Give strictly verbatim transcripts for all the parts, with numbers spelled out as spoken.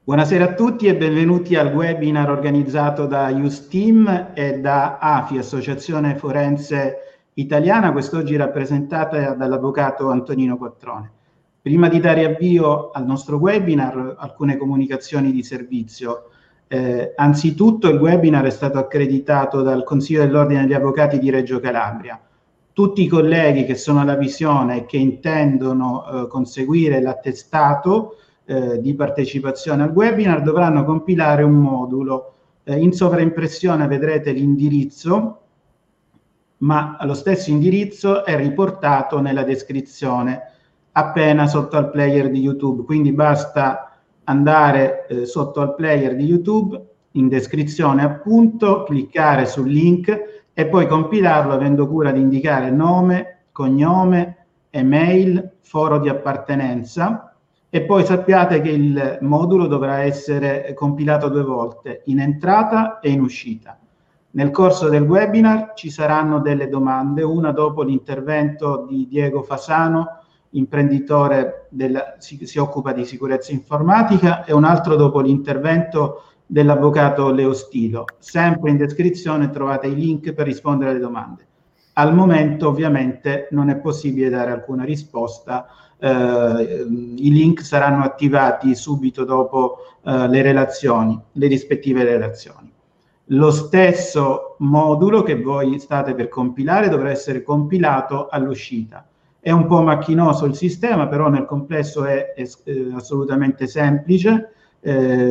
Buonasera a tutti e benvenuti al webinar organizzato da Justim e da A F I, Associazione Forense Italiana, quest'oggi rappresentata dall'avvocato Antonino Quattrone. Prima di dare avvio al nostro webinar, alcune comunicazioni di servizio. Eh, anzitutto il webinar è stato accreditato dal Consiglio dell'Ordine degli Avvocati di Reggio Calabria. Tutti i colleghi che sono alla visione e che intendono eh, conseguire l'attestato Eh, di partecipazione al webinar dovranno compilare un modulo. Eh, in sovraimpressione vedrete l'indirizzo, ma lo stesso indirizzo è riportato nella descrizione appena sotto al player di YouTube, quindi basta andare eh, sotto al player di YouTube, in descrizione appunto, cliccare sul link e poi compilarlo avendo cura di indicare nome, cognome, email, foro di appartenenza. E poi sappiate che il modulo dovrà essere compilato due volte, in entrata e in uscita. Nel corso del webinar ci saranno delle domande, una dopo l'intervento di Diego Fasano, imprenditore, della, si, si occupa di sicurezza informatica, e un altro dopo l'intervento dell'avvocato Leo Stilo. Sempre in descrizione trovate i link per rispondere alle domande. Al momento ovviamente non è possibile dare alcuna risposta. Uh, i link saranno attivati subito dopo uh, le relazioni, le rispettive relazioni. Lo stesso modulo che voi state per compilare dovrà essere compilato all'uscita. È un po' macchinoso il sistema, però nel complesso è, è, è assolutamente semplice eh,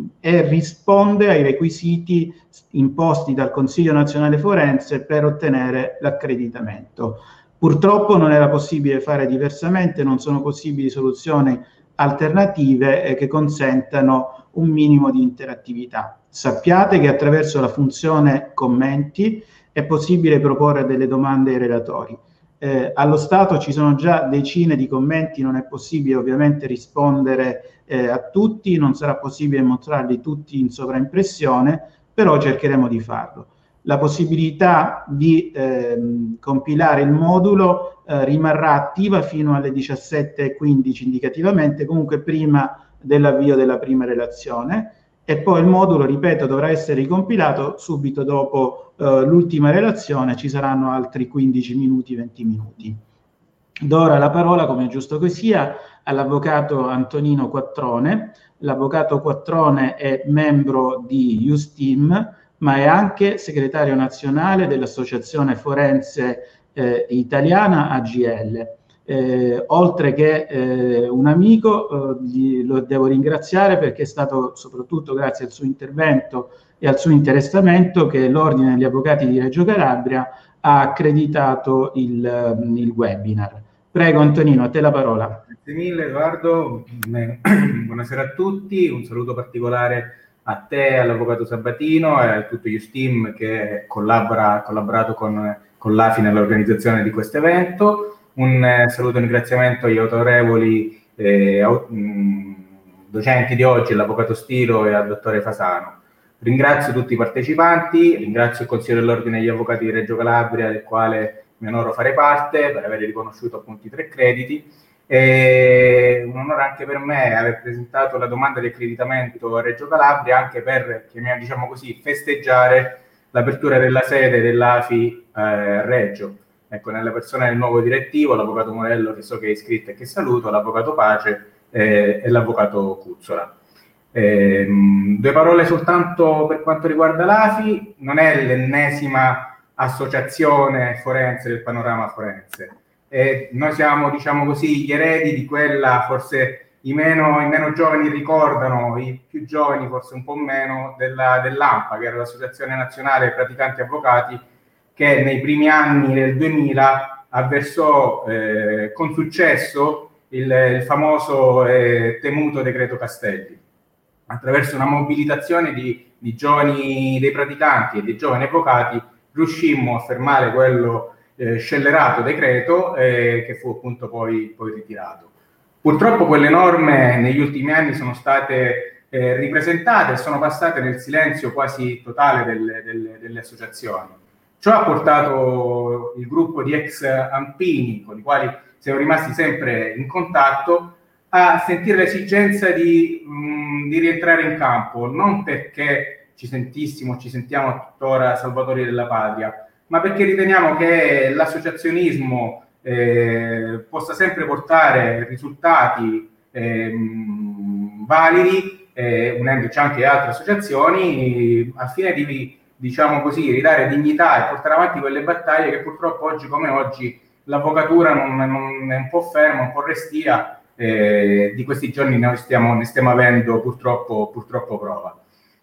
e risponde ai requisiti imposti dal Consiglio Nazionale Forense per ottenere l'accreditamento. Purtroppo non era possibile fare diversamente, non sono possibili soluzioni alternative eh, che consentano un minimo di interattività. Sappiate che attraverso la funzione commenti è possibile proporre delle domande ai relatori. Eh, allo stato ci sono già decine di commenti, non è possibile ovviamente rispondere eh, a tutti, non sarà possibile mostrarli tutti in sovraimpressione, però cercheremo di farlo. La possibilità di ehm, compilare il modulo eh, rimarrà attiva fino alle diciassette e quindici indicativamente, comunque prima dell'avvio della prima relazione, e poi il modulo, ripeto, dovrà essere ricompilato subito dopo eh, l'ultima relazione. Ci saranno altri quindici minuti, venti minuti. Do ora la parola, come è giusto che sia, all'avvocato Antonino Quattrone. L'avvocato Quattrone è membro di Justim, ma è anche segretario nazionale dell'Associazione Forense eh, Italiana A G L. Eh, oltre che eh, un amico, eh, gli, lo devo ringraziare perché è stato soprattutto grazie al suo intervento e al suo interessamento che l'Ordine degli Avvocati di Reggio Calabria ha accreditato il, il webinar. Prego Antonino, a te la parola. Grazie mille Edoardo, buonasera a tutti, un saluto particolare a te, all'avvocato Sabatino e a tutto Justim che collabora, ha collaborato con, con l'A F I nell'organizzazione di questo evento. Un eh, saluto e un ringraziamento agli autorevoli eh, au, mh, docenti di oggi, l'avvocato Stilo e al dottore Fasano. Ringrazio tutti i partecipanti, ringrazio il Consiglio dell'Ordine degli Avvocati di Reggio Calabria, del quale mi onoro fare parte, per aver riconosciuto appunto i tre crediti. E un onore anche per me aver presentato la domanda di accreditamento a Reggio Calabria, anche per, diciamo così, festeggiare l'apertura della sede dell'A F I eh, Reggio. Ecco, nella persona del nuovo direttivo, l'avvocato Morello, che so che è iscritto e che saluto, l'avvocato Pace eh, e l'avvocato Cuzzola. Eh, due parole soltanto per quanto riguarda l'A F I. Non è l'ennesima associazione forense del panorama forense. E noi siamo, diciamo così, gli eredi di quella, forse i meno, i meno giovani ricordano, i più giovani forse un po' meno, della, dell'ANPA, che era l'Associazione Nazionale Praticanti Avvocati, che nei primi anni del duemila avversò eh, con successo il, il famoso e temuto decreto Castelli. Attraverso una mobilitazione di, di giovani, dei praticanti e dei giovani avvocati, riuscimmo a fermare quello eh, scellerato decreto eh, che fu appunto poi, poi ritirato. Purtroppo quelle norme negli ultimi anni sono state eh, ripresentate e sono passate nel silenzio quasi totale delle, delle, delle associazioni. Ciò ha portato il gruppo di ex Ampini, con i quali siamo rimasti sempre in contatto, a sentire l'esigenza di, mh, di rientrare in campo, non perché ci sentissimo, ci sentiamo tuttora salvatori della patria, ma perché riteniamo che l'associazionismo eh, possa sempre portare risultati eh, validi, eh, unendoci anche altre associazioni, al fine di, diciamo così, ridare dignità e portare avanti quelle battaglie che purtroppo oggi come oggi l'avvocatura non, non è un po' ferma, un po' restia, eh, di questi giorni noi stiamo, ne stiamo avendo purtroppo, purtroppo prova.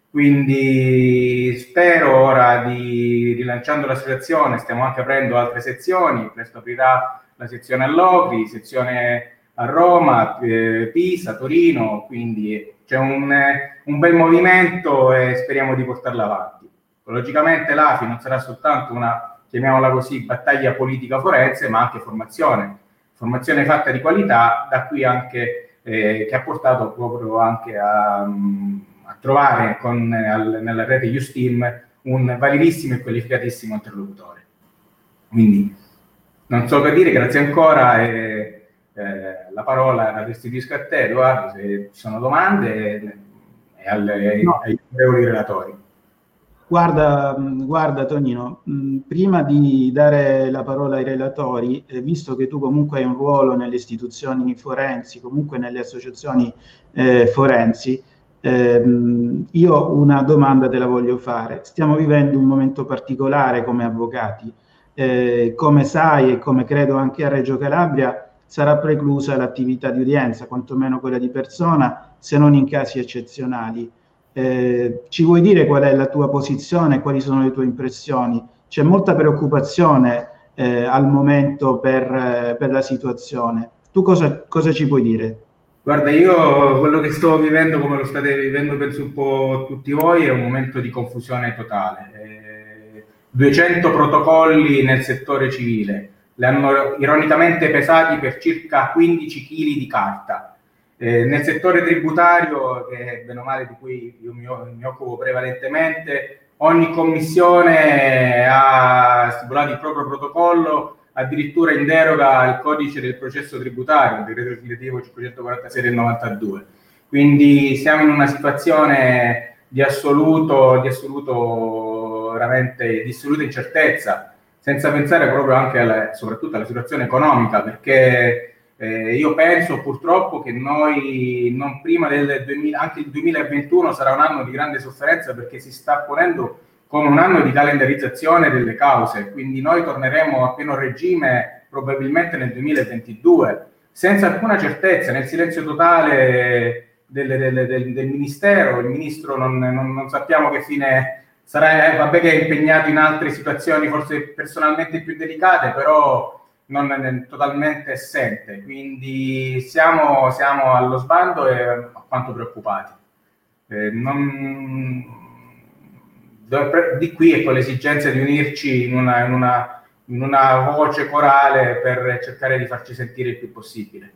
Quindi spero ora di, rilanciando l'associazione, stiamo anche aprendo altre sezioni, presto aprirà la sezione a Locri, sezione a Roma, eh, Pisa, Torino, quindi c'è un, un bel movimento e speriamo di portarla avanti. Logicamente l'A F I non sarà soltanto una, chiamiamola così, battaglia politica forense, ma anche formazione, formazione fatta di qualità, da qui anche eh, che ha portato proprio anche a, a trovare con, al, nella rete Usteam un validissimo e qualificatissimo interlocutore. Quindi non so che dire, grazie ancora e eh, la parola la restituisco a te, Edoardo, se ci sono domande e alle, no. ai onorevoli relatori. Guarda, guarda Tonino, mh, prima di dare la parola ai relatori, eh, visto che tu comunque hai un ruolo nelle istituzioni forensi, comunque nelle associazioni eh, forensi, ehm, io una domanda te la voglio fare. Stiamo vivendo un momento particolare come avvocati. Eh, come sai e come credo anche a Reggio Calabria, sarà preclusa l'attività di udienza, quantomeno quella di persona, se non in casi eccezionali. Eh, ci vuoi dire qual è la tua posizione, quali sono le tue impressioni? C'è molta preoccupazione eh, al momento per, eh, per la situazione. Tu cosa, cosa ci puoi dire? Guarda, io quello che sto vivendo, come lo state vivendo penso un po' tutti voi, è un momento di confusione totale. Eh, duecento protocolli nel settore civile, li hanno ironicamente pesati per circa quindici chili di carta. Eh, nel settore tributario, che bene o male di cui io mi, mi occupo prevalentemente, ogni commissione ha stipulato il proprio protocollo, addirittura in deroga al codice del processo tributario, il decreto legislativo cinquecentoquarantasei del novantadue. Quindi siamo in una situazione di assoluto, di assoluto veramente di assoluta incertezza, senza pensare proprio anche alla, soprattutto alla situazione economica, perché Eh, io penso purtroppo che noi non prima del duemila, anche il duemilaventuno sarà un anno di grande sofferenza, perché si sta ponendo come un anno di calendarizzazione delle cause, quindi noi torneremo a pieno regime probabilmente nel duemilaventidue, senza alcuna certezza, nel silenzio totale del, del, del, del Ministero. Il Ministro non, non, non sappiamo che fine sarà, eh, vabbè che è impegnato in altre situazioni forse personalmente più delicate, però non è totalmente assente, quindi siamo, siamo allo sbando e alquanto preoccupati. Eh, non, di qui ecco l'esigenza di unirci in una, in, una, in una voce corale per cercare di farci sentire il più possibile.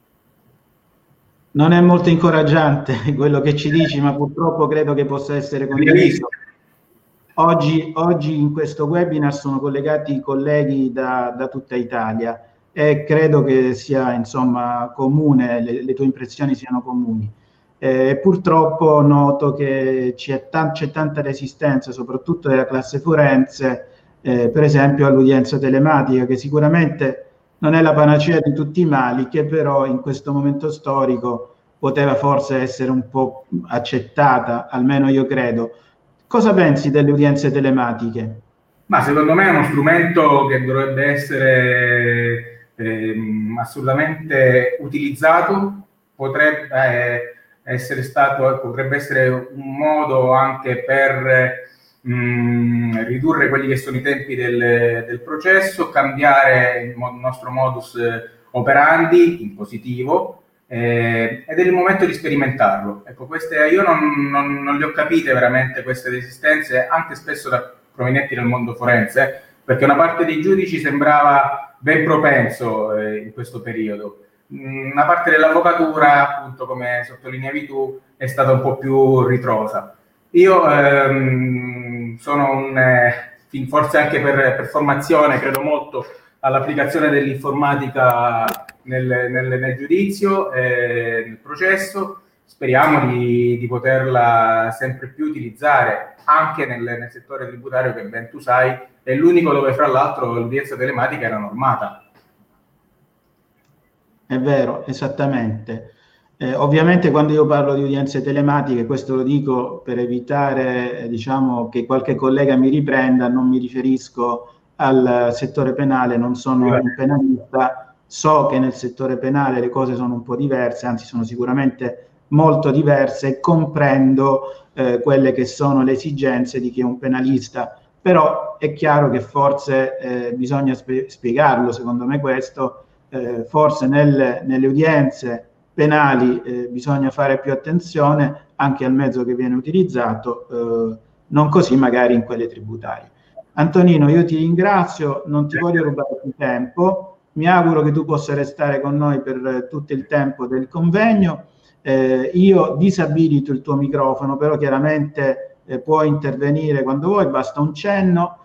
Non è molto incoraggiante quello che ci dici, ma purtroppo credo che possa essere condiviso. Oggi, oggi in questo webinar sono collegati colleghi da, da tutta Italia e credo che sia insomma comune, le, le tue impressioni siano comuni. Eh, purtroppo noto che c'è, tan- c'è tanta resistenza, soprattutto della classe forense, eh, per esempio all'udienza telematica, che sicuramente non è la panacea di tutti i mali, che però in questo momento storico poteva forse essere un po' accettata, almeno io credo. Cosa pensi delle udienze telematiche? Ma secondo me è uno strumento che dovrebbe essere ehm, assolutamente utilizzato, potrebbe eh, essere stato, potrebbe essere un modo anche per mh, ridurre quelli che sono i tempi del, del processo, cambiare il, mo- il nostro modus operandi in positivo. Eh, ed è il momento di sperimentarlo. Ecco, queste io non, non, non le ho capite veramente queste resistenze, anche spesso da provenienti dal mondo forense, perché una parte dei giudici sembrava ben propenso eh, in questo periodo. Una parte dell'avvocatura, appunto, come sottolineavi tu, è stata un po' più ritrosa. Io ehm, sono un, eh, forse anche per, per formazione, credo molto all'applicazione dell'informatica nel, nel, nel giudizio e nel processo. Speriamo di, di poterla sempre più utilizzare anche nel, nel settore tributario, che ben tu sai è l'unico dove fra l'altro l'udienza telematica era normata. È vero, esattamente. Eh, ovviamente quando io parlo di udienze telematiche, questo lo dico per evitare eh, diciamo, che qualche collega mi riprenda, non mi riferisco al settore penale, non sono un penalista, so che nel settore penale le cose sono un po' diverse, anzi sono sicuramente molto diverse, e comprendo eh, quelle che sono le esigenze di chi è un penalista, però è chiaro che forse eh, bisogna spe- spiegarlo, secondo me questo, eh, forse nelle, nelle udienze penali eh, bisogna fare più attenzione anche al mezzo che viene utilizzato, eh, non così magari in quelle tributarie. Antonino, io ti ringrazio, non ti voglio rubare più tempo, mi auguro che tu possa restare con noi per tutto il tempo del convegno. Eh, io disabilito il tuo microfono, però chiaramente eh, puoi intervenire quando vuoi, basta un cenno,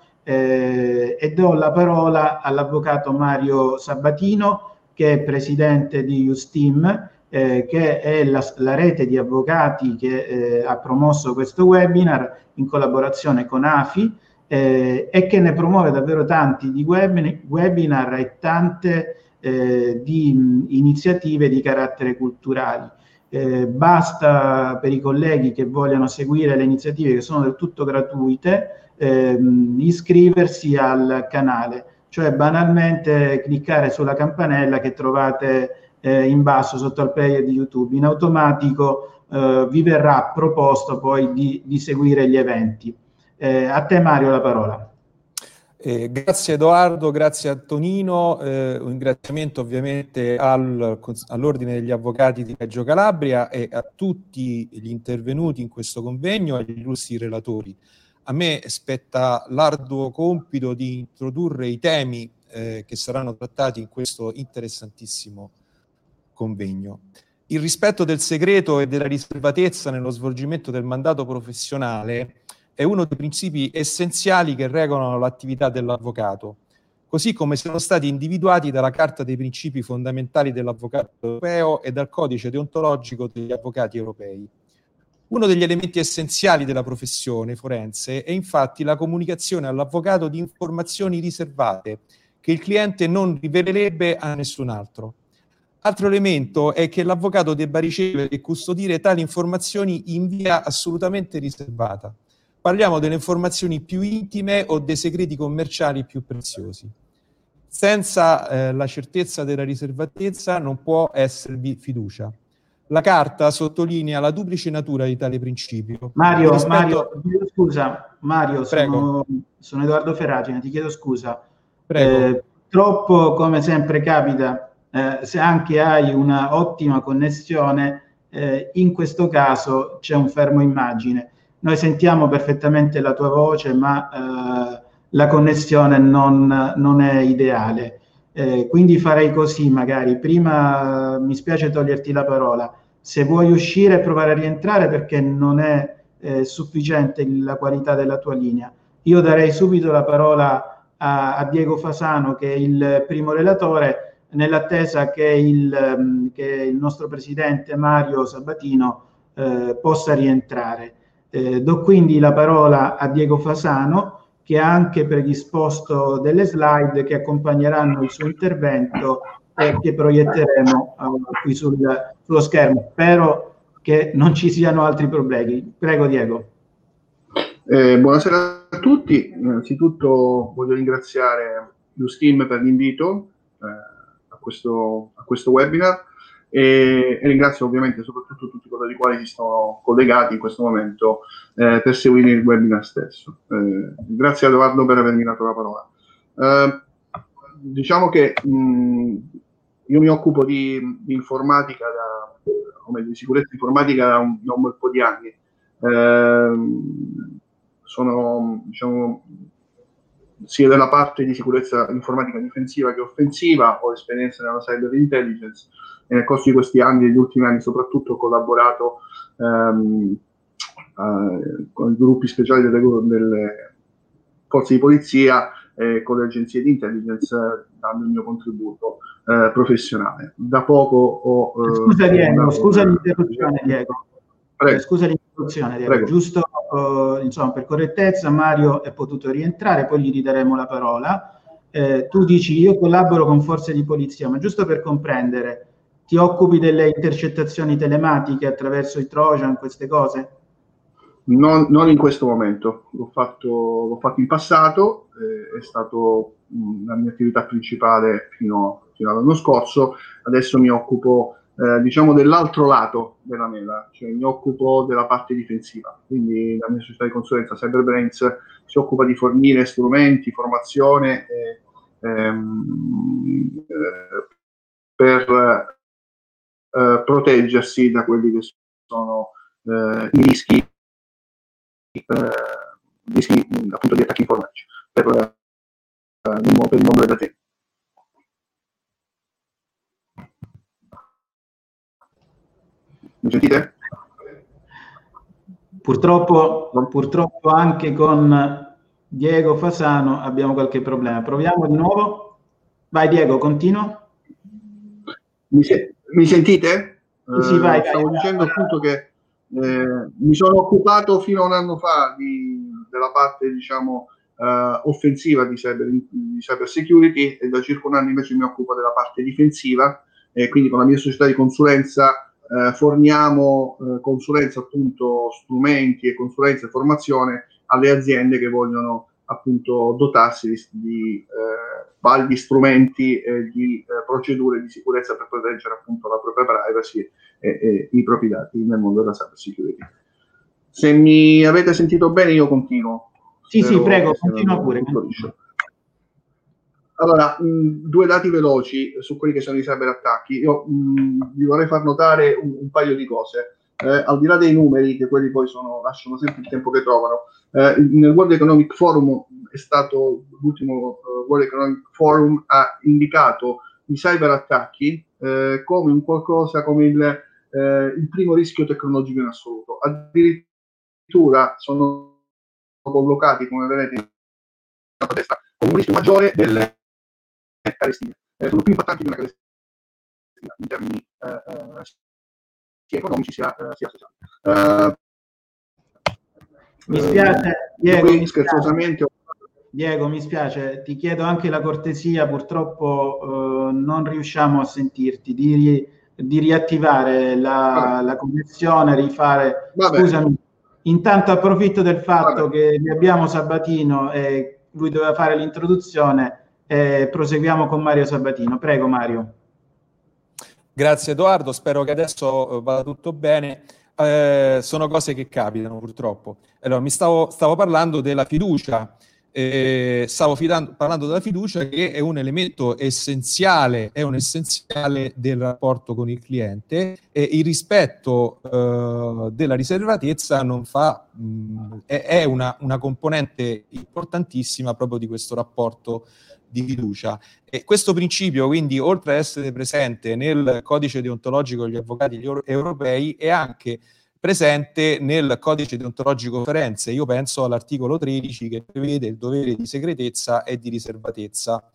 eh, e do la parola all'avvocato Mario Sabatino, che è presidente di Justim, eh, che è la, la rete di avvocati che eh, ha promosso questo webinar in collaborazione con A F I, eh, e che ne promuove davvero tanti di webinar, webinar e tante eh, di mh, iniziative di carattere culturale. Eh, basta per i colleghi che vogliano seguire le iniziative, che sono del tutto gratuite, ehm, iscriversi al canale, cioè banalmente cliccare sulla campanella che trovate eh, in basso sotto al player di YouTube. In automatico eh, vi verrà proposto poi di, di seguire gli eventi. Eh, a te Mario la parola. Eh, grazie Edoardo, grazie Antonino, eh, un ringraziamento ovviamente al, all'Ordine degli Avvocati di Reggio Calabria e a tutti gli intervenuti in questo convegno e agli illustri relatori. A me spetta l'arduo compito di introdurre i temi eh, che saranno trattati in questo interessantissimo convegno. Il rispetto del segreto e della riservatezza nello svolgimento del mandato professionale è uno dei principi essenziali che regolano l'attività dell'avvocato, così come sono stati individuati dalla Carta dei principi fondamentali dell'avvocato europeo e dal Codice deontologico degli avvocati europei. Uno degli elementi essenziali della professione forense è infatti la comunicazione all'avvocato di informazioni riservate che il cliente non rivelerebbe a nessun altro. Altro elemento è che l'avvocato debba ricevere e custodire tali informazioni in via assolutamente riservata. Parliamo delle informazioni più intime o dei segreti commerciali più preziosi. Senza eh, la certezza della riservatezza non può esservi fiducia. La Carta sottolinea la duplice natura di tale principio. Mario, rispetto... Mario ti chiedo scusa, Mario, sono, sono Edoardo Ferragina, ti chiedo scusa. Eh, troppo, come sempre capita, eh, se anche hai una ottima connessione, eh, in questo caso c'è un fermo immagine. Noi sentiamo perfettamente la tua voce, ma eh, la connessione non, non è ideale. Eh, quindi farei così, magari. Prima mi spiace toglierti la parola. Se vuoi uscire e provare a rientrare, perché non è eh, sufficiente la qualità della tua linea. Io darei subito la parola a, a Diego Fasano, che è il primo relatore, nell'attesa che il, che il nostro presidente Mario Sabatino eh, possa rientrare. Eh, do quindi la parola a Diego Fasano, che ha anche predisposto delle slide che accompagneranno il suo intervento e che proietteremo uh, qui sul, sullo schermo. Spero che non ci siano altri problemi. Prego Diego. Eh, buonasera a tutti. Innanzitutto voglio ringraziare Justim per l'invito eh, a, questo, a questo webinar e, e ringrazio ovviamente soprattutto tutti coloro i quali si sono collegati in questo momento eh, per seguire il webinar stesso. Eh, grazie a Edoardo per avermi dato la parola. Eh, diciamo che mh, io mi occupo di, di informatica, da, o meglio, di sicurezza informatica da un, da un bel po' di anni. Eh, sono, diciamo, sia della parte di sicurezza informatica difensiva che offensiva, ho esperienza nella cyber intelligence e nel corso di questi anni, negli ultimi anni soprattutto, ho collaborato ehm, eh, con i gruppi speciali delle, delle forze di polizia e con le agenzie di intelligence, dando il mio contributo eh, professionale. Da poco ho... Eh, scusa Diego, ho scusa l'interruzione Diego. Prego. Eh, scusa l'interruzione Diego, Prego. giusto eh, insomma, per correttezza Mario è potuto rientrare, poi gli ridaremo la parola. Eh, tu dici io collaboro con forze di polizia, ma giusto per comprendere, ti occupi delle intercettazioni telematiche attraverso i Trojan, queste cose? Non, non in questo momento, l'ho fatto, l'ho fatto in passato, eh, è stato mh, la mia attività principale fino, fino all'anno scorso. Adesso mi occupo eh, diciamo dell'altro lato della mela, cioè mi occupo della parte difensiva, quindi la mia società di consulenza CyberBrains si occupa di fornire strumenti, formazione e, ehm, eh, per eh, proteggersi da quelli che sono eh, i rischi Eh, rischi appunto di attacchi informatici per, eh, per il mondo delle aziende. Mi sentite? Purtroppo, purtroppo anche con Diego Fasano abbiamo qualche problema. Proviamo di nuovo. Vai Diego, continua. Mi, se- mi sentite? Sì, sì, vai, eh, stavo vai. dicendo appunto che eh, mi sono occupato fino a un anno fa di, della parte diciamo eh, offensiva di cyber, di cyber security, e da circa un anno invece mi occupo della parte difensiva, e quindi con la mia società di consulenza eh, forniamo eh, consulenza, appunto strumenti e consulenza e formazione alle aziende che vogliono appunto dotarsi di, di eh, vari strumenti e di eh, procedure di sicurezza per proteggere appunto la propria privacy e, e i propri dati nel mondo della cyber security. Se mi avete sentito bene io continuo. Sì, Spero sì, prego, che sia continua andato pure. tutto liscio. Allora, mh, due dati veloci su quelli che sono i cyberattacchi. Io mh, vi vorrei far notare un, un paio di cose. Eh, al di là dei numeri, che quelli poi sono, lasciano sempre il tempo che trovano, eh, nel World Economic Forum è stato, l'ultimo uh, World Economic Forum ha indicato i cyberattacchi eh, come un qualcosa, come il, eh, il primo rischio tecnologico in assoluto. Addirittura sono collocati, come vedete, in testa, come un rischio maggiore delle carestie. Eh, sono più impattanti di una carestia in termini eh, eh, sia economici sia, eh, sia sociali. Uh, mi spiace, Diego, poi, mi scherzosamente, spiace. Diego, mi spiace, ti chiedo anche la cortesia, purtroppo eh, non riusciamo a sentirti, di, ri, di riattivare la, la connessione, rifare... Vabbè. Scusami, intanto approfitto del fatto Vabbè. che abbiamo Sabatino e lui doveva fare l'introduzione e proseguiamo con Mario Sabatino. Prego Mario. Grazie Edoardo, spero che adesso vada tutto bene. Eh, sono cose che capitano purtroppo. Allora, mi stavo, stavo parlando della fiducia, eh, stavo fidando, parlando della fiducia che è un elemento essenziale, è un essenziale del rapporto con il cliente, e il rispetto eh, della riservatezza non fa, mh, è, è una, una componente importantissima proprio di questo rapporto di fiducia. E questo principio, quindi, oltre ad essere presente nel codice deontologico degli avvocati europei, è anche presente nel codice deontologico forense. Io penso all'articolo tredici, che prevede il dovere di segretezza e di riservatezza.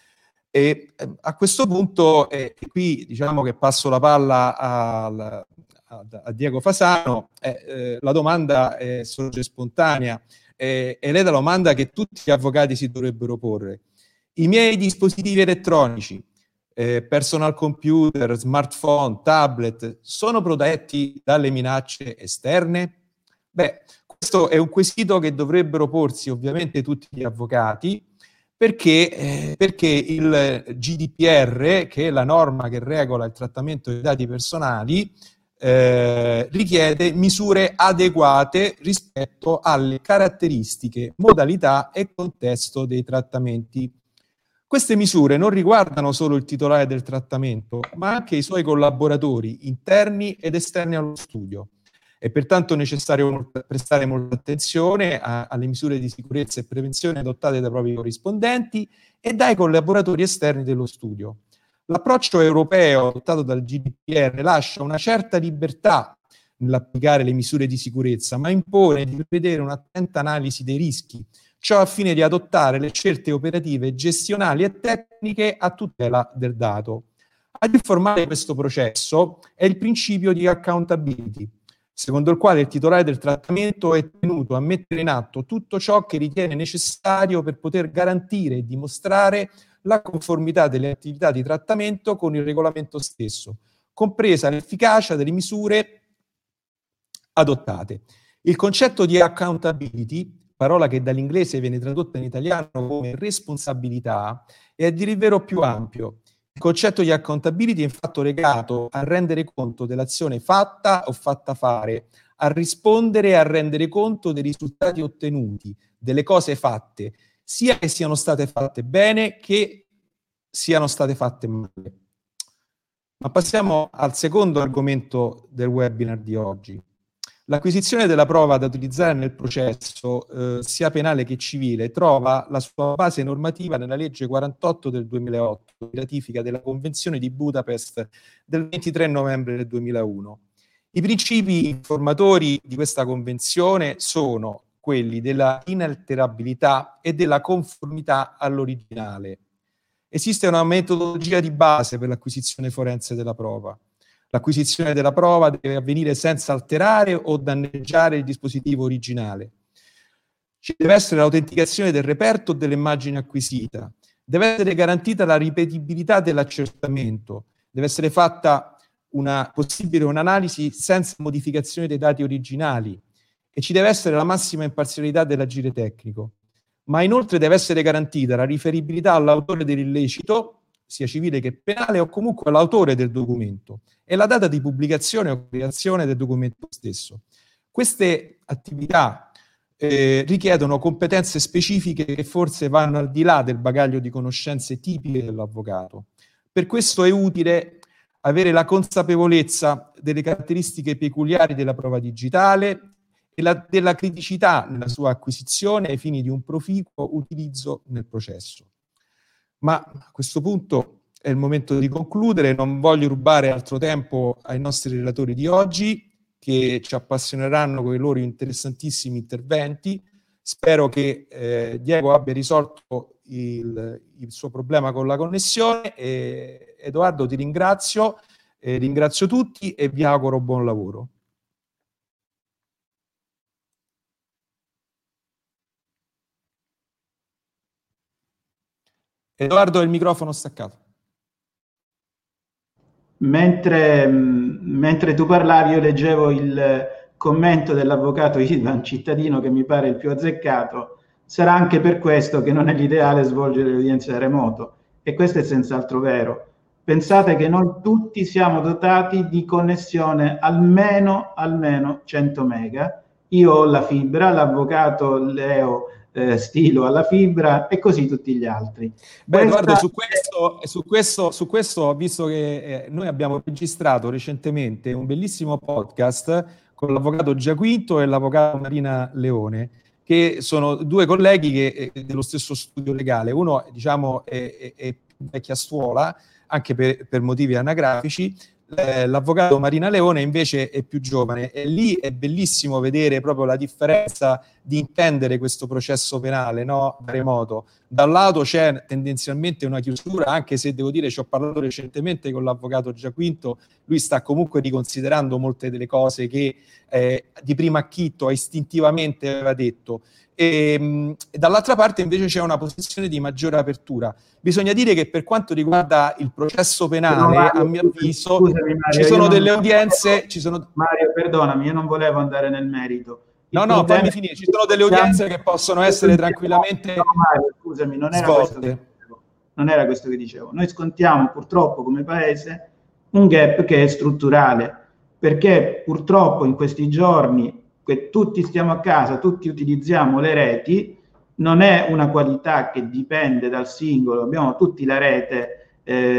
E eh, a questo punto, eh, qui diciamo che passo la palla al, a, a Diego Fasano. Eh, eh, la domanda eh, sorge spontanea eh, ed è la domanda che tutti gli avvocati si dovrebbero porre. I miei dispositivi elettronici, eh, personal computer, smartphone, tablet, sono protetti dalle minacce esterne? Beh, questo è un quesito che dovrebbero porsi ovviamente tutti gli avvocati, perché, eh, perché il G D P R, che è la norma che regola il trattamento dei dati personali, eh, richiede misure adeguate rispetto alle caratteristiche, modalità e contesto dei trattamenti. Queste misure non riguardano solo il titolare del trattamento, ma anche i suoi collaboratori interni ed esterni allo studio. È pertanto necessario prestare molta attenzione a, alle misure di sicurezza e prevenzione adottate dai propri corrispondenti e dai collaboratori esterni dello studio. L'approccio europeo adottato dal G D P R lascia una certa libertà nell'applicare le misure di sicurezza, ma impone di vedere un'attenta analisi dei rischi, ciò al fine di adottare le scelte operative, gestionali e tecniche a tutela del dato. Ad informare questo processo è il principio di accountability, secondo il quale il titolare del trattamento è tenuto a mettere in atto tutto ciò che ritiene necessario per poter garantire e dimostrare la conformità delle attività di trattamento con il regolamento stesso, compresa l'efficacia delle misure adottate. Il concetto di accountability, parola che dall'inglese viene tradotta in italiano come responsabilità, è a dire il vero più ampio. Il concetto di accountability è infatti legato a rendere conto dell'azione fatta o fatta fare, a rispondere e a rendere conto dei risultati ottenuti, delle cose fatte, sia che siano state fatte bene che siano state fatte male. Ma passiamo al secondo argomento del webinar di oggi. L'acquisizione della prova da utilizzare nel processo, eh, sia penale che civile, trova la sua base normativa nella legge quarantotto del duemilaotto, di ratifica della Convenzione di Budapest del ventitré novembre del duemilauno. I principi informatori di questa Convenzione sono quelli della inalterabilità e della conformità all'originale. Esiste una metodologia di base per l'acquisizione forense della prova. L'acquisizione della prova deve avvenire senza alterare o danneggiare il dispositivo originale. Ci deve essere l'autenticazione del reperto o dell'immagine acquisita. Deve essere garantita la ripetibilità dell'accertamento. Deve essere fatta una possibile un'analisi senza modificazione dei dati originali. E ci deve essere la massima imparzialità dell'agire tecnico. Ma inoltre deve essere garantita la riferibilità all'autore dell'illecito, sia civile che penale, o comunque all'autore del documento, e la data di pubblicazione o creazione del documento stesso. Queste attività eh, richiedono competenze specifiche che forse vanno al di là del bagaglio di conoscenze tipiche dell'avvocato. Per questo è utile avere la consapevolezza delle caratteristiche peculiari della prova digitale e la, della criticità nella sua acquisizione ai fini di un proficuo utilizzo nel processo. Ma a questo punto è il momento di concludere, non voglio rubare altro tempo ai nostri relatori di oggi, che ci appassioneranno con i loro interessantissimi interventi. Spero che eh, Diego abbia risolto il, il suo problema con la connessione. E, Edoardo, ti ringrazio, eh, ringrazio tutti e vi auguro buon lavoro. Edoardo, il microfono staccato. Mentre, mentre tu parlavi, io leggevo il commento dell'avvocato Ivan Cittadino, che mi pare il più azzeccato. Sarà anche per questo che non è l'ideale svolgere le udienze da remoto, e questo è senz'altro vero. Pensate che noi tutti siamo dotati di connessione almeno, almeno cento mega. Io ho la fibra, l'avvocato Leo Eh, Stilo alla fibra e così tutti gli altri. Beh, Questa... Edoardo, su questo, su questo, su questo, visto che eh, noi abbiamo registrato recentemente un bellissimo podcast con l'avvocato Giaquinto e l'avvocato Marina Leone, che sono due colleghi che, eh, dello stesso studio legale. Uno, diciamo, è, è, è vecchia stuola, anche per, per motivi anagrafici. L'avvocato Marina Leone invece è più giovane, e lì è bellissimo vedere proprio la differenza di intendere questo processo penale, no? Da remoto. Da un lato c'è tendenzialmente una chiusura, anche se devo dire, ci ho parlato recentemente con l'avvocato Giaquinto, lui sta comunque riconsiderando molte delle cose che eh, di primo acchitto istintivamente aveva detto. E, mh, e dall'altra parte invece c'è una posizione di maggiore apertura. Bisogna dire che per quanto riguarda il processo penale, no, Mario, a mio avviso, scusami, Mario, ci sono delle udienze... Volevo... Ci sono... Mario, perdonami, io non volevo andare nel merito. Il no, no, fammi finire. Ci sono delle udienze che possono essere tranquillamente... No, Mario, scusami, non era, questo che dicevo. non era questo che dicevo. Noi scontiamo purtroppo come Paese un gap che è strutturale, perché purtroppo in questi giorni che tutti stiamo a casa, tutti utilizziamo le reti, non è una qualità che dipende dal singolo, abbiamo tutti la rete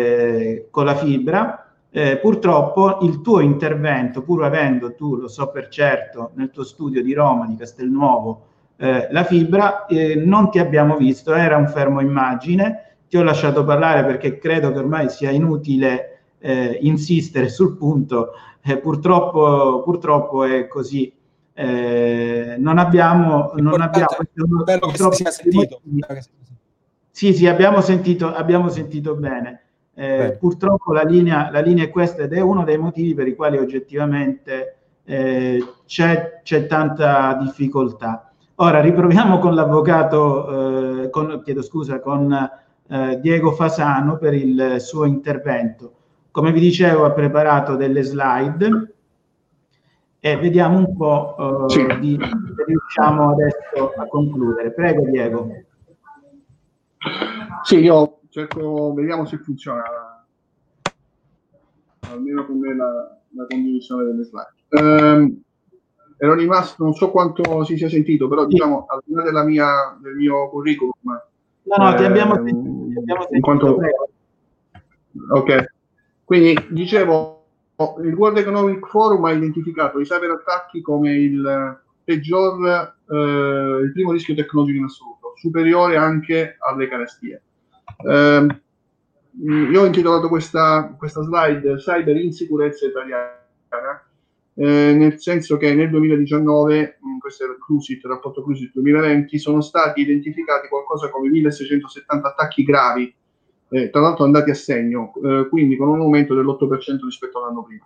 eh, con la fibra, eh, purtroppo il tuo intervento, pur avendo tu, lo so per certo, nel tuo studio di Roma, di Castelnuovo, eh, la fibra, eh, non ti abbiamo visto, era un fermo immagine, ti ho lasciato parlare perché credo che ormai sia inutile eh, insistere sul punto, eh, purtroppo, purtroppo è così. Eh, non abbiamo, non abbiamo bello che si sia sentito. Sì, sì, abbiamo sentito, abbiamo sentito bene. Eh, purtroppo la linea, la linea è questa ed è uno dei motivi per i quali oggettivamente eh, c'è, c'è tanta difficoltà. Ora riproviamo con l'avvocato, eh, con, chiedo scusa, con eh, Diego Fasano per il suo intervento. Come vi dicevo, ha preparato delle slide e vediamo un po' eh, sì. di, se riusciamo adesso a concludere. Prego, Diego. Sì, io cerco, vediamo se funziona almeno con me la, la condivisione delle slide. Um, ero rimasto, non so quanto si sia sentito, però sì. diciamo al di là della mia, del mio curriculum. No, no, eh, ti abbiamo sentito. Ti abbiamo sentito, quanto, ok, quindi dicevo, il World Economic Forum ha identificato i cyberattacchi come il peggior, eh, il primo rischio tecnologico in assoluto, superiore anche alle carestie. Eh, io ho intitolato questa, questa slide Cyber insicurezza italiana, eh, nel senso che nel duemiladiciannove, questo è il Clusit, il rapporto Clusit duemilaventi, sono stati identificati qualcosa come milleseicentosettanta attacchi gravi, eh, tra l'altro andati a segno, eh, quindi con un aumento dell'otto per cento rispetto all'anno prima.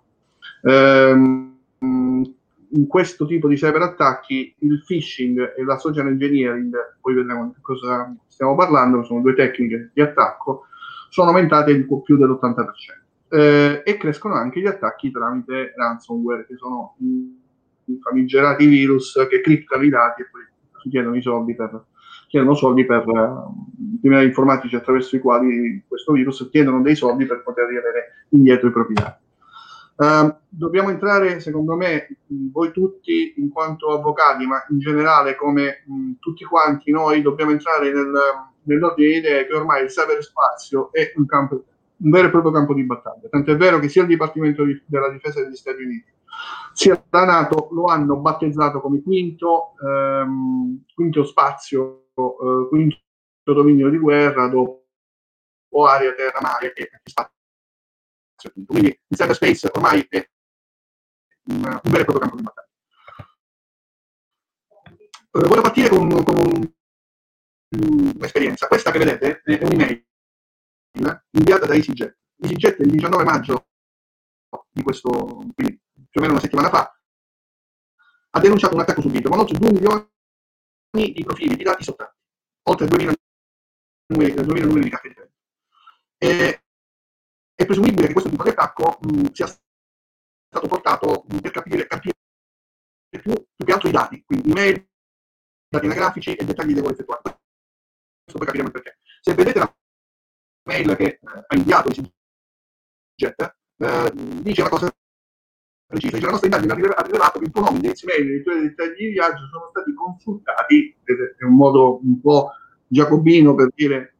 Eh, in questo tipo di cyberattacchi il phishing e la social engineering, poi vedremo di cosa stiamo parlando, sono due tecniche di attacco, sono aumentate di più dell'ottanta per cento. Eh, e crescono anche gli attacchi tramite ransomware, che sono i famigerati virus che criptano i dati e poi si chiedono i soldi per, chiedono soldi per uh, i criminali informatici attraverso i quali questo virus chiedono dei soldi per poter riavere indietro i propri dati. Uh, dobbiamo entrare, secondo me, voi tutti, in quanto avvocati, ma in generale come mh, tutti quanti noi, dobbiamo entrare nel, nell'ordine di idee che ormai il cyberspazio è un campo, un vero e proprio campo di battaglia. Tanto è vero che sia il Dipartimento di, della Difesa degli Stati Uniti sia la NATO lo hanno battezzato come quinto, ehm, quinto spazio, eh, quinto dominio di guerra dopo aria, terra, mare e spazio. Quindi il cyberspace ormai è un, un vero e proprio campo di battaglia. Eh, voglio partire con, con un'esperienza. Questa che vedete è un'email inviata da EasyJet. EasyJet il diciannove maggio di questo, quindi più o meno una settimana fa, ha denunciato un attacco subito con oltre due milioni di profili di dati sottratti, oltre duemila numeri di carte di credito. E, è presumibile che questo tipo di attacco mh, sia stato portato mh, per capire, capire più, più che altro i dati, quindi email, dati anagrafici e dettagli di lavoro effettuato. Questo poi capiremo il perché. Se vedete la mail che eh, ha inviato EasyJet, eh, dice una cosa precisa, dice la nostra indagine ha rivelato che il tuo nome, indirizzo email e i tuoi dettagli di viaggio sono stati consultati, è un modo un po' giacobino per dire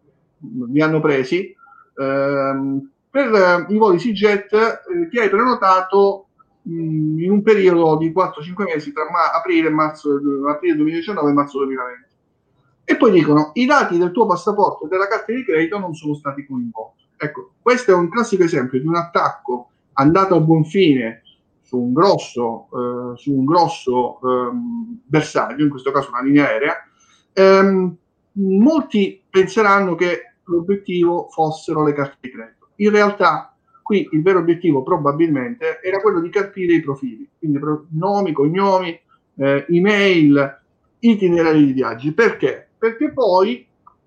li hanno presi, ehm, per eh, i voli EasyJet eh, che hai prenotato mh, in un periodo di quattro cinque mesi tra ma- aprile, marzo, aprile duemiladiciannove e marzo duemilaventi. E poi dicono i dati del tuo passaporto e della carta di credito non sono stati coinvolti. Ecco, questo è un classico esempio di un attacco andato a buon fine su un grosso, eh, su un grosso ehm, bersaglio, in questo caso una linea aerea. Ehm, molti penseranno che l'obiettivo fossero le carte di credito. In realtà qui il vero obiettivo probabilmente era quello di carpire i profili, quindi nomi, cognomi, eh, email, itinerari di viaggi. Perché? Perché poi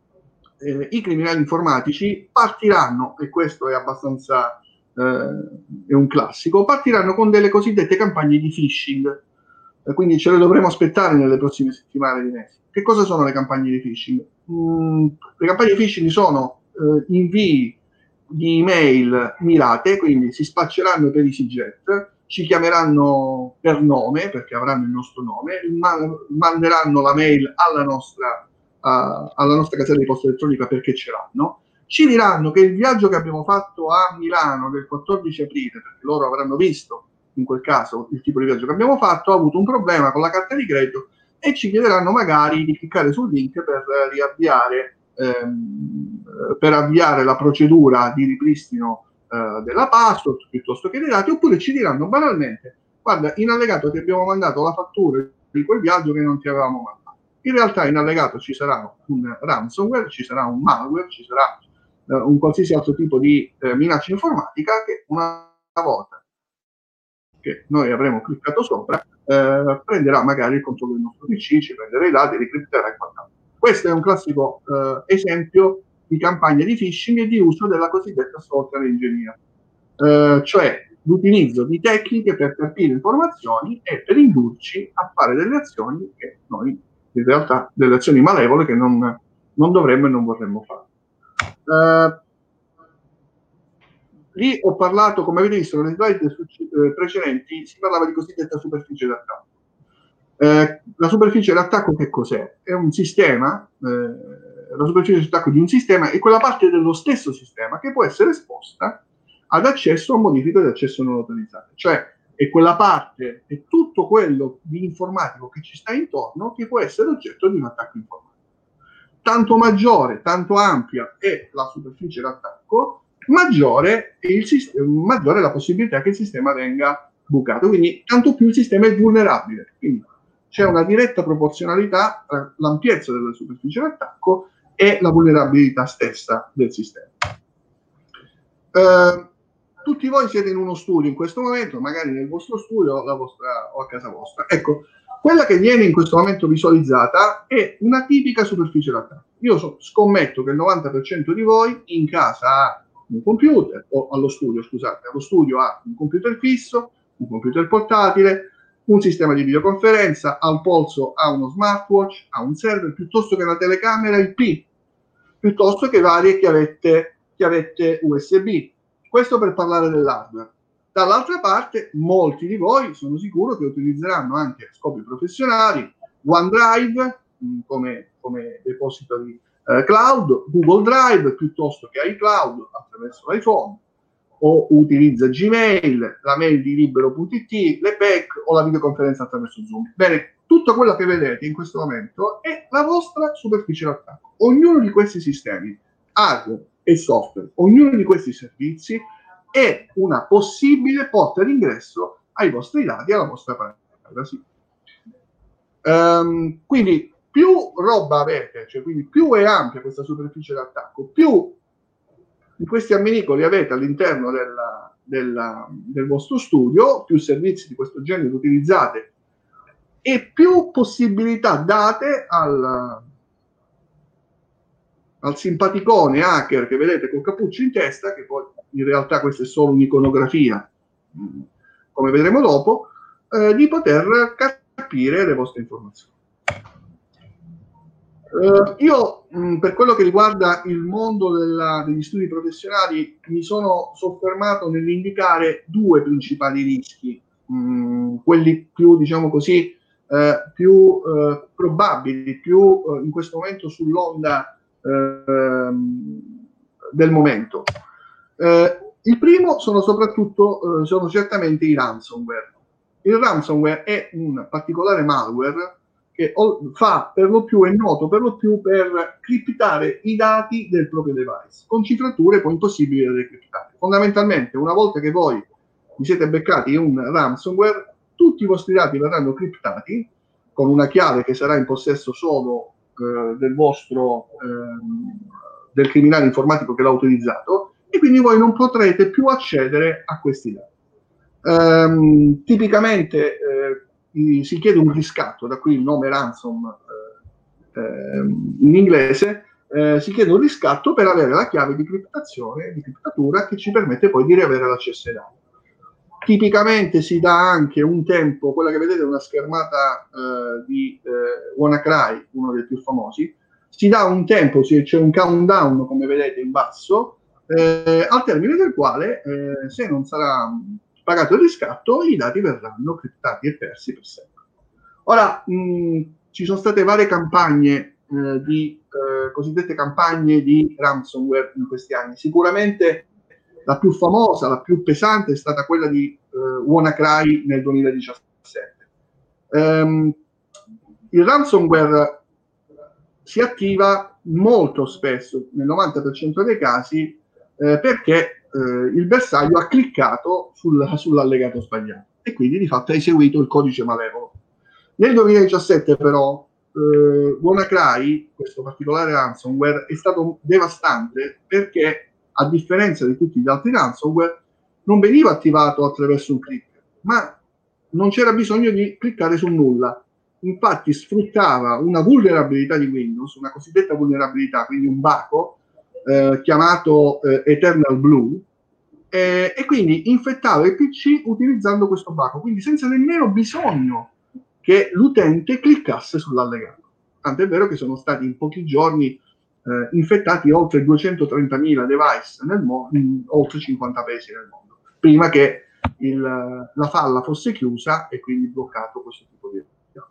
eh, i criminali informatici partiranno, e questo è abbastanza eh, è un classico, partiranno con delle cosiddette campagne di phishing, eh, quindi ce le dovremo aspettare nelle prossime settimane di mesi. Che cosa sono le campagne di phishing? Mm, le campagne di phishing sono eh, invii di email mirate, quindi si spacceranno per EasyJet, ci chiameranno per nome perché avranno il nostro nome, ma- manderanno la mail alla nostra, uh, alla nostra casella di posta elettronica perché ce l'hanno, ci diranno che il viaggio che abbiamo fatto a Milano del quattordici aprile, perché loro avranno visto in quel caso il tipo di viaggio che abbiamo fatto, ha avuto un problema con la carta di credito e ci chiederanno magari di cliccare sul link per riavviare ehm, per avviare la procedura di ripristino eh, della password piuttosto che dei dati, oppure ci diranno banalmente guarda, in allegato ti abbiamo mandato la fattura di quel viaggio che non ti avevamo mandato. In realtà in allegato ci sarà un ransomware, ci sarà un malware, ci sarà eh, un qualsiasi altro tipo di eh, minaccia informatica che una volta che noi avremo cliccato sopra eh, prenderà magari il controllo del nostro P C, ci prenderà i dati, ricripterà e quant'altro. Questo è un classico eh, esempio di campagna di phishing e di uso della cosiddetta social engineering, eh, cioè l'utilizzo di tecniche per capire informazioni e per indurci a fare delle azioni che noi, in realtà, delle azioni malevole che non, non dovremmo e non vorremmo fare. Uh, lì ho parlato, come avete visto nelle slide precedenti, si parlava di cosiddetta superficie d'attacco. Eh, la superficie d'attacco che cos'è? È un sistema, eh, la superficie d'attacco di un sistema è quella parte dello stesso sistema che può essere esposta ad accesso o modifica di accesso non autorizzato, cioè è quella parte, è tutto quello di informatico che ci sta intorno che può essere oggetto di un attacco informatico. Tanto maggiore, tanto ampia è la superficie d'attacco, maggiore è, il sistema, maggiore è la possibilità che il sistema venga bucato, quindi tanto più il sistema è vulnerabile. Quindi c'è una diretta proporzionalità tra l'ampiezza della superficie d'attacco e la vulnerabilità stessa del sistema. Uh, tutti voi siete in uno studio in questo momento, magari nel vostro studio la vostra, o a casa vostra. Ecco, quella che viene in questo momento visualizzata è una tipica superficie d'attacco. Io so, scommetto che il novanta per cento di voi in casa ha un computer, o allo studio, scusate, allo studio ha un computer fisso, un computer portatile, un sistema di videoconferenza, al polso ha uno smartwatch, ha un server, piuttosto che una telecamera I P, piuttosto che varie chiavette, chiavette U S B. Questo per parlare dell'hardware. Dall'altra parte, molti di voi sono sicuro che utilizzeranno anche a scopi professionali OneDrive mh, come, come depository eh, cloud, Google Drive piuttosto che iCloud attraverso l'iPhone, o utilizza Gmail, la mail di libero punto it, le P E C o la videoconferenza attraverso Zoom. Bene, tutto quello che vedete in questo momento è la vostra superficie d'attacco. Ognuno di questi sistemi, hardware e software, ognuno di questi servizi è una possibile porta d'ingresso ai vostri dati, alla vostra privacy. Um, quindi più roba avete, cioè quindi più è ampia questa superficie d'attacco, più di questi amminicoli avete all'interno della, della, del vostro studio, più servizi di questo genere utilizzate e più possibilità date al, al simpaticone hacker che vedete col cappuccio in testa, che poi in realtà questa è solo un'iconografia, come vedremo dopo, eh, di poter capire le vostre informazioni. Uh, io mh, per quello che riguarda il mondo della, degli studi professionali mi sono soffermato nell'indicare due principali rischi, mh, quelli più, diciamo così, eh, più eh, probabili, più eh, in questo momento sull'onda eh, del momento. Eh, il primo sono soprattutto, eh, sono certamente i ransomware. Il ransomware è un particolare malware che fa per lo più, è noto per lo più per criptare i dati del proprio device, con cifrature poi impossibili da decriptare. Fondamentalmente, una volta che voi vi siete beccati un ransomware, tutti i vostri dati verranno criptati con una chiave che sarà in possesso solo eh, del vostro, eh, del criminale informatico che l'ha utilizzato, e quindi voi non potrete più accedere a questi dati. Um, tipicamente eh, si chiede un riscatto, da qui il nome ransom eh, eh, in inglese, eh, si chiede un riscatto per avere la chiave di criptazione, di criptatura, che ci permette poi di riavere l'accesso ai dati. Tipicamente si dà anche un tempo, quella che vedete è una schermata eh, di eh, WannaCry, uno dei più famosi, si dà un tempo, c'è un countdown come vedete in basso, eh, al termine del quale eh, se non sarà pagato il riscatto, i dati verranno criptati e persi per sempre. Ora, mh, ci sono state varie campagne, eh, di eh, cosiddette campagne di ransomware in questi anni. Sicuramente la più famosa, la più pesante è stata quella di eh, WannaCry nel duemiladiciassette. Um, il ransomware si attiva molto spesso, nel novanta per cento dei casi, eh, perché Eh, il bersaglio ha cliccato sul, sull'allegato sbagliato. e quindi di fatto ha eseguito il codice malevolo. Nel duemiladiciassette però eh, WannaCry, questo particolare ransomware, è stato devastante perché, a differenza di tutti gli altri ransomware, non veniva attivato attraverso un click, ma non c'era bisogno di cliccare su nulla. Infatti sfruttava una vulnerabilità di Windows, una cosiddetta vulnerabilità, quindi un baco eh, chiamato eh, Eternal Blue, eh, e quindi infettava il P C utilizzando questo baco, quindi senza nemmeno bisogno che l'utente cliccasse sull'allegato. Tant'è vero che sono stati in pochi giorni eh, infettati oltre duecentotrentamila device nel mondo, in oltre cinquanta paesi nel mondo, prima che il, la falla fosse chiusa e quindi bloccato questo tipo di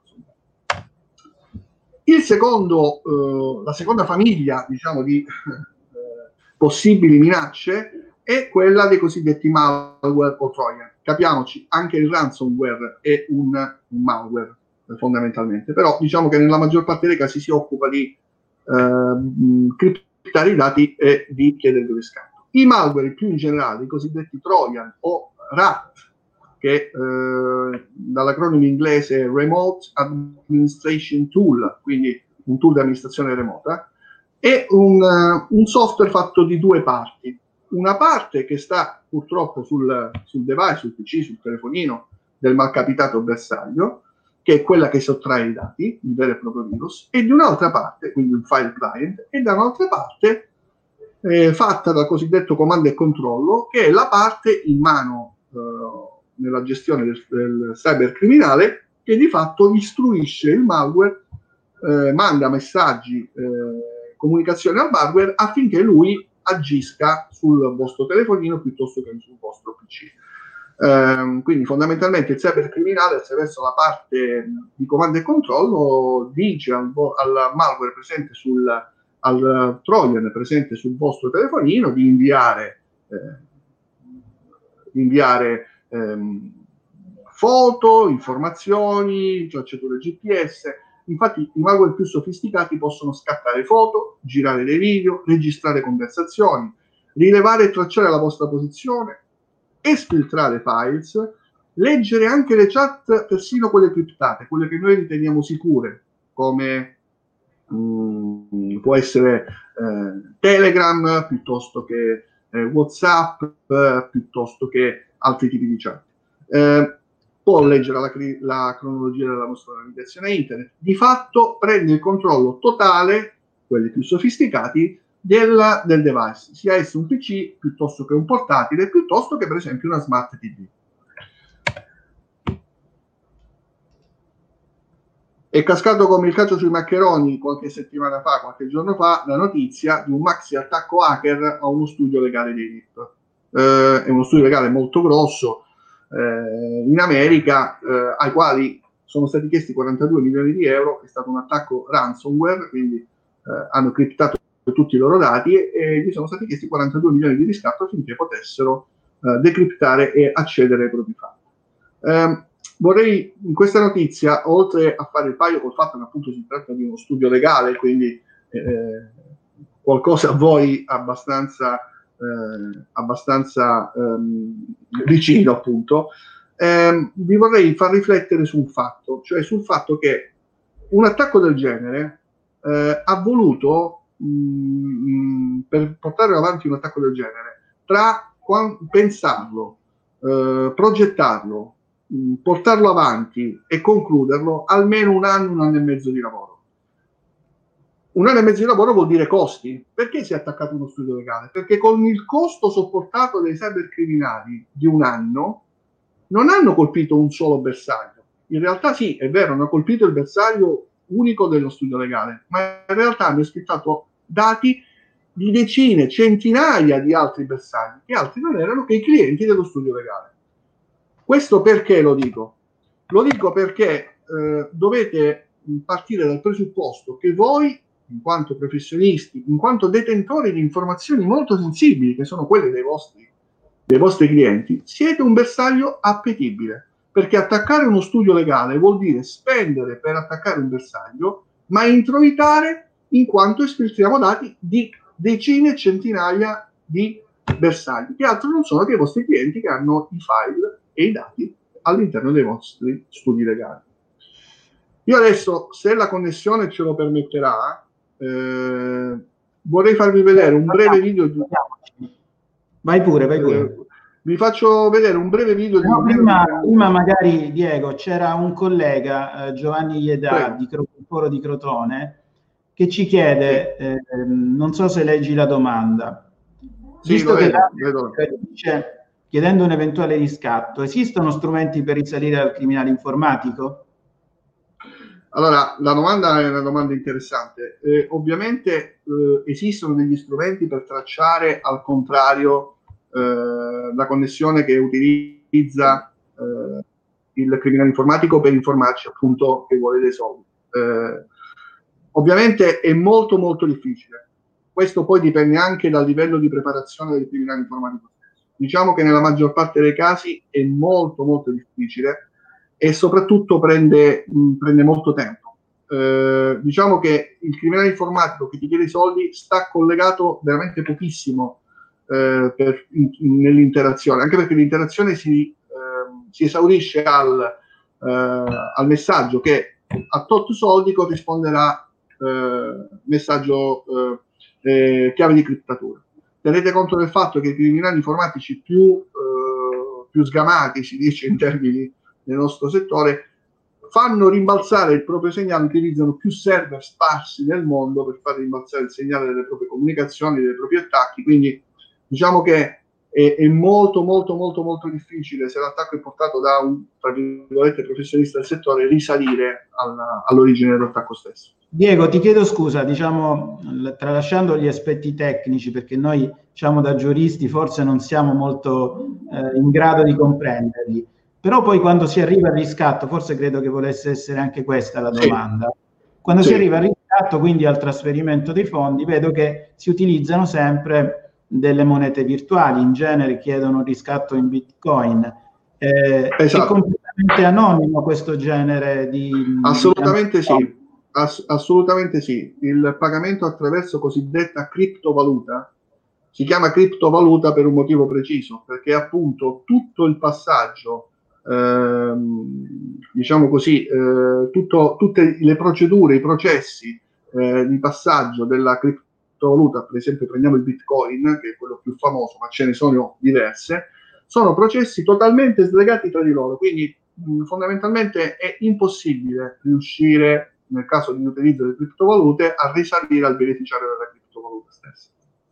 il secondo, eh, la seconda famiglia, diciamo, di eh, possibili minacce è quella dei cosiddetti malware o trojan. Capiamoci, anche il ransomware è un, un malware eh, fondamentalmente, però diciamo che nella maggior parte dei casi si occupa di eh, criptare i dati e di chiedere il riscatto. I malware più in generale, i cosiddetti trojan o rat, che eh, dall'acronimo inglese Remote Administration Tool, quindi un tool di amministrazione remota, è un, uh, un software fatto di due parti. Una parte che sta purtroppo sul, sul device, sul P C, sul telefonino del malcapitato bersaglio, che è quella che sottrae i dati, il vero e proprio virus, e di un'altra parte, quindi un file client, e da un'altra parte eh, fatta dal cosiddetto comando e controllo, che è la parte in mano uh, nella gestione del, del cybercriminale, che di fatto istruisce il malware, eh, manda messaggi, eh, comunicazioni al malware affinché lui agisca sul vostro telefonino piuttosto che sul vostro P C. Eh, quindi fondamentalmente il cybercriminale, attraverso la parte di comando e controllo, dice al, al malware presente sul al trojan presente sul vostro telefonino di inviare eh, di inviare Ehm, foto, informazioni, tracciature G P S. Infatti i malware più sofisticati possono scattare foto, girare dei video, registrare conversazioni, rilevare e tracciare la vostra posizione, esfiltrare files, leggere anche le chat, persino quelle criptate, quelle che noi riteniamo sicure, come mh, può essere eh, Telegram, piuttosto che eh, WhatsApp, eh, piuttosto che altri tipi di chat. Eh, può leggere la, la cronologia della vostra navigazione internet. Di fatto prende il controllo totale, quelli più sofisticati, del, del device, sia esso un P C piuttosto che un portatile, piuttosto che per esempio una smart T V. È cascato come il calcio sui maccheroni qualche settimana fa, qualche giorno fa, la notizia di un maxi attacco hacker a uno studio legale dei R I P. Eh, è uno studio legale molto grosso eh, in America, eh, ai quali sono stati chiesti quarantadue milioni di euro. È stato un attacco ransomware, quindi eh, hanno criptato tutti i loro dati e, e gli sono stati chiesti quarantadue milioni di riscatto affinché potessero eh, decriptare e accedere ai propri file. Eh, vorrei in questa notizia, oltre a fare il paio col fatto che appunto si tratta di uno studio legale, quindi eh, qualcosa a voi abbastanza Eh, abbastanza ehm, vicino appunto, ehm, vi vorrei far riflettere su un fatto, cioè sul fatto che un attacco del genere eh, ha voluto mh, per portare avanti un attacco del genere, tra pensarlo, eh, progettarlo, mh, portarlo avanti e concluderlo, almeno un anno, un anno e mezzo di lavoro. Un anno e mezzo di lavoro vuol dire costi. Perché si è attaccato uno studio legale? Perché con il costo sopportato dai cybercriminali di un anno non hanno colpito un solo bersaglio. In realtà sì, è vero, hanno colpito il bersaglio unico dello studio legale, ma in realtà hanno sfruttato dati di decine, centinaia di altri bersagli, che altri non erano che i clienti dello studio legale. Questo perché lo dico? Lo dico perché eh, dovete partire dal presupposto che voi, in quanto professionisti, in quanto detentori di informazioni molto sensibili, che sono quelle dei vostri, dei vostri clienti, siete un bersaglio appetibile, perché attaccare uno studio legale vuol dire spendere per attaccare un bersaglio, ma introitare in quanto esfiltriamo dati di decine e centinaia di bersagli, che altro non sono che i vostri clienti che hanno i file e i dati all'interno dei vostri studi legali. Io adesso, se la connessione ce lo permetterà, eh, vorrei farvi vedere un breve video. Di... Vai pure, vai pure. Eh, vi faccio vedere un breve video. No, di prima, di... prima magari, Diego, c'era un collega, eh, Giovanni Iedà, di Foro di Crotone, che ci chiede, sì. eh, non so se leggi la domanda, sì, visto che vedo, vedo. dice, chiedendo un eventuale riscatto, esistono strumenti per risalire al criminale informatico? Allora, la domanda è una domanda interessante. Eh, ovviamente eh, esistono degli strumenti per tracciare al contrario eh, la connessione che utilizza eh, il criminale informatico per informarci appunto che vuole dei soldi. Eh, ovviamente è molto molto difficile. Questo poi dipende anche dal livello di preparazione del criminale informatico stesso. Diciamo che nella maggior parte dei casi è molto molto difficile e soprattutto prende, mh, prende molto tempo. Eh, diciamo che il criminale informatico che ti chiede i soldi sta collegato veramente pochissimo eh, per, in, nell'interazione, anche perché l'interazione si, eh, si esaurisce al, eh, al messaggio che a tot soldi corrisponderà eh, messaggio eh, eh, chiave di criptatura. Tenete conto del fatto che i criminali informatici più, eh, più sgamati, si dice in termini nel nostro settore, fanno rimbalzare il proprio segnale, utilizzano più server sparsi nel mondo per far rimbalzare il segnale delle proprie comunicazioni, dei propri attacchi, quindi diciamo che è, è molto molto molto molto difficile, se l'attacco è portato da un, tra virgolette, professionista del settore, risalire alla, all'origine dell'attacco stesso. Diego, ti chiedo scusa, diciamo, tralasciando gli aspetti tecnici, perché noi, diciamo, da giuristi forse non siamo molto eh, in grado di comprenderli. Però poi quando si arriva al riscatto, forse credo che volesse essere anche questa la domanda, sì. Quando sì. si arriva al riscatto, quindi al trasferimento dei fondi, vedo che si utilizzano sempre delle monete virtuali, in genere chiedono riscatto in Bitcoin. Eh, esatto. È completamente anonimo questo genere di... Assolutamente di... sì, Ass- assolutamente sì. Il pagamento attraverso cosiddetta criptovaluta si chiama criptovaluta per un motivo preciso, perché appunto tutto il passaggio Ehm, diciamo così, eh, tutto, tutte le procedure, i processi eh, di passaggio della criptovaluta, per esempio prendiamo il Bitcoin, che è quello più famoso, ma ce ne sono diverse, sono processi totalmente slegati tra di loro, quindi mh, fondamentalmente è impossibile riuscire, nel caso di utilizzo delle criptovalute, a risalire al beneficiario della criptovaluta stessa.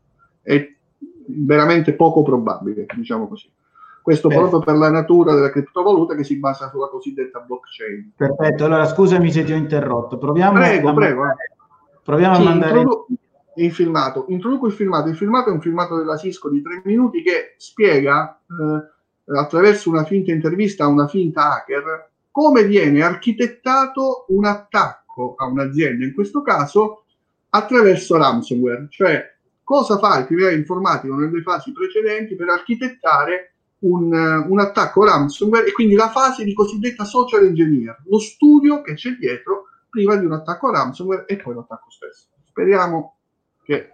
È veramente poco probabile, diciamo così. Questo Perfetto. Proprio per la natura della criptovaluta che si basa sulla cosiddetta blockchain. Perfetto, allora scusami se ti ho interrotto. Proviamo prego, a prego. mandare, proviamo sì, a mandare introdu- il filmato. Introduco il filmato. Il filmato è un filmato della Cisco di tre minuti che spiega eh, attraverso una finta intervista a una finta hacker come viene architettato un attacco a un'azienda, in questo caso attraverso ransomware, cioè cosa fa il criminale informatico nelle fasi precedenti per architettare Un, un attacco ransomware e quindi la fase di cosiddetta social engineer, lo studio che c'è dietro prima di un attacco ransomware e poi l'attacco stesso. Speriamo che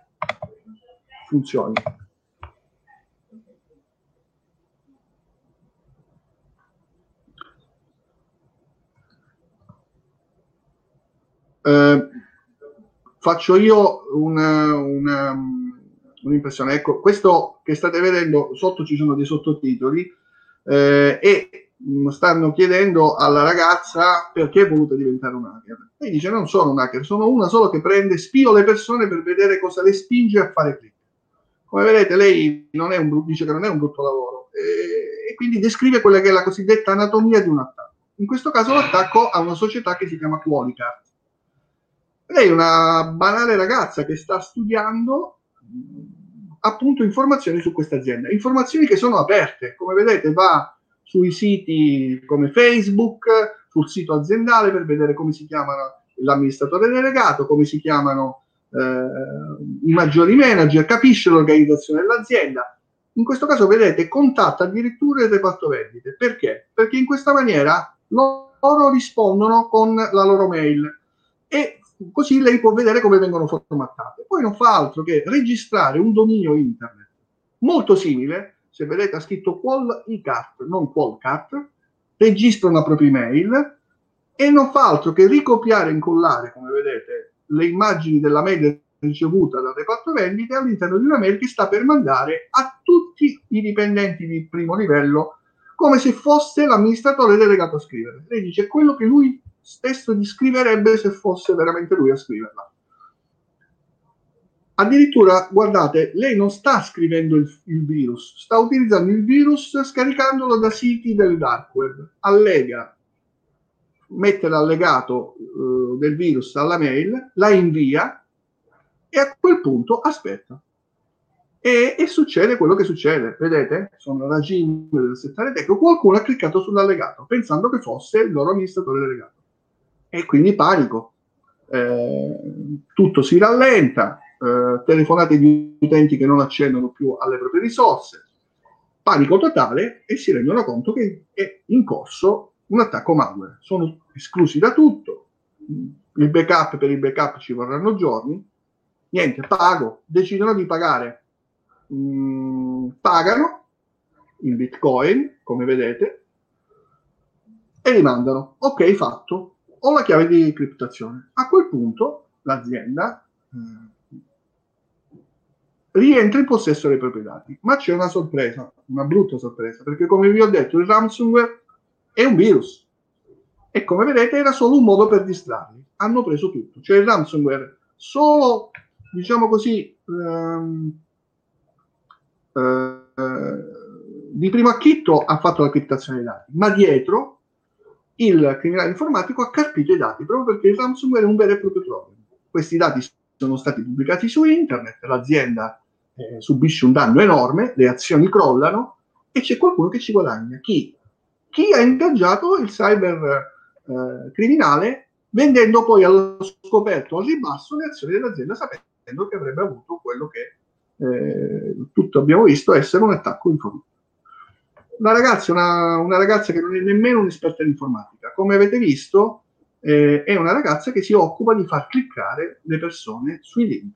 funzioni. Eh, faccio io una, una un'impressione. Ecco, questo che state vedendo, sotto ci sono dei sottotitoli eh, e mh, stanno chiedendo alla ragazza perché è voluta diventare un hacker. Lei dice: non sono un hacker, sono una solo che prende, spio le persone per vedere cosa le spinge a fare click. Come vedete, lei non è un, dice che non è un brutto lavoro eh, e quindi descrive quella che è la cosiddetta anatomia di un attacco. In questo caso l'attacco a una società che si chiama Qualicard. Lei è una banale ragazza che sta studiando appunto informazioni su questa azienda, informazioni che sono aperte, come vedete va sui siti come Facebook, sul sito aziendale per vedere come si chiamano l'amministratore delegato, come si chiamano eh, i maggiori manager, capisce l'organizzazione dell'azienda. In questo caso vedete contatta addirittura il reparto vendite. Perché? Perché in questa maniera loro rispondono con la loro mail e così lei può vedere come vengono formattate. Poi non fa altro che registrare un dominio internet molto simile, se vedete ha scritto Qualicard, non Qualcard, registra una propria email e non fa altro che ricopiare e incollare, come vedete, le immagini della mail ricevuta dal reparto vendite all'interno di una mail che sta per mandare a tutti i dipendenti di primo livello, come se fosse l'amministratore delegato a scrivere. Lei dice quello che lui stesso gli scriverebbe se fosse veramente lui a scriverla. Addirittura, guardate, lei non sta scrivendo il, il virus, sta utilizzando il virus scaricandolo da siti del dark web. Allega, mette l'allegato uh, del virus alla mail, la invia e a quel punto aspetta. E, e succede quello che succede. Vedete? Sono la Gmail del settore tecnico. Qualcuno ha cliccato sull'allegato pensando che fosse il loro amministratore delegato. E quindi panico. Eh, tutto si rallenta. Eh, telefonate di utenti che non accendono più alle proprie risorse, panico totale e si rendono conto che è in corso un attacco malware. Sono esclusi da tutto, il backup per il backup ci vorranno giorni, niente, pago, decidono di pagare, mm, pagano in bitcoin, come vedete, e li mandano. Ok, fatto, ho la chiave di criptazione. A quel punto l'azienda mm, rientra in possesso dei propri dati, ma c'è una sorpresa, una brutta sorpresa, perché come vi ho detto il ransomware è un virus e come vedete era solo un modo per distrarli, hanno preso tutto, cioè il ransomware solo, diciamo così, ehm, eh, di primo acchitto ha fatto la criptazione dei dati, ma dietro il criminale informatico ha carpito i dati, proprio perché il ransomware è un vero e proprio trojan. Questi dati sono stati pubblicati su internet, l'azienda eh, subisce un danno enorme, le azioni crollano e c'è qualcuno che ci guadagna. Chi? Chi ha ingaggiato il cyber eh, criminale vendendo poi allo scoperto, al ribasso, le azioni dell'azienda sapendo che avrebbe avuto quello che eh, tutti abbiamo visto essere un attacco informatico. Una ragazza, una, una ragazza che non è nemmeno un'esperta di informatica, come avete visto, Eh, è una ragazza che si occupa di far cliccare le persone sui link.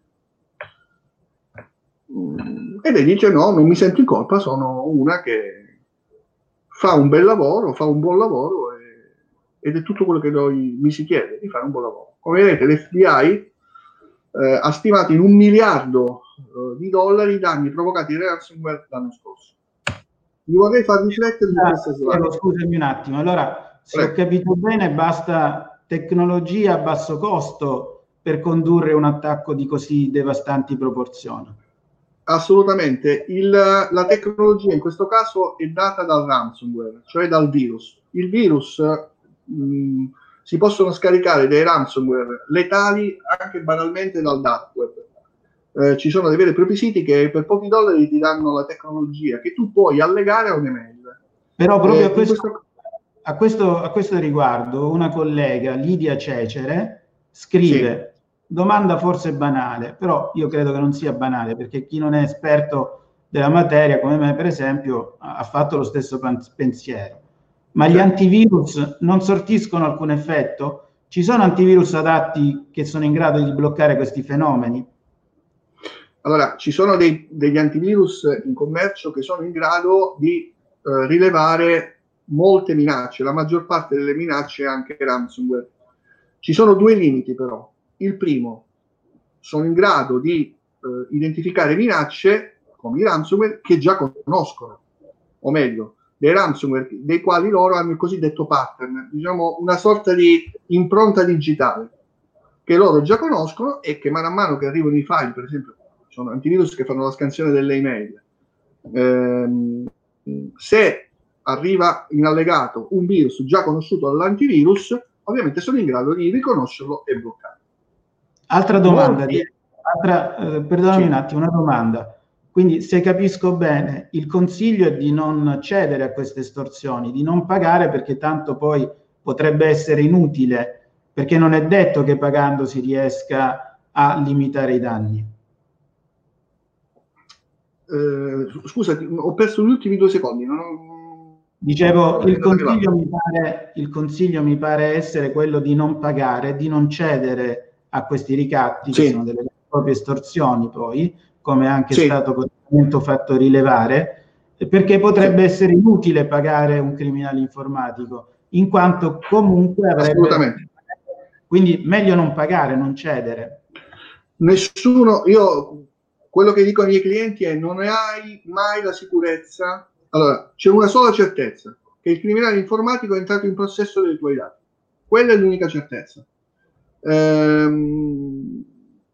Mm, e lei dice no, non mi sento in colpa, sono una che fa un bel lavoro, fa un buon lavoro e, ed è tutto quello che noi, mi si chiede, di fare un buon lavoro. Come vedete l'F B I eh, ha stimato in un miliardo eh, di dollari i danni provocati dal ransomware l'anno scorso. Vi vorrei far riflettere su ah, questa slide. Scusami un attimo, allora se Prego. Ho capito bene basta tecnologia a basso costo per condurre un attacco di così devastanti proporzioni. Assolutamente. Il, la tecnologia in questo caso è data dal ransomware, cioè dal virus. Il virus mh, si possono scaricare dei ransomware letali anche banalmente dal dark web. Eh, ci sono dei veri e propri siti che per pochi dollari ti danno la tecnologia che tu puoi allegare a un'email. Però proprio eh, a questo... questo... A questo, a questo riguardo, una collega, Lidia Cecere, scrive, sì. Domanda forse banale, però io credo che non sia banale, perché chi non è esperto della materia, come me per esempio, ha fatto lo stesso pensiero. Ma gli antivirus non sortiscono alcun effetto? Ci sono antivirus adatti che sono in grado di bloccare questi fenomeni? Allora, ci sono dei, degli antivirus in commercio che sono in grado di eh, rilevare molte minacce, la maggior parte delle minacce è anche ransomware. Ci sono due limiti però. Il primo, sono in grado di eh, identificare minacce come i ransomware che già conoscono, o meglio, dei ransomware dei quali loro hanno il cosiddetto pattern, diciamo una sorta di impronta digitale che loro già conoscono e che man mano che arrivano i file, per esempio, sono antivirus che fanno la scansione delle email. Ehm, se arriva in allegato un virus già conosciuto dall'antivirus, ovviamente sono in grado di riconoscerlo e bloccarlo. Altra domanda, di, altra, eh, perdonami sì. un attimo, una domanda. Quindi, se capisco bene, il consiglio è di non cedere a queste estorsioni, di non pagare perché tanto poi potrebbe essere inutile, perché non è detto che pagando si riesca a limitare i danni. Eh, scusati, ho perso gli ultimi due secondi, non... Dicevo, il consiglio, mi pare, il consiglio mi pare essere quello di non pagare, di non cedere a questi ricatti, sì. che sono delle proprie estorsioni poi, come anche è sì. stato fatto rilevare, perché potrebbe essere inutile pagare un criminale informatico, in quanto comunque avrebbe... Assolutamente. Quindi meglio non pagare, non cedere. Nessuno, io quello che dico ai miei clienti è: non hai mai la sicurezza. Allora, c'è una sola certezza, che il criminale informatico è entrato in possesso dei tuoi dati. Quella è l'unica certezza. Ehm,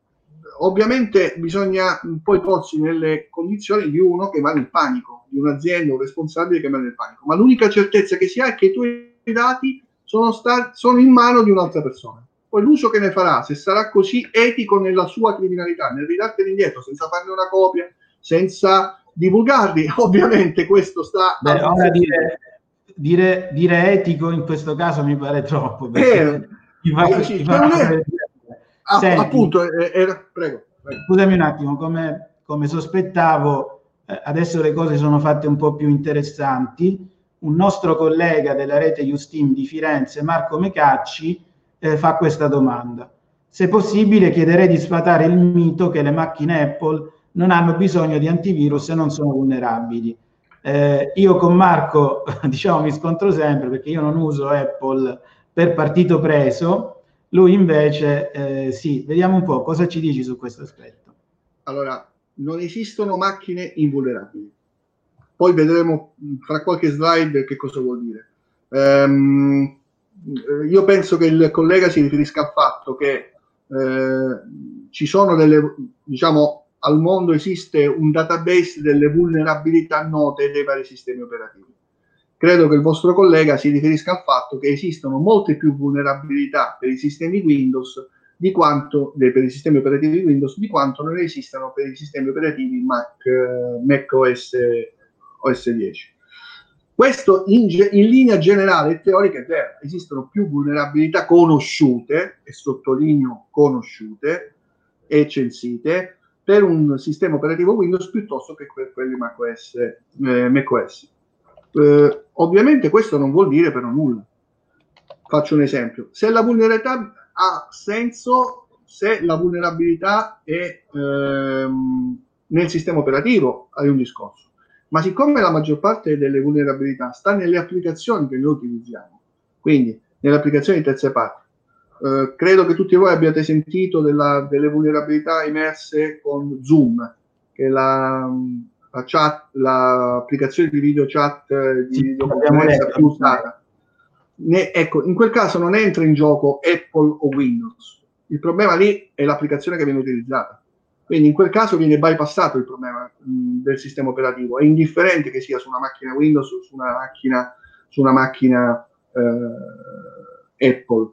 ovviamente bisogna poi porsi nelle condizioni di uno che va nel panico, di un'azienda, un responsabile che va nel panico, ma l'unica certezza che si ha è che i tuoi dati sono, stati, sono in mano di un'altra persona. Poi l'uso che ne farà, se sarà così etico nella sua criminalità, nel ridarteli indietro senza farne una copia, senza divulgarli, ovviamente questo sta... Beh, ora dire, dire, dire etico in questo caso mi pare troppo, perché eh, fa, eh, sì, fa è, app- Senti, appunto, era, prego, prego. Scusami un attimo, come, come sospettavo, eh, adesso le cose sono fatte un po' più interessanti. Un nostro collega della rete Usteam di Firenze, Marco Mecacci, eh, fa questa domanda: se possibile chiederei di sfatare il mito che le macchine Apple non hanno bisogno di antivirus e non sono vulnerabili. Eh, io con Marco diciamo mi scontro sempre, perché io non uso Apple per partito preso, lui invece eh, sì. Vediamo un po' cosa ci dici su questo aspetto. Allora, non esistono macchine invulnerabili. Poi vedremo fra qualche slide che cosa vuol dire. Um, io penso che il collega si riferisca al fatto che eh, ci sono delle, diciamo, al mondo esiste un database delle vulnerabilità note dei vari sistemi operativi. Credo che il vostro collega si riferisca al fatto che esistono molte più vulnerabilità per i sistemi Windows di quanto per i sistemi operativi Windows di quanto non esistano per i sistemi operativi Mac, eh, Mac O S O S dieci. Questo in, in linea generale e teorica è vero. Esistono più vulnerabilità conosciute, e sottolineo conosciute e censite, per un sistema operativo Windows piuttosto che per quelli macOS. Eh, macOS. Eh, ovviamente questo non vuol dire però nulla. Faccio un esempio. Se la vulnerabilità ha senso, se la vulnerabilità è ehm, nel sistema operativo, hai un discorso. Ma siccome la maggior parte delle vulnerabilità sta nelle applicazioni che noi utilizziamo, quindi nelle applicazioni di terze parti, eh, credo che tutti voi abbiate sentito della, delle vulnerabilità emerse con Zoom, che è la, la chat, l'applicazione di video chat, di sì, videoconferenza più usata. Ne, ecco, in quel caso non entra in gioco Apple o Windows. Il problema lì è l'applicazione che viene utilizzata. Quindi in quel caso viene bypassato il problema mh, del sistema operativo. È indifferente che sia su una macchina Windows o su una macchina, su una macchina eh, Apple.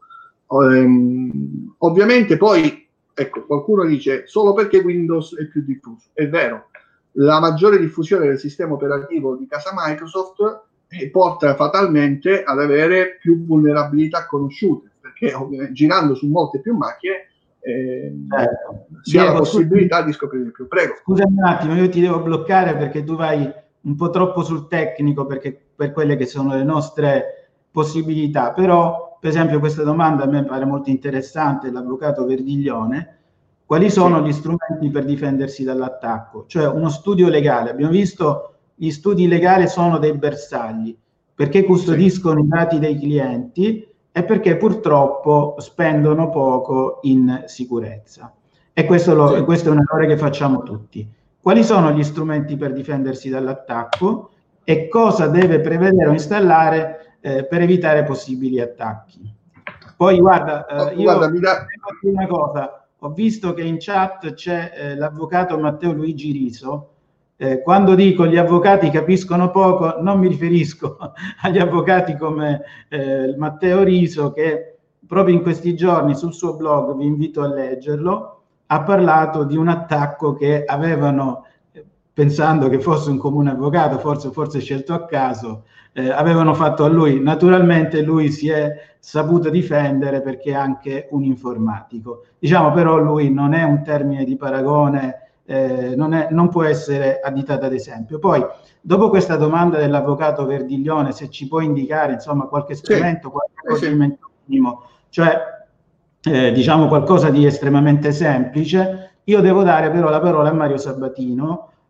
Um, ovviamente poi, ecco, qualcuno dice solo perché Windows è più diffuso. È vero, la maggiore diffusione del sistema operativo di casa Microsoft eh, porta fatalmente ad avere più vulnerabilità conosciute, perché ovviamente girando su molte più macchine Eh, certo. si ha la possibilità di scoprire più. Prego. Scusami un attimo, io ti devo bloccare perché tu vai un po' troppo sul tecnico, perché per quelle che sono le nostre possibilità. Però, per esempio, questa domanda a me pare molto interessante, l'avvocato Verdiglione: quali sono sì. gli strumenti per difendersi dall'attacco? Cioè uno studio legale. Abbiamo visto gli studi legali sono dei bersagli, perché custodiscono sì. i dati dei clienti e perché purtroppo spendono poco in sicurezza. E questo, lo, sì. questo è un errore che facciamo tutti. Quali sono gli strumenti per difendersi dall'attacco e cosa deve prevedere o installare eh, per evitare possibili attacchi? Poi guarda, eh, io guarda, mi da... una cosa, ho visto che in chat c'è eh, l'avvocato Matteo Luigi Riso. Eh, quando dico gli avvocati capiscono poco, non mi riferisco agli avvocati come eh, Matteo Riso, che proprio in questi giorni sul suo blog, vi invito a leggerlo, ha parlato di un attacco che avevano, eh, pensando che fosse un comune avvocato, forse, forse scelto a caso, eh, avevano fatto a lui. Naturalmente lui si è saputo difendere perché è anche un informatico. Diciamo però lui non è un termine di paragone, Eh, non, è, non può essere additato ad esempio. Poi, dopo questa domanda dell'avvocato Verdiglione, se ci può indicare insomma qualche strumento, sì, qualche procedimento sì. minimo, cioè eh, diciamo qualcosa di estremamente semplice, io devo dare però la parola a Mario Sabatino,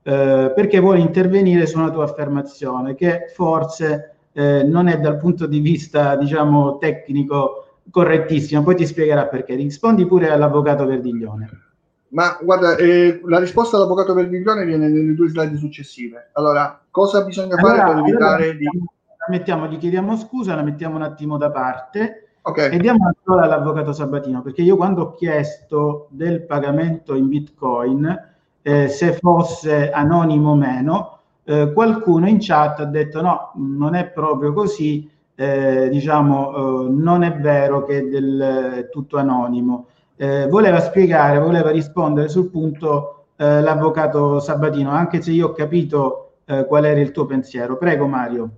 eh, perché vuole intervenire su una tua affermazione che forse eh, non è dal punto di vista, diciamo, tecnico correttissima. Poi ti spiegherà perché. Rispondi pure all'avvocato Verdiglione. Ma guarda, eh, la risposta all'avvocato Verdiglione viene nelle due slide successive. Allora, cosa bisogna allora, fare per evitare allora, di... La mettiamo, gli chiediamo scusa, la mettiamo un attimo da parte, okay. E diamo la parola all'avvocato Sabatino, perché io quando ho chiesto del pagamento in Bitcoin, eh, se fosse anonimo o meno, eh, qualcuno in chat ha detto no, non è proprio così, eh, diciamo, eh, non è vero che è del, tutto anonimo. Eh, voleva spiegare, voleva rispondere sul punto eh, l'avvocato Sabatino, anche se io ho capito eh, qual era il tuo pensiero. Prego Mario.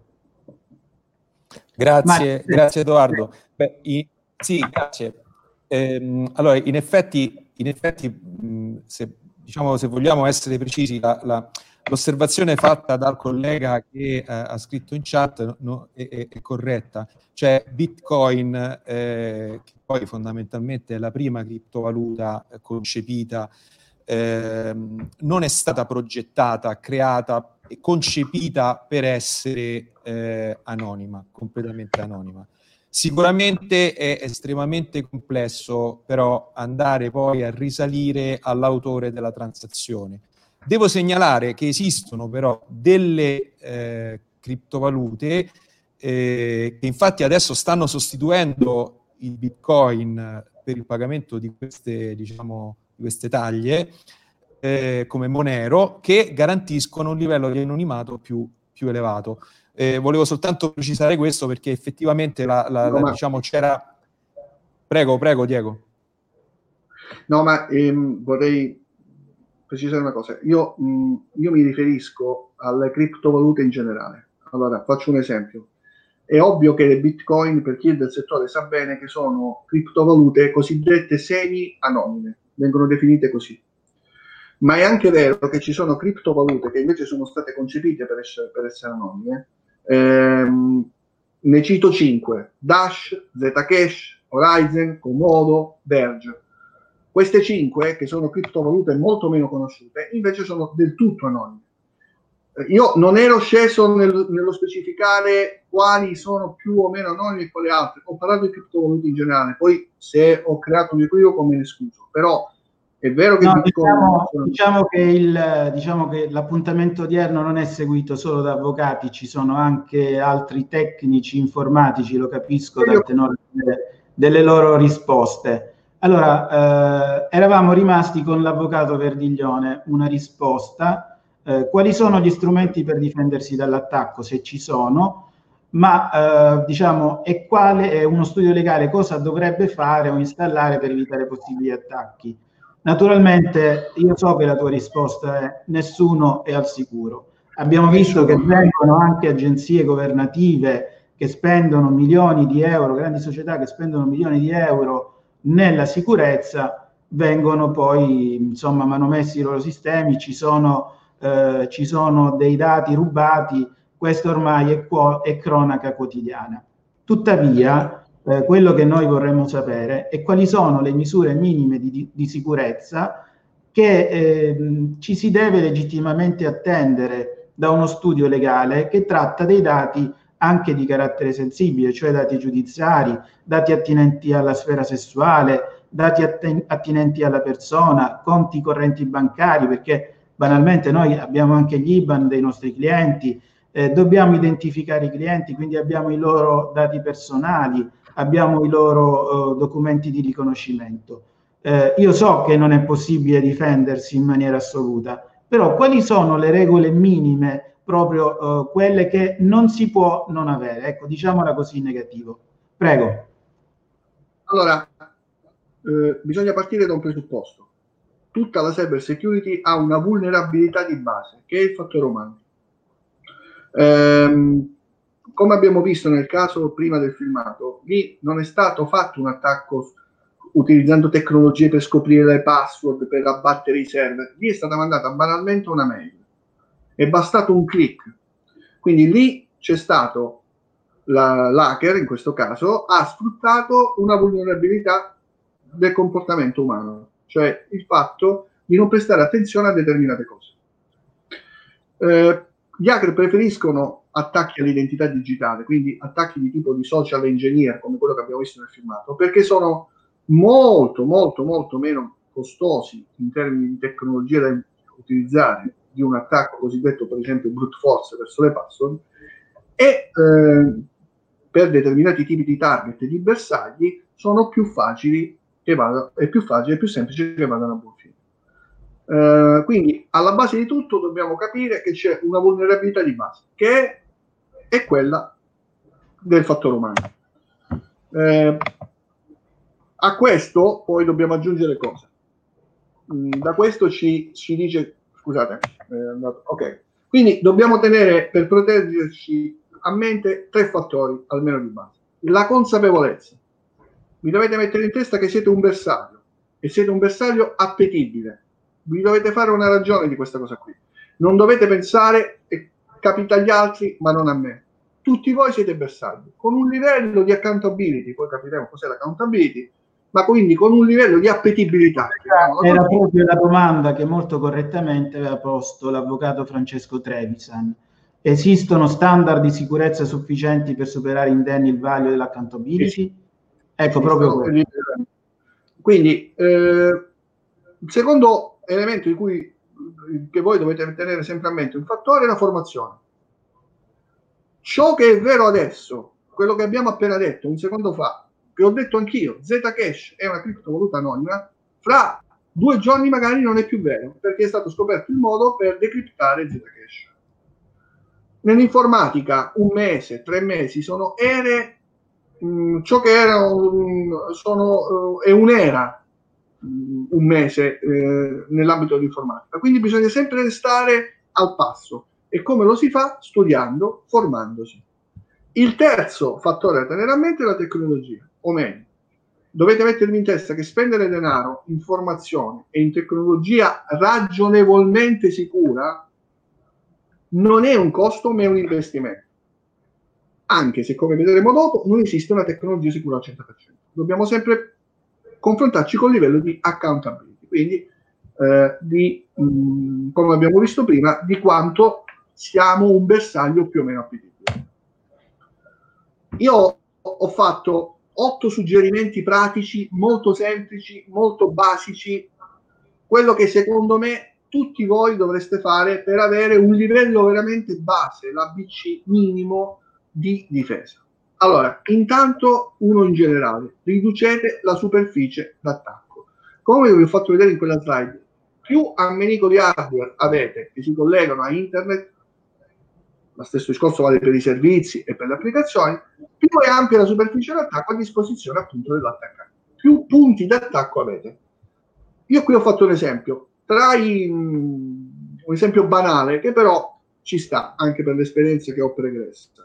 Grazie, Mario. grazie Edoardo. Beh, i, sì, grazie. Ehm, allora, in effetti, in effetti mh, se, diciamo, se vogliamo essere precisi, la, la, l'osservazione fatta dal collega che eh, ha scritto in chat no, è, è, è corretta. Cioè Bitcoin, eh, che poi fondamentalmente è la prima criptovaluta eh, concepita, eh, non è stata progettata, creata e concepita per essere eh, anonima, completamente anonima. Sicuramente è estremamente complesso però andare poi a risalire all'autore della transazione. Devo segnalare che esistono però delle eh, criptovalute eh, che infatti adesso stanno sostituendo il Bitcoin per il pagamento di queste, diciamo, di queste taglie, eh, come Monero, che garantiscono un livello di anonimato più, più elevato. Eh, volevo soltanto precisare questo perché effettivamente la, la, la, diciamo, c'era... Prego, prego Diego. No, ma ehm, vorrei precisare una cosa. Io, mh, io mi riferisco alle criptovalute in generale. Allora, faccio un esempio. È ovvio che le Bitcoin, per chi è del settore sa bene, che sono criptovalute cosiddette semi-anonime, vengono definite così. Ma è anche vero che ci sono criptovalute che invece sono state concepite per essere, per essere anonime. Ehm, ne cito cinque: Dash, Zcash, Horizon, Komodo, Verge. Queste cinque, che sono criptovalute molto meno conosciute, invece sono del tutto anonime. Io non ero sceso nel, nello specificare quali sono più o meno anonime e quali altre. Ho parlato di criptovalute in generale, poi se ho creato un equivoco me ne scuso, però è vero che no, Bitcoin... diciamo, diciamo, che il, diciamo che l'appuntamento odierno non è seguito solo da avvocati, ci sono anche altri tecnici informatici, lo capisco dal tenore delle, delle loro risposte. Allora, eh, eravamo rimasti con l'avvocato Verdiglione, una risposta, eh, quali sono gli strumenti per difendersi dall'attacco, se ci sono, ma eh, diciamo, e quale è uno studio legale, cosa dovrebbe fare o installare per evitare possibili attacchi. Naturalmente io so che la tua risposta è nessuno è al sicuro. Abbiamo visto che vengono anche agenzie governative che spendono milioni di euro, grandi società che spendono milioni di euro nella sicurezza, vengono poi insomma manomessi i loro sistemi, ci sono, eh, ci sono dei dati rubati, questo ormai è, è cronaca quotidiana. Tuttavia, Eh, quello che noi vorremmo sapere è quali sono le misure minime di, di sicurezza che eh, ci si deve legittimamente attendere da uno studio legale che tratta dei dati anche di carattere sensibile, cioè dati giudiziari, dati attinenti alla sfera sessuale, dati atten- attinenti alla persona, conti correnti bancari, perché banalmente noi abbiamo anche gli I B A N dei nostri clienti, eh, dobbiamo identificare i clienti, quindi abbiamo i loro dati personali, abbiamo i loro uh, documenti di riconoscimento. Eh, io so che non è possibile difendersi in maniera assoluta, però quali sono le regole minime, proprio uh, quelle che non si può non avere? Ecco, diciamola così in negativo. Prego. Allora, eh, bisogna partire da un presupposto. Tutta la cyber security ha una vulnerabilità di base, che è il fattore umano. Ehm, come abbiamo visto nel caso prima del filmato, lì non è stato fatto un attacco utilizzando tecnologie per scoprire le password, per abbattere i server. Lì è stata mandata banalmente una mail. È bastato un click. Quindi lì c'è stato la, l'hacker, in questo caso, ha sfruttato una vulnerabilità del comportamento umano, cioè il fatto di non prestare attenzione a determinate cose. Eh, gli hacker preferiscono attacchi all'identità digitale, quindi attacchi di tipo di social engineer, come quello che abbiamo visto nel filmato, perché sono molto, molto, molto meno costosi in termini di tecnologia da utilizzare di un attacco cosiddetto, per esempio, brute force verso le password, e eh, per determinati tipi di target e di bersagli sono più facili che vadano, è più facile e più semplice che vadano a buon fine. Uh, quindi alla base di tutto dobbiamo capire che c'è una vulnerabilità di base che è, è quella del fattore umano. Uh, a questo poi dobbiamo aggiungere cosa? Mm, da questo ci, ci dice, scusate, eh, ok, quindi dobbiamo tenere per proteggerci a mente tre fattori almeno di base. La consapevolezza. Vi dovete mettere in testa che siete un bersaglio e siete un bersaglio appetibile. Vi dovete fare una ragione di questa cosa qui. Non dovete pensare che capita agli altri, ma non a me. Tutti voi siete bersagli, con un livello di accountability, poi capiremo cos'è l'accountability, ma quindi con un livello di appetibilità. Era proprio la domanda che molto correttamente aveva posto l'avvocato Francesco Trevisan. Esistono standard di sicurezza sufficienti per superare indenni il vaglio dell'accountability? Sì. Ecco, proprio questo. Quindi, eh, il secondo elemento di cui che voi dovete tenere sempre a mente un fattore è la formazione. Ciò che è vero adesso, quello che abbiamo appena detto un secondo fa, che ho detto anch'io, Zcash è una criptovaluta anonima, fra due giorni magari non è più vero, perché è stato scoperto il modo per decriptare Zcash. Nell'informatica un mese, tre mesi sono ere, mh, ciò che era un, sono, uh, è un'era un mese eh, nell'ambito dell'informatica, quindi bisogna sempre restare al passo, e come lo si fa? Studiando, formandosi. Il terzo fattore da tenere a mente è la tecnologia, o meglio, dovete mettervi in testa che spendere denaro in formazione e in tecnologia ragionevolmente sicura non è un costo ma è un investimento, anche se, come vedremo dopo, non esiste una tecnologia sicura al cento per cento. Dobbiamo sempre confrontarci con il livello di accountability, quindi eh, di, mh, come abbiamo visto prima, di quanto siamo un bersaglio più o meno appetibile. Io ho fatto otto suggerimenti pratici, molto semplici, molto basici, quello che secondo me tutti voi dovreste fare per avere un livello veramente base, l'A B C minimo di difesa. Allora, intanto uno in generale, riducete la superficie d'attacco. Come vi ho fatto vedere in quella slide, più ammonico di hardware avete che si collegano a internet, lo stesso discorso vale per i servizi e per le applicazioni, più è ampia la superficie d'attacco a disposizione appunto dell'attaccante. Più punti d'attacco avete. Io qui ho fatto un esempio, tra i, um, un esempio banale che però ci sta anche per l'esperienza che ho pregressa.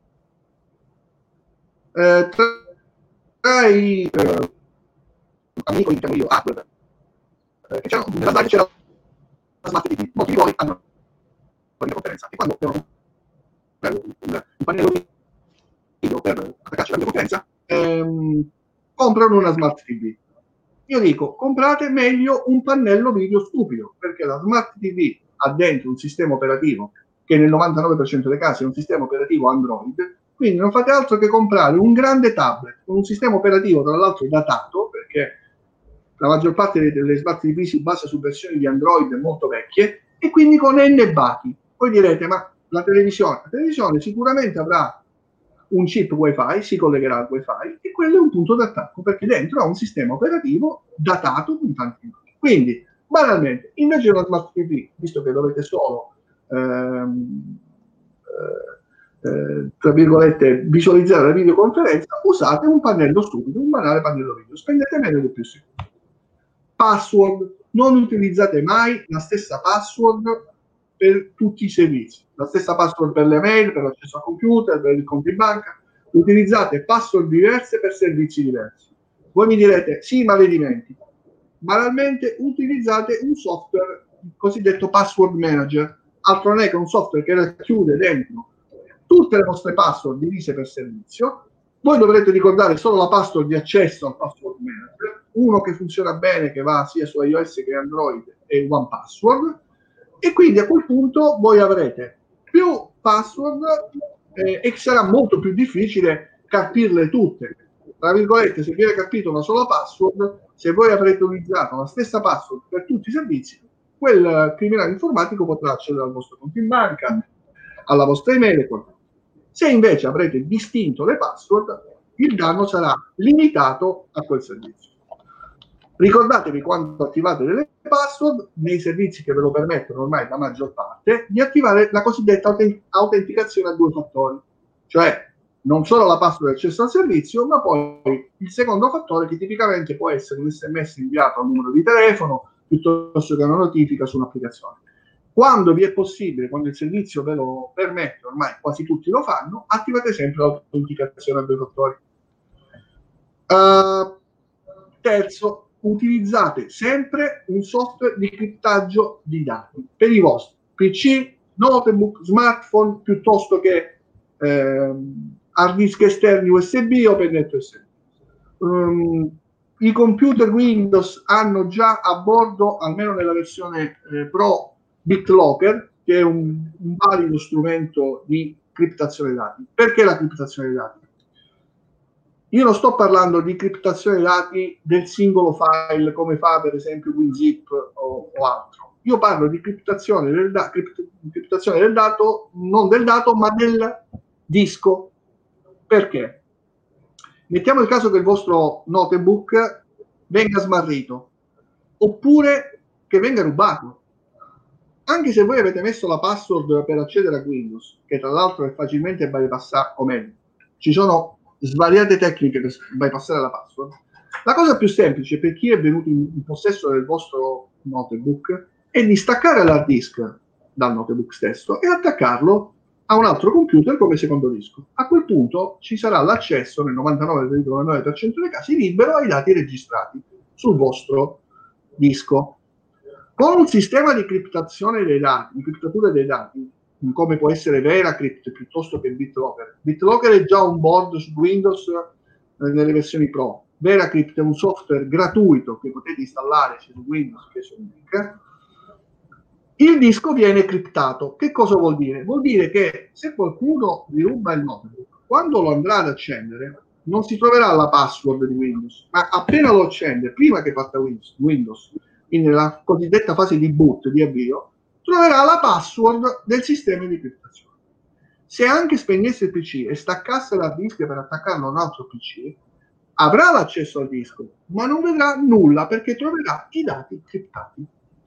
Eh, tra, tra i eh, amici diciamo io, hardware, eh, che c'erano, nella slide c'era la smart T V, molti di voi hanno una conferenza e quando devono per un, un pannello video per attaccarci alla videoconferenza ehm, comprano una smart T V. Io dico, comprate meglio un pannello video stupido, perché la smart T V ha dentro un sistema operativo che nel novantanove per cento dei casi è un sistema operativo Android, quindi non fate altro che comprare un grande tablet con un sistema operativo tra l'altro datato, perché la maggior parte delle smart T V si basa su versioni di Android molto vecchie, e quindi con N bati. Poi direte, ma la televisione, la televisione sicuramente avrà un chip wifi, si collegherà al wifi, e quello è un punto d'attacco, perché dentro ha un sistema operativo datato con tanti immagini. Quindi, banalmente, invece di una smart T V, visto che dovete solo ehm, eh, eh, tra virgolette visualizzare la videoconferenza, usate un pannello stupido, un banale pannello video, spendete meno ed è più sicuro. Password, non utilizzate mai la stessa password per tutti i servizi, la stessa password per le mail, per l'accesso al computer, per il conto in banca. Utilizzate password diverse per servizi diversi. Voi mi direte, sì, ma le dimentico. Banalmente utilizzate un software cosiddetto password manager, altro non è che un software che racchiude dentro tutte le vostre password divise per servizio. Voi dovrete ricordare solo la password di accesso al password manager, uno che funziona bene, che va sia su iOS che Android, è One Password. E quindi a quel punto voi avrete più password eh, e sarà molto più difficile capirle tutte. Tra virgolette, se viene capito una sola password, se voi avrete utilizzato la stessa password per tutti i servizi, quel criminale informatico potrà accedere al vostro conto in banca, alla vostra email e quant'altro. Se invece avrete distinto le password, il danno sarà limitato a quel servizio. Ricordatevi, quando attivate delle password, nei servizi che ve lo permettono ormai la maggior parte, di attivare la cosiddetta autenticazione a due fattori, cioè non solo la password di accesso al servizio, ma poi il secondo fattore, che tipicamente può essere un sms inviato al numero di telefono piuttosto che una notifica su un'applicazione. Quando vi è possibile, quando il servizio ve lo permette, ormai quasi tutti lo fanno, attivate sempre l'autenticazione a due fattori. Uh, terzo, utilizzate sempre un software di criptaggio di dati per i vostri P C, notebook, smartphone, piuttosto che eh, hard disk esterni U S B o pennette U S B. Um, I computer Windows hanno già a bordo, almeno nella versione eh, Pro, BitLocker, che è un, un valido strumento di criptazione dei dati. Perché la criptazione dei dati? Io non sto parlando di criptazione dei dati del singolo file, come fa per esempio WinZip o, o altro. Io parlo di criptazione del, da- cript- criptazione del dato, non del dato, ma del disco. Perché? Mettiamo il caso che il vostro notebook venga smarrito, oppure che venga rubato. Anche se voi avete messo la password per accedere a Windows, che tra l'altro è facilmente bypassare, o meglio, ci sono svariate tecniche per bypassare la password, la cosa più semplice per chi è venuto in, in possesso del vostro notebook è di staccare l'hard disk dal notebook stesso e attaccarlo a un altro computer come secondo disco. A quel punto ci sarà l'accesso, nel novantanove virgola nove per cento dei casi, libero ai dati registrati sul vostro disco. Con un sistema di criptazione dei dati, di criptatura dei dati, come può essere VeraCrypt piuttosto che BitLocker. BitLocker è già on board su Windows eh, nelle versioni Pro. VeraCrypt è un software gratuito che potete installare sia su Windows che su Mac. Il disco viene criptato. Che cosa vuol dire? Vuol dire che se qualcuno vi ruba il notebook, quando lo andrà ad accendere, non si troverà la password di Windows, ma appena lo accende, prima che parta Windows, Windows nella cosiddetta fase di boot, di avvio, troverà la password del sistema di criptazione. Se anche spegnesse il P C e staccasse l'hard disk per attaccarlo a un altro P C, avrà l'accesso al disco, ma non vedrà nulla perché troverà i dati criptati.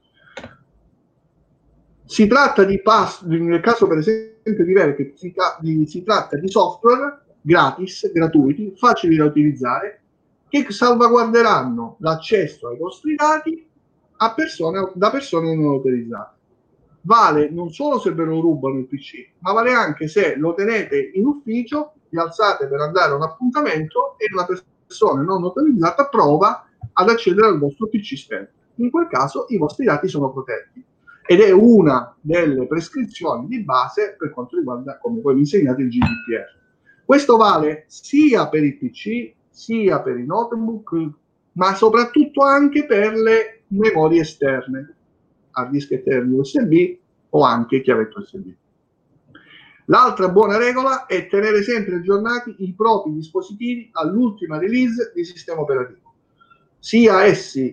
Si tratta di pass, nel caso per esempio di VeraCrypt, si, di, si tratta di software gratis, gratuiti, facili da utilizzare, che salvaguarderanno l'accesso ai vostri dati a persone, da persone non autorizzate. Vale non solo se ve lo rubano il P C, ma vale anche se lo tenete in ufficio, vi alzate per andare a un appuntamento e una persona non autorizzata prova ad accedere al vostro P C spento. In quel caso i vostri dati sono protetti ed è una delle prescrizioni di base per quanto riguarda, come voi mi insegnate, il G D P R. Questo vale sia per i P C sia per i notebook, ma soprattutto anche per le memorie esterne, hard disk esterni U S B o anche chiavette U S B. L'altra buona regola è tenere sempre aggiornati i propri dispositivi all'ultima release di sistema operativo, sia essi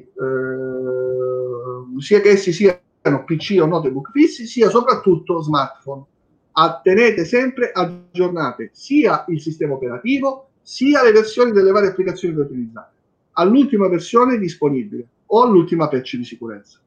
eh, sia che essi siano P C o notebook fissi, sia soprattutto smartphone. A, tenete sempre aggiornate sia il sistema operativo sia le versioni delle varie applicazioni che utilizzate all'ultima versione disponibile o all'ultima patch di sicurezza.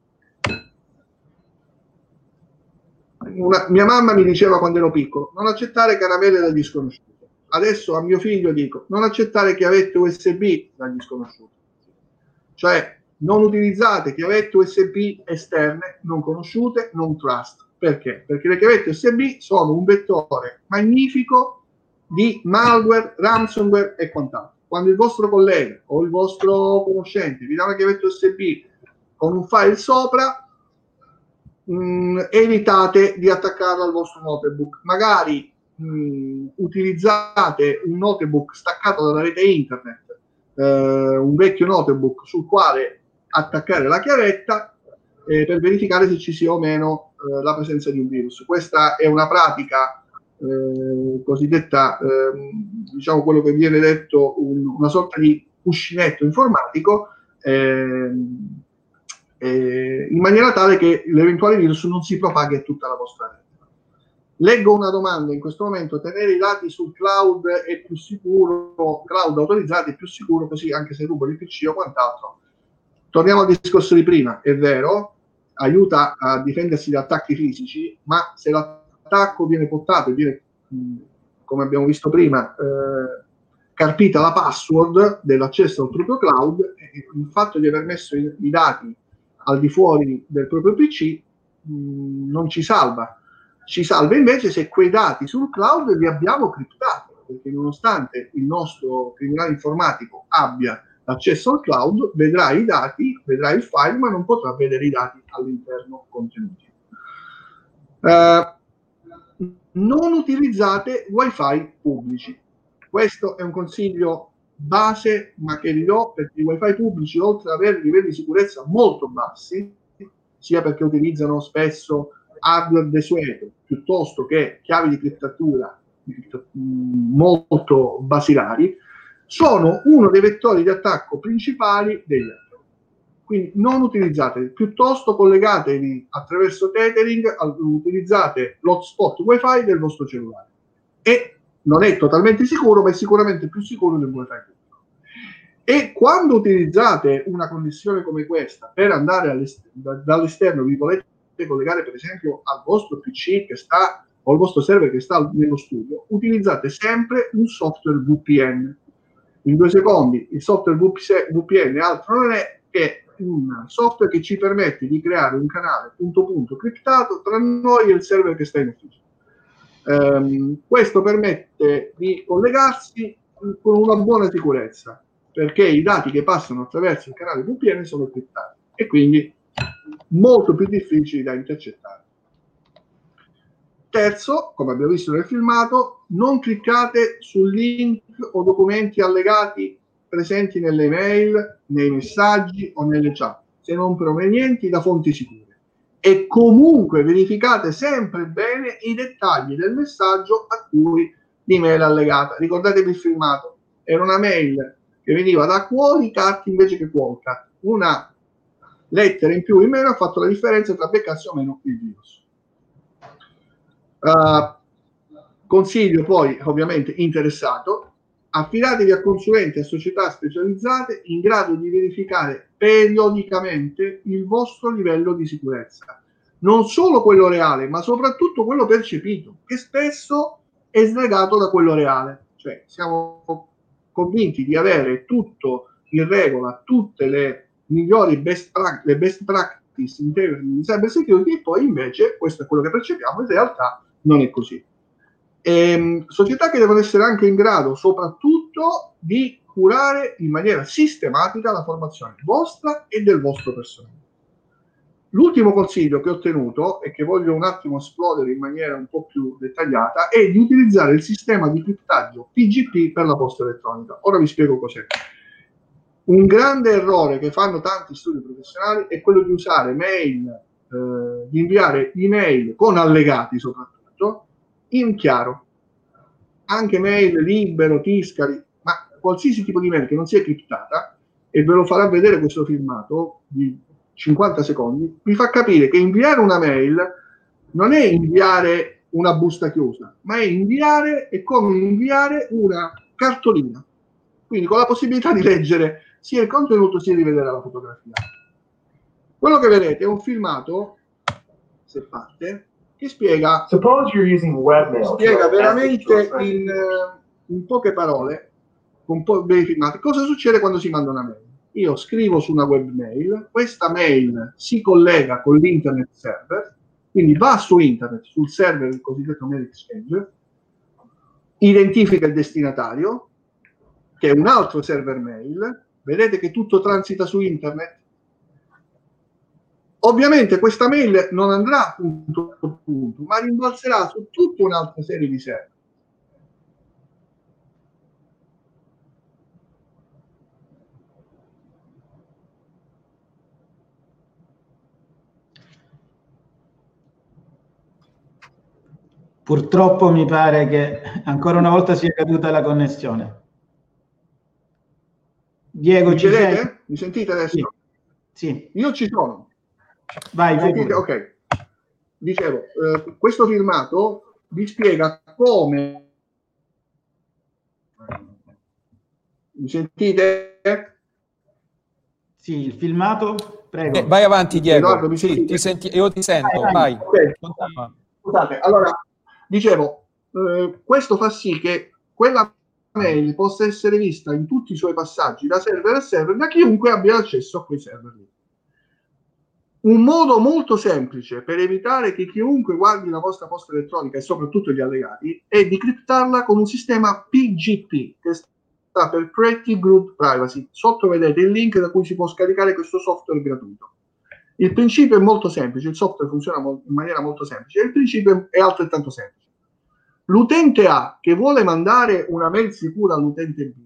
Una, mia mamma mi diceva quando ero piccolo: non accettare caramelle dagli sconosciuti. Adesso a mio figlio dico: non accettare chiavette U S B dagli sconosciuti. Cioè non utilizzate chiavette U S B esterne non conosciute, non trust. Perché? Perché le chiavette U S B sono un vettore magnifico di malware, ransomware e quant'altro. Quando il vostro collega o il vostro conoscente vi dà una chiavetta U S B con un file sopra, mh, evitate di attaccarla al vostro notebook. Magari mh, utilizzate un notebook staccato dalla rete internet, eh, un vecchio notebook sul quale attaccare la chiavetta eh, per verificare se ci sia o meno eh, la presenza di un virus. Questa è una pratica eh, cosiddetta, eh, diciamo quello che viene detto un, una sorta di cuscinetto informatico, eh, eh, in maniera tale che l'eventuale virus non si propaghi a tutta la vostra rete. Leggo una domanda in questo momento: tenere i dati sul cloud è più sicuro, cloud autorizzati è più sicuro, così anche se rubo il P C o quant'altro. Torniamo al discorso di prima, è vero, aiuta a difendersi da attacchi fisici, ma se l'attacco viene portato e viene, come abbiamo visto prima, eh, carpita la password dell'accesso al proprio cloud, il fatto di aver messo i, i dati al di fuori del proprio P C mh, non ci salva. Ci salva invece se quei dati sul cloud li abbiamo criptati, perché nonostante il nostro criminale informatico abbia l'accesso al cloud, vedrà i dati, vedrà il file, ma non potrà vedere i dati all'interno contenuti. Uh, non utilizzate wifi pubblici. Questo è un consiglio base, ma che vi do, perché i wifi pubblici, oltre ad avere livelli di sicurezza molto bassi, sia perché utilizzano spesso hardware desueto piuttosto che chiavi di criptatura molto basilari, sono uno dei vettori di attacco principali degli hacker. Quindi non utilizzateli, piuttosto collegatevi attraverso tethering, utilizzate l'hotspot wifi del vostro cellulare. E non è totalmente sicuro, ma è sicuramente più sicuro del wifi pubblico. E quando utilizzate una connessione come questa per andare all'est- dall'esterno, vi volete collegare per esempio al vostro P C che sta o al vostro server che sta nello studio, utilizzate sempre un software V P N. In due secondi, il software V P N altro non è che un software che ci permette di creare un canale punto punto criptato tra noi e il server che sta in ufficio. Um, questo permette di collegarsi con una buona sicurezza, perché i dati che passano attraverso il canale V P N sono criptati e quindi molto più difficili da intercettare. Terzo, come abbiamo visto nel filmato, non cliccate su link o documenti allegati presenti nelle email, nei messaggi o nelle chat, se non provenienti da fonti sicure. E comunque verificate sempre bene i dettagli del messaggio a cui l'email è allegata. Ricordatevi il filmato, era una mail che veniva da Qualicat invece che Qualcat. Una lettera in più o in meno ha fatto la differenza tra beccarsi o meno il virus. Uh, consiglio poi, ovviamente interessato, affidatevi a consulenti e società specializzate in grado di verificare periodicamente il vostro livello di sicurezza, non solo quello reale, ma soprattutto quello percepito, che spesso è slegato da quello reale. Cioè, siamo convinti di avere tutto in regola, tutte le migliori best, pra- le best practice in termini di cyber security, e poi invece questo è quello che percepiamo, in realtà non è così. E, società che devono essere anche in grado soprattutto di curare in maniera sistematica la formazione vostra e del vostro personale. L'ultimo consiglio che ho ottenuto e che voglio un attimo esplodere in maniera un po' più dettagliata è di utilizzare il sistema di criptaggio P G P per la posta elettronica. Ora vi spiego cos'è. Un grande errore che fanno tanti studi professionali è quello di usare mail, eh, di inviare email con allegati soprattutto in chiaro, anche mail libero, Tiscali, ma qualsiasi tipo di mail che non sia criptata, e ve lo farà vedere questo filmato di cinquanta secondi, vi fa capire che inviare una mail non è inviare una busta chiusa, ma è inviare, è come inviare una cartolina, quindi con la possibilità di leggere sia il contenuto sia di vedere la fotografia. Quello che vedete è un filmato, se parte, che spiega, spiega veramente in, in poche parole, con po' bei filmati, cosa succede quando si manda una mail. Io scrivo su una webmail, questa mail si collega con l'internet server, quindi va su internet, sul server del cosiddetto mail exchange, identifica il destinatario, che è un altro server mail, vedete che tutto transita su internet. Ovviamente questa mail non andrà punto per punto, ma rimbalzerà su tutta un'altra serie di server. Purtroppo mi pare che ancora una volta sia caduta la connessione. Diego, mi ci vedete? sei? Mi sentite adesso? Sì. Sì. Io ci sono. Vai, vai. Sentite? Ok. Dicevo, eh, questo filmato vi spiega come... Mi sentite? Sì, il filmato, prego. Eh, vai avanti, Diego. Edoardo, mi sì, sentite? ti senti, io ti sento, Vai, vai. vai. Ok. Scusate, allora, dicevo, eh, questo fa sì che quella mail possa essere vista in tutti i suoi passaggi da server a server da chiunque abbia accesso a quei server lì. Un modo molto semplice per evitare che chiunque guardi la vostra posta elettronica e soprattutto gli allegati è di criptarla con un sistema P G P, che sta per Pretty Good Privacy. Sotto vedete il link da cui si può scaricare questo software gratuito. Il principio è molto semplice, il software funziona in maniera molto semplice e il principio è altrettanto semplice. L'utente A che vuole mandare una mail sicura all'utente B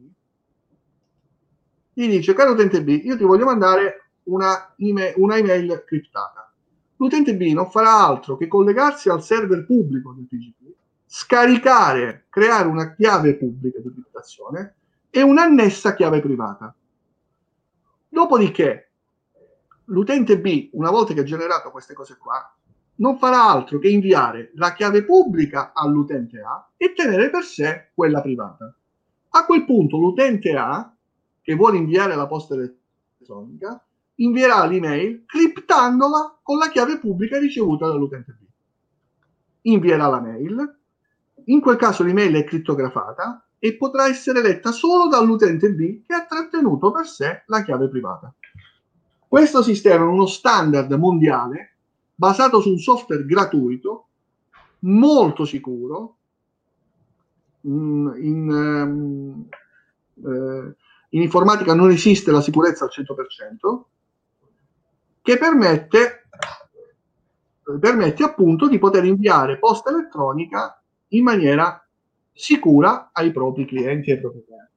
gli dice: caro utente B, io ti voglio mandare una email, una email criptata. L'utente B non farà altro che collegarsi al server pubblico del P G P, scaricare, creare una chiave pubblica di criptazione e un'annessa chiave privata. Dopodiché l'utente B, una volta che ha generato queste cose qua, non farà altro che inviare la chiave pubblica all'utente A e tenere per sé quella privata. A quel punto l'utente A, che vuole inviare la posta elettronica, invierà l'email criptandola con la chiave pubblica ricevuta dall'utente B. Invierà la mail, in quel caso l'email è crittografata e potrà essere letta solo dall'utente B che ha trattenuto per sé la chiave privata. Questo sistema è uno standard mondiale basato su un software gratuito, molto sicuro. In, in, eh, in informatica non esiste la sicurezza al cento per cento, che permette, permette appunto di poter inviare posta elettronica in maniera sicura ai propri clienti e ai propri clienti.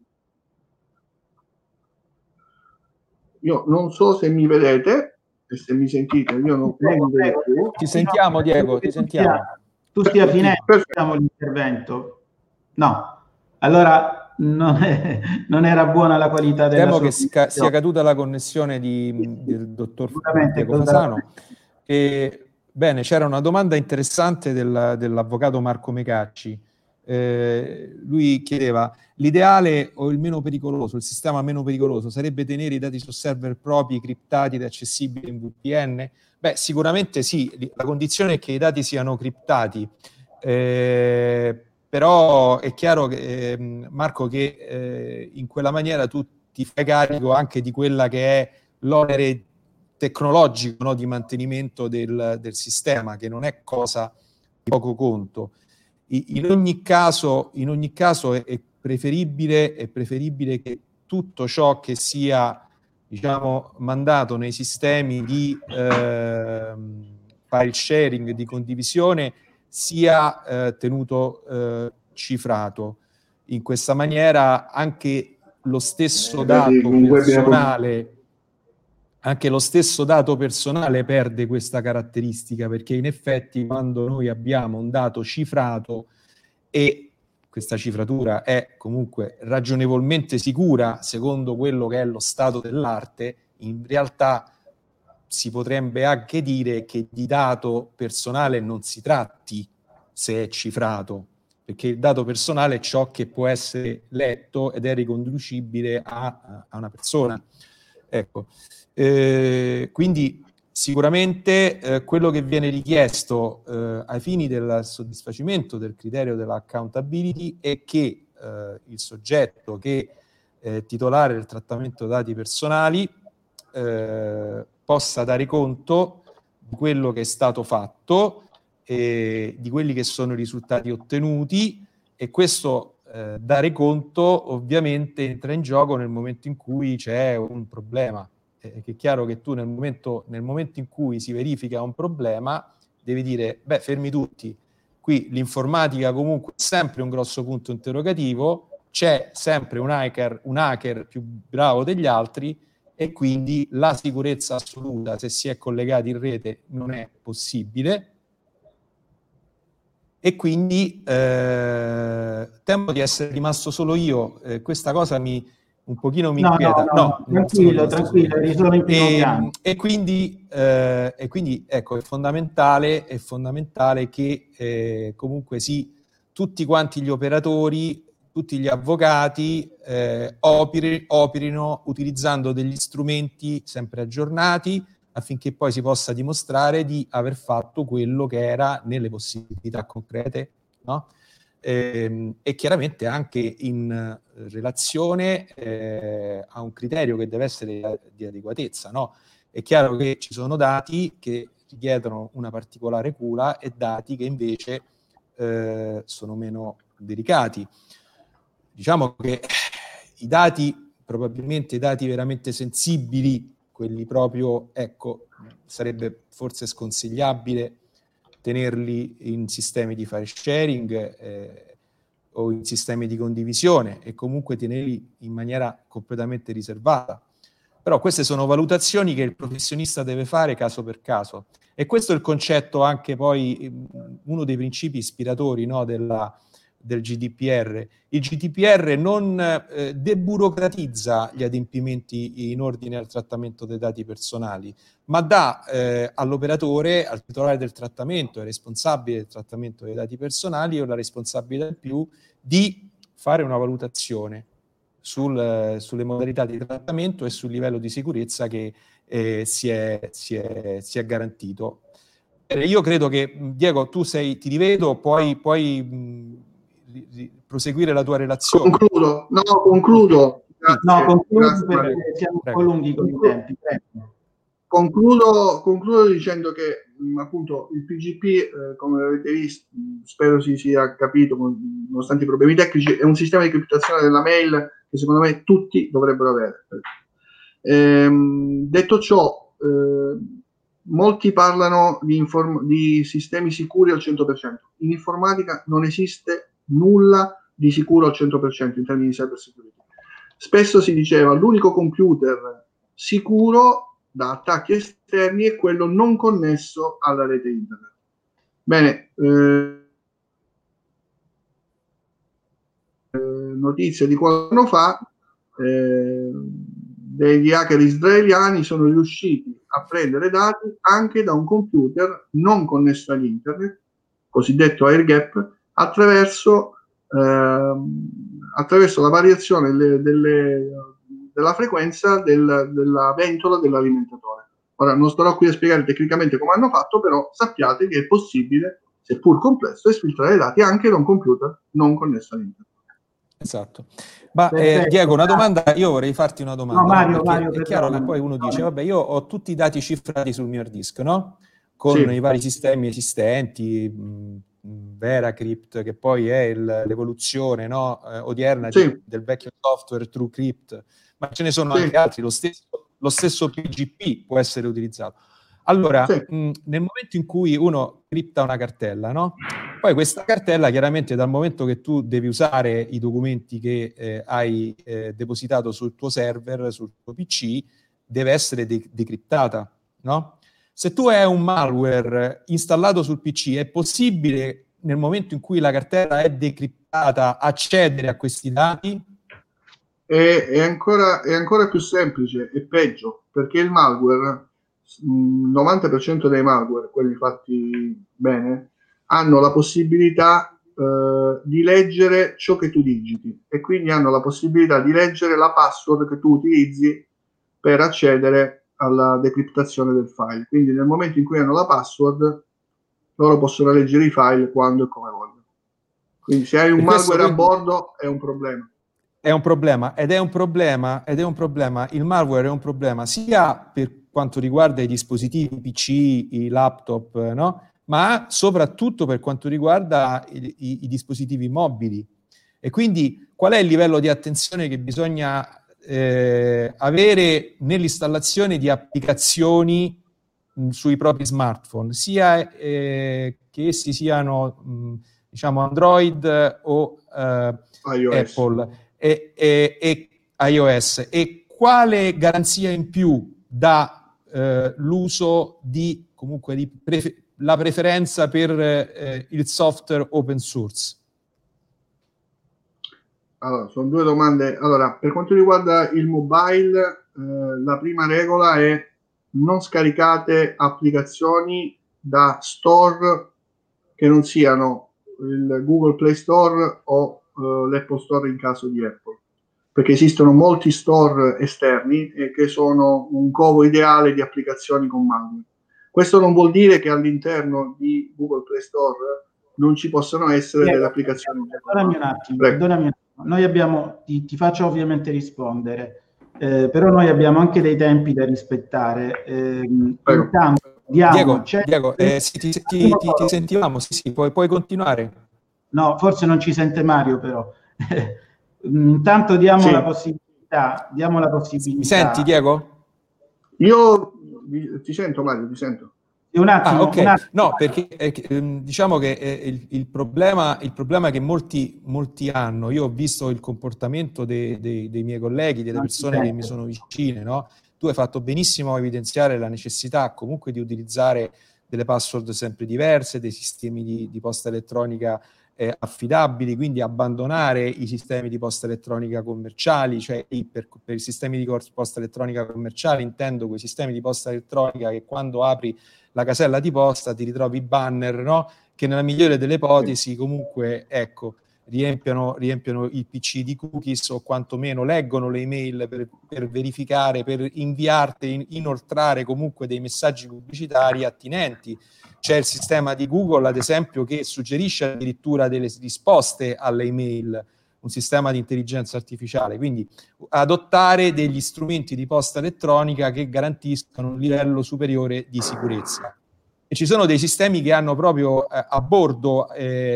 Io non so se mi vedete e se mi sentite, io non, non mi vedo più. Ti sentiamo, Diego, ti sentiamo. Tu stia finendo diciamo, l'intervento. No, allora non, è, non era buona la qualità della Temo sua che sia, sia caduta la connessione di, del dottor Diego Fasano. E, bene, c'era una domanda interessante del, dell'avvocato Marco Mecacci. Eh, lui chiedeva: l'ideale o il meno pericoloso, il sistema meno pericoloso sarebbe tenere i dati su server propri, criptati ed accessibili in V P N? Beh, sicuramente sì, la condizione è che i dati siano criptati, eh, però è chiaro che, eh, Marco, che eh, in quella maniera tu ti fai carico anche di quella che è l'onere tecnologico, no, di mantenimento del, del sistema, che non è cosa di poco conto. In ogni caso, in ogni caso è, è preferibile, è preferibile che tutto ciò che sia, diciamo, mandato nei sistemi di eh, file sharing, di condivisione, sia eh, tenuto eh, cifrato. In questa maniera anche lo stesso dato personale, anche lo stesso dato personale perde questa caratteristica, perché in effetti quando noi abbiamo un dato cifrato e questa cifratura è comunque ragionevolmente sicura secondo quello che è lo stato dell'arte, in realtà si potrebbe anche dire che di dato personale non si tratti se è cifrato, perché il dato personale è ciò che può essere letto ed è riconducibile a, a una persona. Ecco, eh, quindi sicuramente eh, quello che viene richiesto eh, ai fini del soddisfacimento del criterio dell'accountability è che eh, il soggetto che è titolare del trattamento dei dati personali eh, possa dare conto di quello che è stato fatto, e di quelli che sono i risultati ottenuti, e questo eh, dare conto ovviamente entra in gioco nel momento in cui c'è un problema. Eh, che è chiaro che tu nel momento, nel momento in cui si verifica un problema devi dire: beh, fermi tutti, qui l'informatica comunque è sempre un grosso punto interrogativo, c'è sempre un hacker, un hacker più bravo degli altri, e quindi la sicurezza assoluta, se si è collegati in rete, non è possibile. e quindi eh, temo di essere rimasto solo io, eh, questa cosa mi un pochino mi no, inquieta. No, no, no, tranquillo, tranquillo, eri solo in primo e, piano. E quindi, eh, e quindi ecco, è fondamentale, è fondamentale che eh, comunque sì, tutti quanti gli operatori, tutti gli avvocati eh, operi, operino utilizzando degli strumenti sempre aggiornati affinché poi si possa dimostrare di aver fatto quello che era nelle possibilità concrete, no? Eh, e chiaramente anche in relazione eh, a un criterio che deve essere di adeguatezza, no? È chiaro che ci sono dati che richiedono una particolare cura e dati che invece eh, sono meno delicati. Diciamo che i dati, probabilmente i dati veramente sensibili, quelli proprio, ecco, sarebbe forse sconsigliabile tenerli in sistemi di file sharing eh, o in sistemi di condivisione e comunque tenerli in maniera completamente riservata. Però queste sono valutazioni che il professionista deve fare caso per caso. E questo è il concetto anche poi, uno dei principi ispiratori, no, della, del G D P R. Il G D P R non eh, deburocratizza gli adempimenti in ordine al trattamento dei dati personali, ma dà eh, all'operatore, al titolare del trattamento, ai responsabile del trattamento dei dati personali o la responsabilità in più di fare una valutazione sul, sulle modalità di trattamento e sul livello di sicurezza che eh, si, è, si, è, si è garantito. Io credo che, Diego, tu sei, ti rivedo, puoi, puoi mh, proseguire la tua relazione. Concludo, no, concludo. Grazie, no, concludo grazie, perché Mario. siamo Prego. un po' lunghi con i tempi. Prego. Concludo, concludo dicendo che mh, appunto il P G P, eh, come avete visto, spero si sia capito, nonostante i problemi tecnici, è un sistema di criptazione della mail che secondo me tutti dovrebbero avere. Ehm, detto ciò, eh, molti parlano di, inform- di sistemi sicuri al cento per cento. In informatica non esiste nulla di sicuro al cento per cento in termini di cyber security. Spesso si diceva l'unico computer sicuro da attacchi esterni è quello non connesso alla rete internet. Bene, eh, notizia di qualche anno fa, eh, degli hacker israeliani sono riusciti a prendere dati anche da un computer non connesso all'internet, cosiddetto air gap, attraverso, eh, attraverso la variazione delle, delle, della frequenza del, della ventola dell'alimentatore. Ora non starò qui a spiegare tecnicamente come hanno fatto, però sappiate che è possibile, seppur complesso, esfiltrare dati anche da un computer non connesso all'internet. Esatto. Ma eh, Diego, una domanda, io vorrei farti una domanda. No, Mario, no? Mario, è chiaro che poi uno dice, vabbè, io ho tutti i dati cifrati sul mio hard disk, no? Con sì. i vari sistemi esistenti, mh, Veracrypt, che poi è il, l'evoluzione, no? eh, odierna sì. di, del vecchio software TrueCrypt, ma ce ne sono sì. anche altri, lo stesso, lo stesso P G P può essere utilizzato. Allora, sì. mh, nel momento in cui uno cripta una cartella, no? Poi questa cartella, chiaramente, dal momento che tu devi usare i documenti che eh, hai eh, depositato sul tuo server, sul tuo P C, deve essere de- decriptata, no? Se tu hai un malware installato sul P C, è possibile, nel momento in cui la cartella è decriptata, accedere a questi dati? È, è, ancora, è ancora più semplice, è peggio, perché il malware, il novanta per cento dei malware, quelli fatti bene, hanno la possibilità eh, di leggere ciò che tu digiti e quindi hanno la possibilità di leggere la password che tu utilizzi per accedere alla decriptazione del file. Quindi nel momento in cui hanno la password, loro possono leggere i file quando e come vogliono. Quindi se hai un malware a bordo è un problema. È un problema ed è un problema ed è un problema. Il malware è un problema sia per quanto riguarda i dispositivi P C, i laptop, no? Ma soprattutto per quanto riguarda i, i, i dispositivi mobili. E quindi qual è il livello di attenzione che bisogna eh, avere nell'installazione di applicazioni mh, sui propri smartphone, sia eh, che essi siano mh, diciamo Android o eh, Apple e, e, e iOS, e quale garanzia in più dà eh, l'uso di comunque di prefe- la preferenza per eh, il software open source? Allora, sono due domande. Allora, per quanto riguarda il mobile, eh, la prima regola è non scaricate applicazioni da store che non siano il Google Play Store o eh, l'Apple Store in caso di Apple, perché esistono molti store esterni e che sono un covo ideale di applicazioni con malware. Questo non vuol dire che all'interno di Google Play Store non ci possano essere Piero, delle applicazioni. Perdonami un attimo, perdonami un attimo. Noi abbiamo, ti, ti faccio ovviamente rispondere, eh, però noi abbiamo anche dei tempi da rispettare. Eh, intanto, diamo, Diego, c'è... Diego eh, sì, ti, ti, ti, ti sentivamo, sì, sì, puoi, puoi continuare. No, forse non ci sente Mario, però. Intanto diamo sì. la possibilità, diamo la possibilità. Mi senti, Diego? Io ti sento, Mario, ti sento. Un attimo, ah, okay. un attimo. No, perché eh, diciamo che eh, il, il, problema, il problema che molti, molti hanno, io ho visto il comportamento dei, dei, dei miei colleghi, delle persone che mi sono vicine, no? Tu hai fatto benissimo a evidenziare la necessità comunque di utilizzare delle password sempre diverse, dei sistemi di, di posta elettronica eh, affidabili, quindi abbandonare i sistemi di posta elettronica commerciali, cioè per, per i sistemi di posta elettronica commerciali intendo quei sistemi di posta elettronica che quando apri la casella di posta ti ritrovi banner, no? Che nella migliore delle ipotesi comunque, ecco, riempiono, riempiono il P C di cookies o quantomeno leggono le email per, per verificare, per inviarti, in, inoltrare comunque dei messaggi pubblicitari attinenti. C'è il sistema di Google, ad esempio, che suggerisce addirittura delle risposte alle email, un sistema di intelligenza artificiale, quindi adottare degli strumenti di posta elettronica che garantiscano un livello superiore di sicurezza. E ci sono dei sistemi che hanno proprio eh, a bordo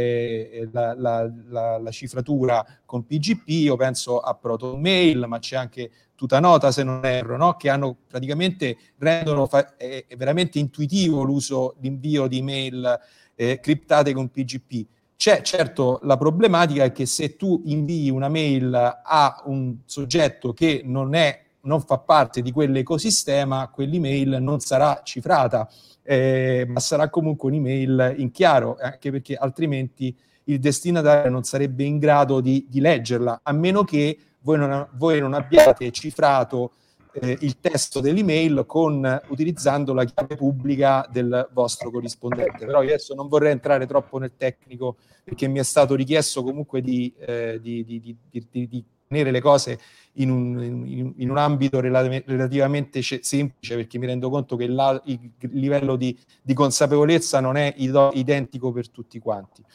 eh, la, la, la, la cifratura con P G P, io penso a ProtonMail, ma c'è anche Tutanota, se non erro, no? Che hanno praticamente rendono fa- è, è veramente intuitivo l'uso, l'invio di email eh, criptate con P G P. C'è certo la problematica è che se tu invii una mail a un soggetto che non è, non fa parte di quell'ecosistema, quell'email non sarà cifrata, eh, ma sarà comunque un'email in chiaro, anche perché altrimenti il destinatario non sarebbe in grado di, di leggerla, a meno che voi non, voi non abbiate cifrato eh, il testo dell'email con, utilizzando la chiave pubblica del vostro corrispondente. Però io adesso non vorrei entrare troppo nel tecnico, perché mi è stato richiesto comunque di, eh, di, di, di, di, di tenere le cose in un, in, in un ambito relativamente semplice, perché mi rendo conto che la, il livello di, di consapevolezza non è identico per tutti quanti.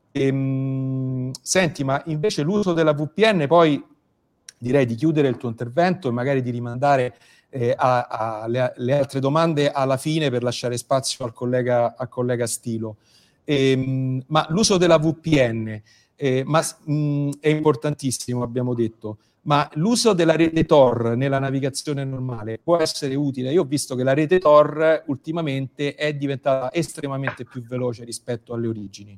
Ehm, senti, ma invece l'uso della V P N, poi direi di chiudere il tuo intervento e magari di rimandare eh, a, a le, le altre domande alla fine per lasciare spazio al collega, al collega Stilo. Ehm, ma l'uso della V P N eh, ma, mh, è importantissimo, abbiamo detto, ma l'uso della rete Tor nella navigazione normale può essere utile? Io ho visto che la rete Tor ultimamente è diventata estremamente più veloce rispetto alle origini.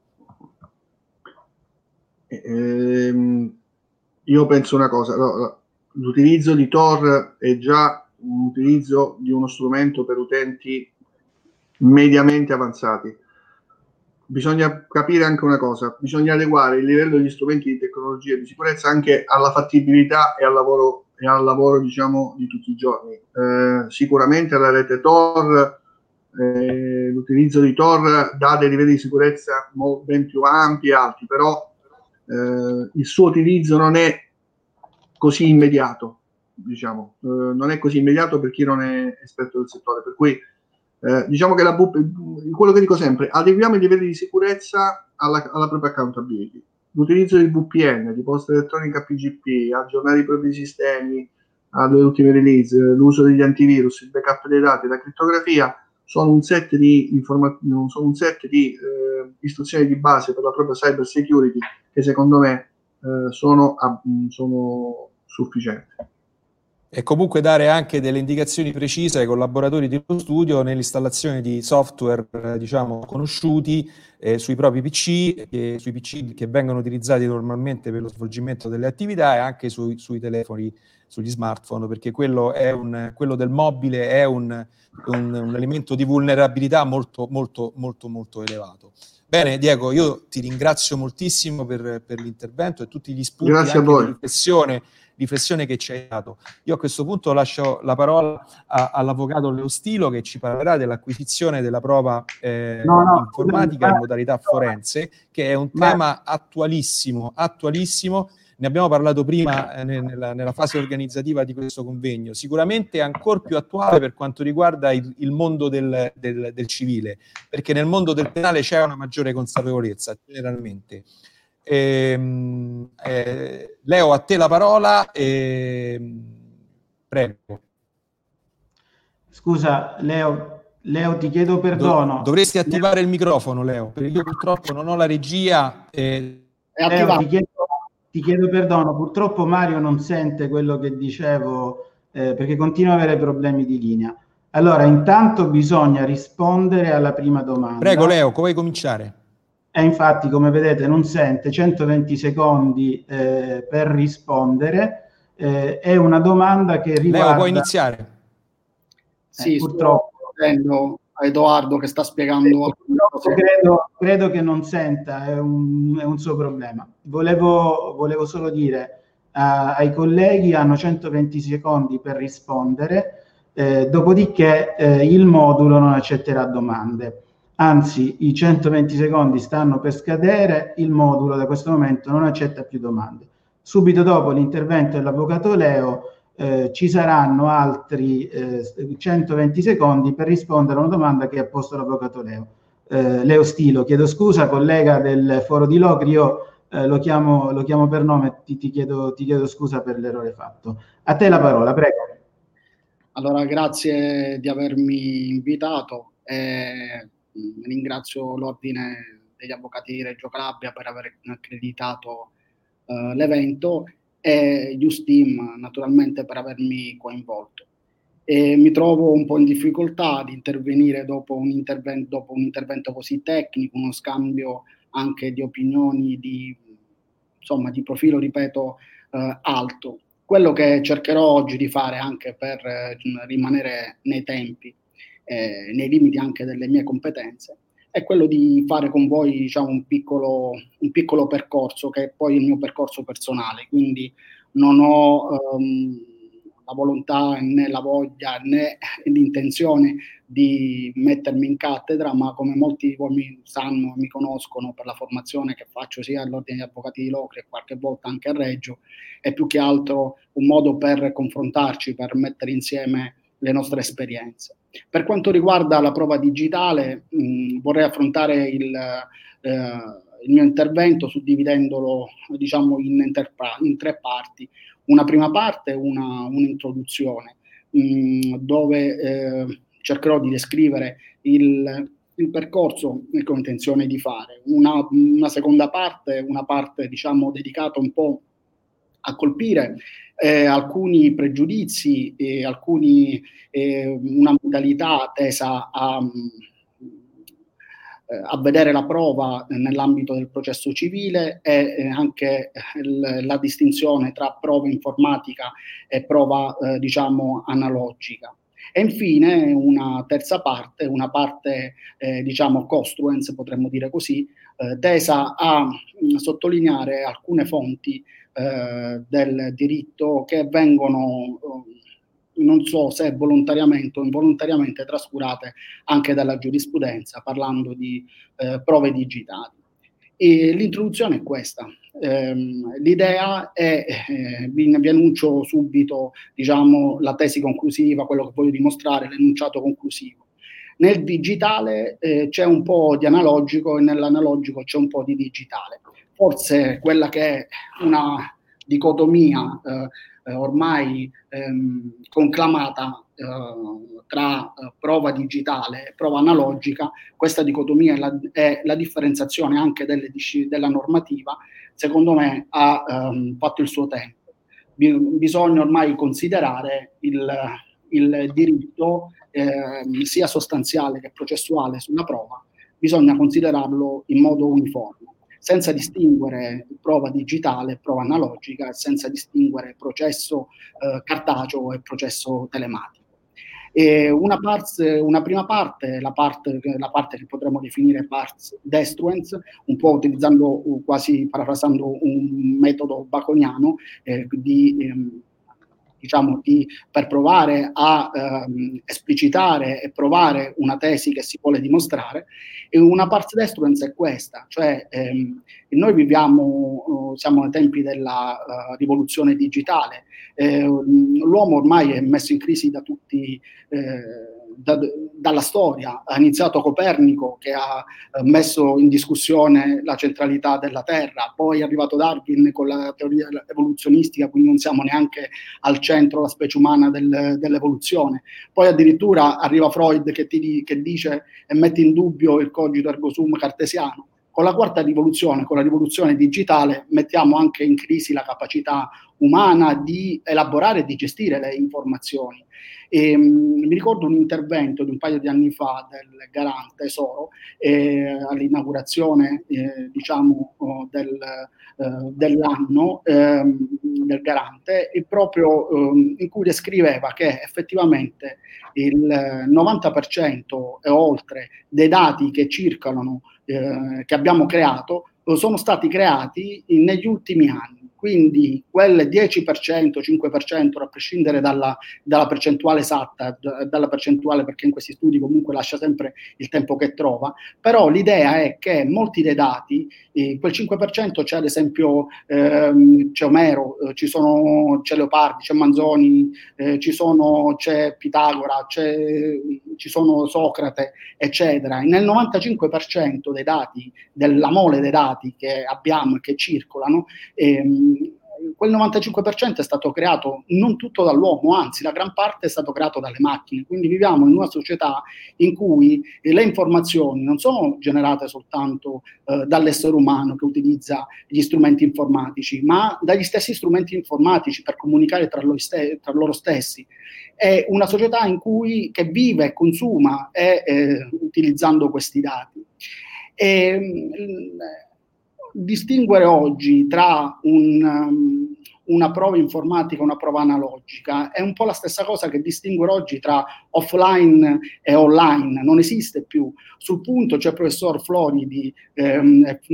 Ehm, io penso una cosa, no, l'utilizzo di Tor è già un utilizzo di uno strumento per utenti mediamente avanzati. Bisogna capire anche una cosa, bisogna adeguare il livello degli strumenti di tecnologia e di sicurezza anche alla fattibilità e al lavoro, e al lavoro diciamo, di tutti i giorni. Eh, sicuramente la rete Tor, eh, l'utilizzo di Tor dà dei livelli di sicurezza ben più ampi e alti, però eh, il suo utilizzo non è così immediato, diciamo, eh, non è così immediato per chi non è esperto del settore, per cui Eh, diciamo che la, quello che dico sempre, adeguiamo i livelli di sicurezza alla, alla propria accountability. L'utilizzo di V P N, di posta elettronica P G P, aggiornare i propri sistemi alle ultime release, l'uso degli antivirus, il backup dei dati, la crittografia sono un set di, informa- sono un set di eh, istruzioni di base per la propria cyber security che secondo me eh, sono, sono sufficienti. E comunque dare anche delle indicazioni precise ai collaboratori dello studio nell'installazione di software, eh, diciamo, conosciuti eh, sui propri P C, eh, sui P C che vengono utilizzati normalmente per lo svolgimento delle attività, e anche sui, sui telefoni, sugli smartphone, perché quello, è un, quello del mobile è un, un, un elemento di vulnerabilità molto, molto, molto, molto elevato. Bene, Diego, io ti ringrazio moltissimo per, per l'intervento e tutti gli spunti Grazie anche a voi. di riflessione, riflessione che ci hai dato. Io a questo punto lascio la parola a, all'avvocato Leo Stilo, che ci parlerà dell'acquisizione della prova eh, no, no, informatica scusami, in modalità forense, che è un ma... tema attualissimo, attualissimo. Ne abbiamo parlato prima eh, nella, nella fase organizzativa di questo convegno, sicuramente ancora più attuale per quanto riguarda il, il mondo del, del, del civile, perché nel mondo del penale c'è una maggiore consapevolezza, generalmente. Ehm, eh, Leo, a te la parola. E... Prego. Scusa, Leo, Leo, ti chiedo perdono. Do, dovresti attivare Leo. il microfono, Leo, perché io purtroppo non ho la regia. E... Leo, ti chiedo, ti chiedo perdono, purtroppo Mario non sente quello che dicevo eh, perché continua ad avere problemi di linea. Allora, intanto bisogna rispondere alla prima domanda. Prego, Leo, come vuoi cominciare? E infatti, come vedete, non sente, centoventi secondi eh, per rispondere. Eh, è una domanda che riguarda... Leo, puoi iniziare. Sì, eh, purtroppo sto a Edoardo che sta spiegando. Purtroppo credo, credo che non senta, è un, è un suo problema. Volevo, volevo solo dire uh, ai colleghi, hanno centoventi secondi per rispondere, eh, dopodiché eh, il modulo non accetterà domande. Anzi, i centoventi secondi stanno per scadere, il modulo da questo momento non accetta più domande. Subito dopo l'intervento dell'avvocato Leo eh, ci saranno altri eh, centoventi secondi per rispondere a una domanda che ha posto l'avvocato Leo. Eh, Leo Stilo, chiedo scusa, collega del Foro di Locri, io eh, lo, chiamo, lo chiamo per nome, ti, ti, chiedo, ti chiedo scusa per l'errore fatto. A te la parola, prego. Allora, grazie di avermi invitato. Eh, ringrazio l'Ordine degli Avvocati di Reggio Calabria per aver accreditato uh, l'evento e Usteam naturalmente per avermi coinvolto. E mi trovo un po' in difficoltà di intervenire dopo un intervento, dopo un intervento così tecnico, uno scambio anche di opinioni di, insomma, di profilo, ripeto, uh, alto. Quello che cercherò oggi di fare, anche per eh, rimanere nei tempi, Eh, nei limiti anche delle mie competenze, è quello di fare con voi, diciamo, un piccolo, un piccolo percorso che è poi il mio percorso personale, quindi non ho um, la volontà né la voglia né l'intenzione di mettermi in cattedra, ma come molti di voi mi sanno, mi conoscono per la formazione che faccio sia all'Ordine degli Avvocati di Locri e qualche volta anche a Reggio, è più che altro un modo per confrontarci, per mettere insieme le nostre esperienze. Per quanto riguarda la prova digitale, mh, vorrei affrontare il, eh, il mio intervento suddividendolo, diciamo, in, interpa- in tre parti. Una prima parte, una, un'introduzione, mh, dove eh, cercherò di descrivere il, il percorso che ho intenzione di fare. Una, una seconda parte, una parte, diciamo, dedicata un po' a colpire eh, alcuni pregiudizi e alcuni, eh, una modalità tesa a, a vedere la prova nell'ambito del processo civile e eh, anche il, la distinzione tra prova informatica e prova eh, diciamo analogica. E infine una terza parte, una parte eh, diciamo costruens, potremmo dire così, eh, tesa a mh, sottolineare alcune fonti eh, del diritto che vengono, eh, non so se volontariamente o involontariamente, trascurate anche dalla giurisprudenza, parlando di eh, prove digitali. E l'introduzione è questa. Ehm, l'idea è, eh, vi, vi annuncio subito, diciamo, la tesi conclusiva, quello che voglio dimostrare, l'enunciato conclusivo. Nel digitale eh, c'è un po' di analogico e nell'analogico c'è un po' di digitale. Forse quella che è una dicotomia eh, eh, ormai ehm, conclamata eh, tra eh, prova digitale e prova analogica, questa dicotomia è la, è la differenziazione anche delle, della normativa, secondo me ha ehm, fatto il suo tempo. bisogna ormai considerare il, il diritto eh, sia sostanziale che processuale sulla prova, bisogna considerarlo in modo uniforme, senza distinguere prova digitale e prova analogica, e senza distinguere processo eh, cartaceo e processo telematico. E una, parts, una prima parte, la parte, la parte che potremmo definire pars destruens, un po' utilizzando, quasi parafrasando un metodo baconiano, eh, di, ehm, diciamo, di, per provare a ehm, esplicitare e provare una tesi che si vuole dimostrare. E una pars destruens è questa, cioè ehm, noi viviamo, siamo ai tempi della uh, rivoluzione digitale, eh, l'uomo ormai è messo in crisi da tutti, eh, da, dalla storia. Ha iniziato Copernico, che ha eh, messo in discussione la centralità della Terra, poi è arrivato Darwin con la teoria evoluzionistica, quindi non siamo neanche al centro, la specie umana del, dell'evoluzione. Poi addirittura arriva Freud che, ti, che dice e mette in dubbio il cogito ergo sum cartesiano. Con la quarta rivoluzione, con la rivoluzione digitale, mettiamo anche in crisi la capacità umana di elaborare e di gestire le informazioni. E, mh, mi ricordo un intervento di un paio di anni fa del Garante Soro eh, all'inaugurazione eh, diciamo oh, del, eh, dell'anno eh, del Garante, e proprio eh, in cui descriveva che effettivamente il novanta per cento e oltre dei dati che circolano, eh, che abbiamo creato, sono stati creati in, negli ultimi anni. Quindi quel dieci per cento, cinque per cento, a prescindere dalla, dalla percentuale esatta, d- dalla percentuale, perché in questi studi comunque lascia sempre il tempo che trova, però l'idea è che molti dei dati, eh, quel cinque per cento c'è ad esempio, ehm, c'è Omero, eh, ci sono, c'è Leopardi, c'è Manzoni, eh, ci sono, c'è Pitagora, c'è, ci sono Socrate, eccetera. Nel novantacinque per cento dei dati, della mole dei dati che abbiamo e che circolano, ehm, quel novantacinque per cento è stato creato non tutto dall'uomo, anzi la gran parte è stato creato dalle macchine. Quindi viviamo in una società in cui le informazioni non sono generate soltanto eh, dall'essere umano che utilizza gli strumenti informatici, ma dagli stessi strumenti informatici per comunicare tra loro, st- tra loro stessi. È una società in cui, che vive e consuma e, eh, utilizzando questi dati. E, mh, distinguere oggi tra un, um, una prova informatica e una prova analogica è un po' la stessa cosa che distinguere oggi tra offline e online. Non esiste più. Sul punto c'è il professor Floridi, ehm, è,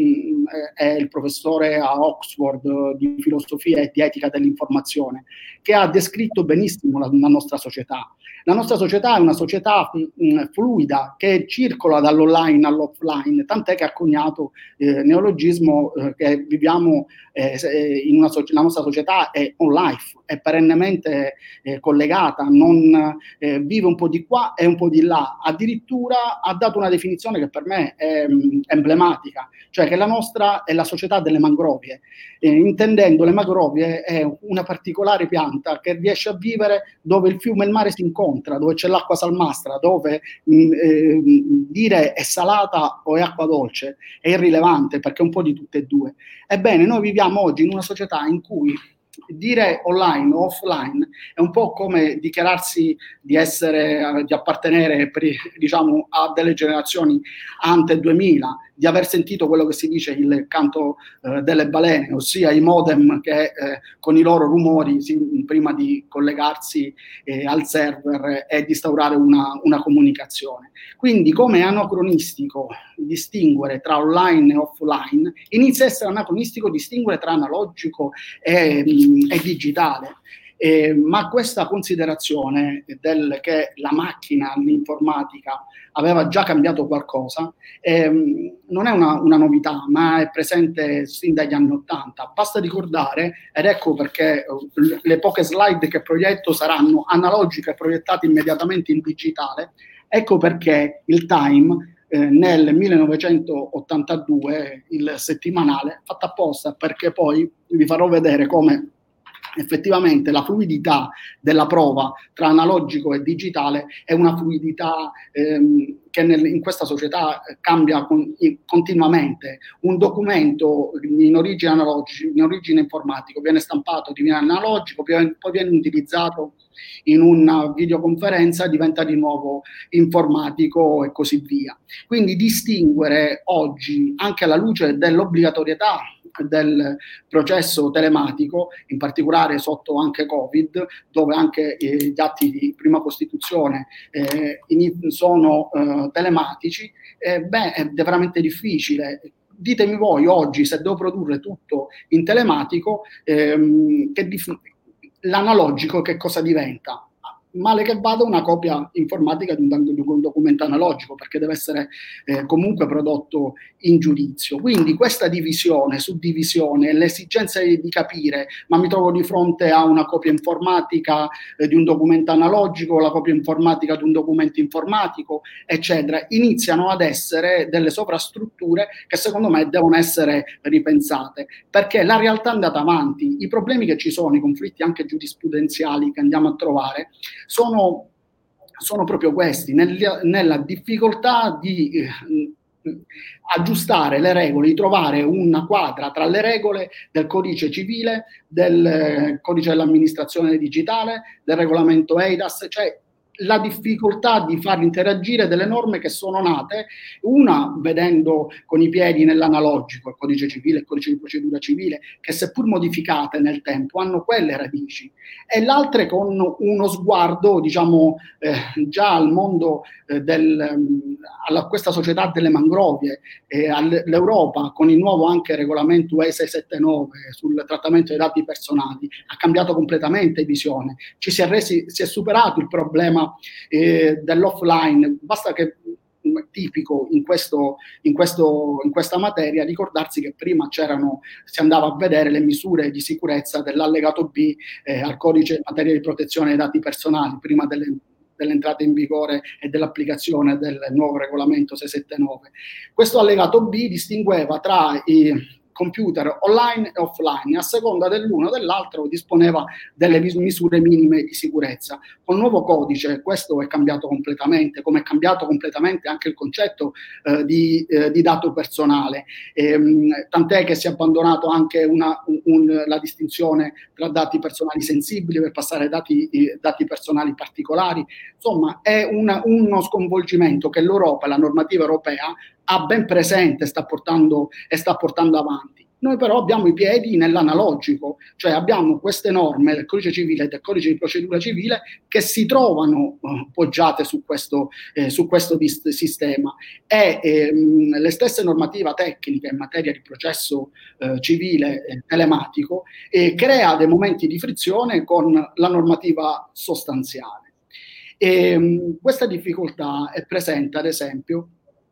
è il professore a Oxford di filosofia e di etica dell'informazione, che ha descritto benissimo la, la nostra società. La nostra società è una società mh, fluida che circola dall'online all'offline, tant'è che ha coniato eh, neologismo eh, che viviamo eh, in una so- la nostra società è on life, è perennemente eh, collegata, non eh, vive un po' di qua e un po' di là. Addirittura ha dato una definizione che per me è mh, emblematica, cioè che la nostra è la società delle mangrovie, eh, intendendo le mangrovie è una particolare pianta che riesce a vivere dove il fiume e il mare si incontrano, dove c'è l'acqua salmastra, dove mh, eh, dire è salata o è acqua dolce è irrilevante, perché è un po' di tutte e due. Ebbene, noi viviamo oggi in una società in cui dire online o offline è un po' come dichiararsi di essere, di appartenere per, diciamo, a delle generazioni ante duemila, di aver sentito quello che si dice il canto eh, delle balene, ossia i modem che eh, con i loro rumori si, prima di collegarsi eh, al server e di instaurare una, una comunicazione. Quindi, come è anacronistico distinguere tra online e offline, inizia a essere anacronistico distinguere tra analogico e, e digitale. Eh, ma questa considerazione del che la macchina, l'informatica, aveva già cambiato qualcosa, ehm, non è una, una novità, ma è presente sin dagli anni Ottanta. Basta ricordare, ed ecco perché uh, le poche slide che proietto saranno analogiche proiettate immediatamente in digitale, ecco perché il Time eh, nel millenovecentottantadue, il settimanale, fatto apposta perché poi vi farò vedere come effettivamente la fluidità della prova tra analogico e digitale è una fluidità ehm, che nel, in questa società cambia con, in, continuamente. Un documento in origine analogica, in origine informatica, viene stampato, diviene analogico, poi, poi viene utilizzato in una videoconferenza, diventa di nuovo informatico e così via. Quindi distinguere oggi, anche alla luce dell'obbligatorietà del processo telematico, in particolare sotto anche Covid, dove anche eh, gli atti di prima costituzione eh, in, sono eh, telematici, eh, beh, è veramente difficile. Ditemi voi oggi, se devo produrre tutto in telematico, ehm, che dif- l'analogico che cosa diventa? Male che vada una copia informatica di un, di un documento analogico, perché deve essere eh, comunque prodotto in giudizio. Quindi questa divisione, suddivisione, l'esigenza di capire, ma mi trovo di fronte a una copia informatica eh, di un documento analogico, la copia informatica di un documento informatico, eccetera, iniziano ad essere delle sovrastrutture che secondo me devono essere ripensate, perché la realtà è andata avanti, i problemi che ci sono, i conflitti anche giurisprudenziali che andiamo a trovare, Sono, sono proprio questi, nel, nella difficoltà di eh, aggiustare le regole, di trovare una quadra tra le regole del codice civile, del eh, codice dell'amministrazione digitale, del regolamento E I D A S, cioè la difficoltà di far interagire delle norme che sono nate, una vedendo con i piedi nell'analogico, il codice civile, il codice di procedura civile, che seppur modificate nel tempo hanno quelle radici, e l'altra con uno sguardo, diciamo, eh, già al mondo eh, del, a questa società delle mangrovie, eh, all'Europa, con il nuovo anche regolamento U E seicentosettantanove sul trattamento dei dati personali, ha cambiato completamente visione, ci si è, resi, si è superato il problema Eh, dell'offline. Basta che tipico in, questo, in, questo, in questa materia ricordarsi che prima c'erano, si andava a vedere le misure di sicurezza dell'allegato B eh, al codice in materia di protezione dei dati personali prima delle dell'entrata in vigore e dell'applicazione del nuovo regolamento seicentosettantanove. Questo allegato B distingueva tra i computer online e offline, a seconda dell'uno o dell'altro disponeva delle misure minime di sicurezza. Con il nuovo codice questo è cambiato completamente, come è cambiato completamente anche il concetto eh, di, eh, di dato personale, ehm, tant'è che si è abbandonato anche una, un, la distinzione tra dati personali sensibili per passare ai dati, eh, dati personali particolari. Insomma, è una, uno sconvolgimento che l'Europa, la normativa europea, ha ben presente, sta portando e sta portando avanti. Noi però abbiamo i piedi nell'analogico, cioè abbiamo queste norme del codice civile e del codice di procedura civile che si trovano eh, poggiate su questo, eh, su questo dis- sistema e ehm, le stesse normative tecniche in materia di processo eh, civile eh, telematico eh, crea dei momenti di frizione con la normativa sostanziale. E, mh, questa difficoltà è presente, ad esempio,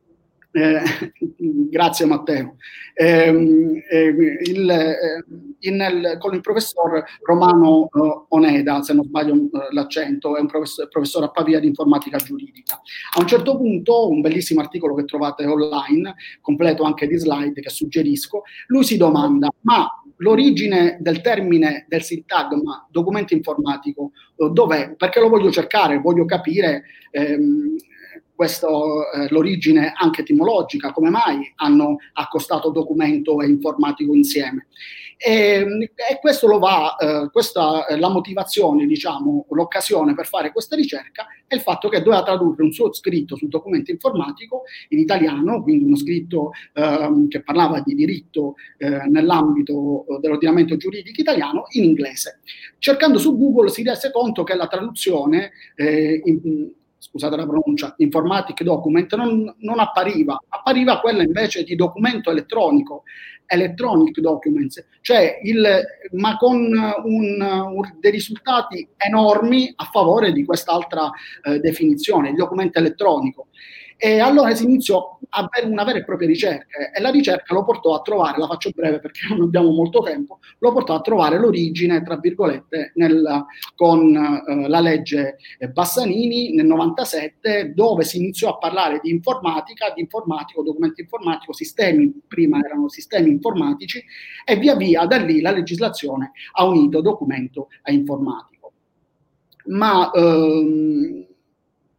Eh, grazie Matteo. Eh, eh, il, eh, in il, con il professor Romano eh, Oneda, se non sbaglio eh, l'accento, è un professor, professore a Pavia di informatica giuridica. A un certo punto, un bellissimo articolo che trovate online, completo anche di slide che suggerisco, lui si domanda: ma l'origine del termine, del sintagma documento informatico, eh, dov'è? Perché lo voglio cercare, voglio capire ehm, questo, eh, l'origine anche etimologica, come mai hanno accostato documento e informatico insieme. E, e questo lo va, eh, questa la motivazione, diciamo, l'occasione per fare questa ricerca è il fatto che doveva tradurre un suo scritto sul documento informatico in italiano, quindi uno scritto eh, che parlava di diritto eh, nell'ambito dell'ordinamento giuridico italiano, in inglese. Cercando su Google si rese conto che la traduzione eh, in, scusate la pronuncia, informatic document, non, non appariva, appariva quella invece di documento elettronico, electronic documents, cioè il, ma con un, un, dei risultati enormi a favore di quest'altra eh, definizione, il documento elettronico. E allora si iniziò a avere una vera e propria ricerca, e la ricerca lo portò a trovare, la faccio breve perché non abbiamo molto tempo, lo portò a trovare l'origine, tra virgolette, nel, con eh, la legge Bassanini nel novantasette, dove si iniziò a parlare di informatica, di informatico, documento informatico, sistemi, prima erano sistemi informatici, e via via da lì la legislazione ha unito documento a informatico. Ma ehm,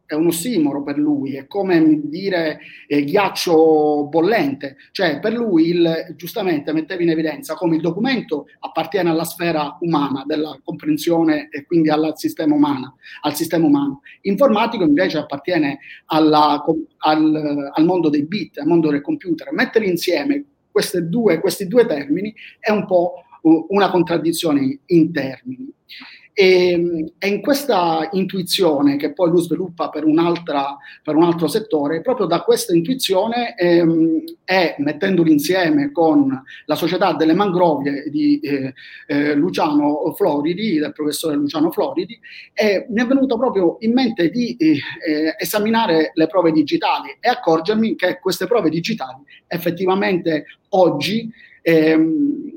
è un ossimoro per lui, è come dire eh, ghiaccio bollente, cioè per lui il, giustamente metteva in evidenza come il documento appartiene alla sfera umana, della comprensione e quindi al sistema umano, al sistema umano. Informatico invece appartiene alla, al, al mondo dei bit, al mondo del computer. Mettere insieme queste due, questi due termini è un po' una contraddizione in termini. E, e in questa intuizione che poi lui sviluppa per, un'altra, per un altro settore, proprio da questa intuizione ehm, è, mettendoli insieme con la Società delle Mangrovie di eh, eh, Luciano Floridi, del professore Luciano Floridi, e mi è venuto proprio in mente di eh, esaminare le prove digitali e accorgermi che queste prove digitali effettivamente oggi ehm,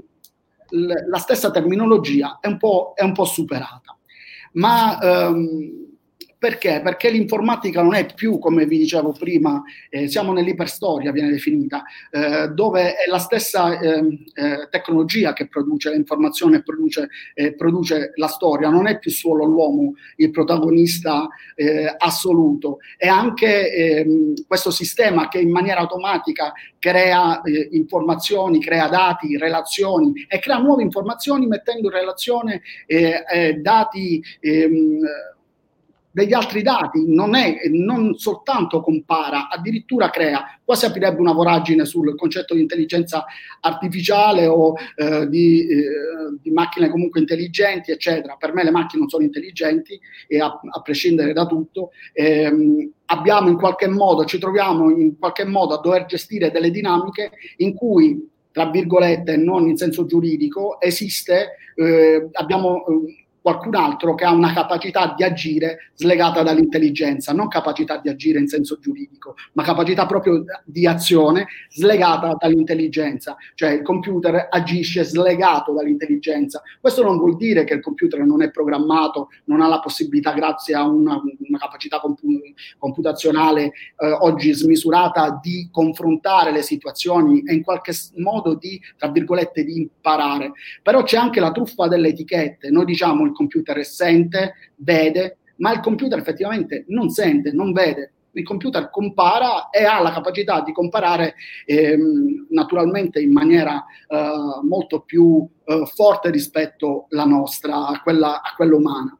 la stessa terminologia è un po', è un po' superata. Ma ehm, perché? Perché l'informatica non è più, come vi dicevo prima, eh, siamo nell'iperstoria, viene definita, eh, dove è la stessa eh, eh, tecnologia che produce l'informazione e produce, eh, produce la storia, non è più solo l'uomo il protagonista eh, assoluto, è anche eh, questo sistema che in maniera automatica crea eh, informazioni, crea dati, relazioni e crea nuove informazioni mettendo in relazione eh, eh, dati ehm, degli altri dati, non, è, non soltanto compara, addirittura crea, qua si aprirebbe una voragine sul concetto di intelligenza artificiale o eh, di, eh, di macchine comunque intelligenti, eccetera. Per me le macchine non sono intelligenti, e a, a prescindere da tutto, ehm, abbiamo in qualche modo, ci troviamo in qualche modo a dover gestire delle dinamiche in cui, tra virgolette, non in senso giuridico, esiste, eh, abbiamo... Eh, qualcun altro che ha una capacità di agire slegata dall'intelligenza, non capacità di agire in senso giuridico, ma capacità proprio di azione slegata dall'intelligenza, cioè il computer agisce slegato dall'intelligenza. Questo non vuol dire che il computer non è programmato, non ha la possibilità, grazie a una, una capacità compu- computazionale eh, oggi smisurata, di confrontare le situazioni e in qualche modo di, tra virgolette, di imparare. Però c'è anche la truffa delle etichette. Noi diciamo il computer sente, vede, ma il computer effettivamente non sente, non vede. Il computer compara e ha la capacità di comparare ehm, naturalmente in maniera eh, molto più eh, forte rispetto alla nostra, a quella, a quella umana.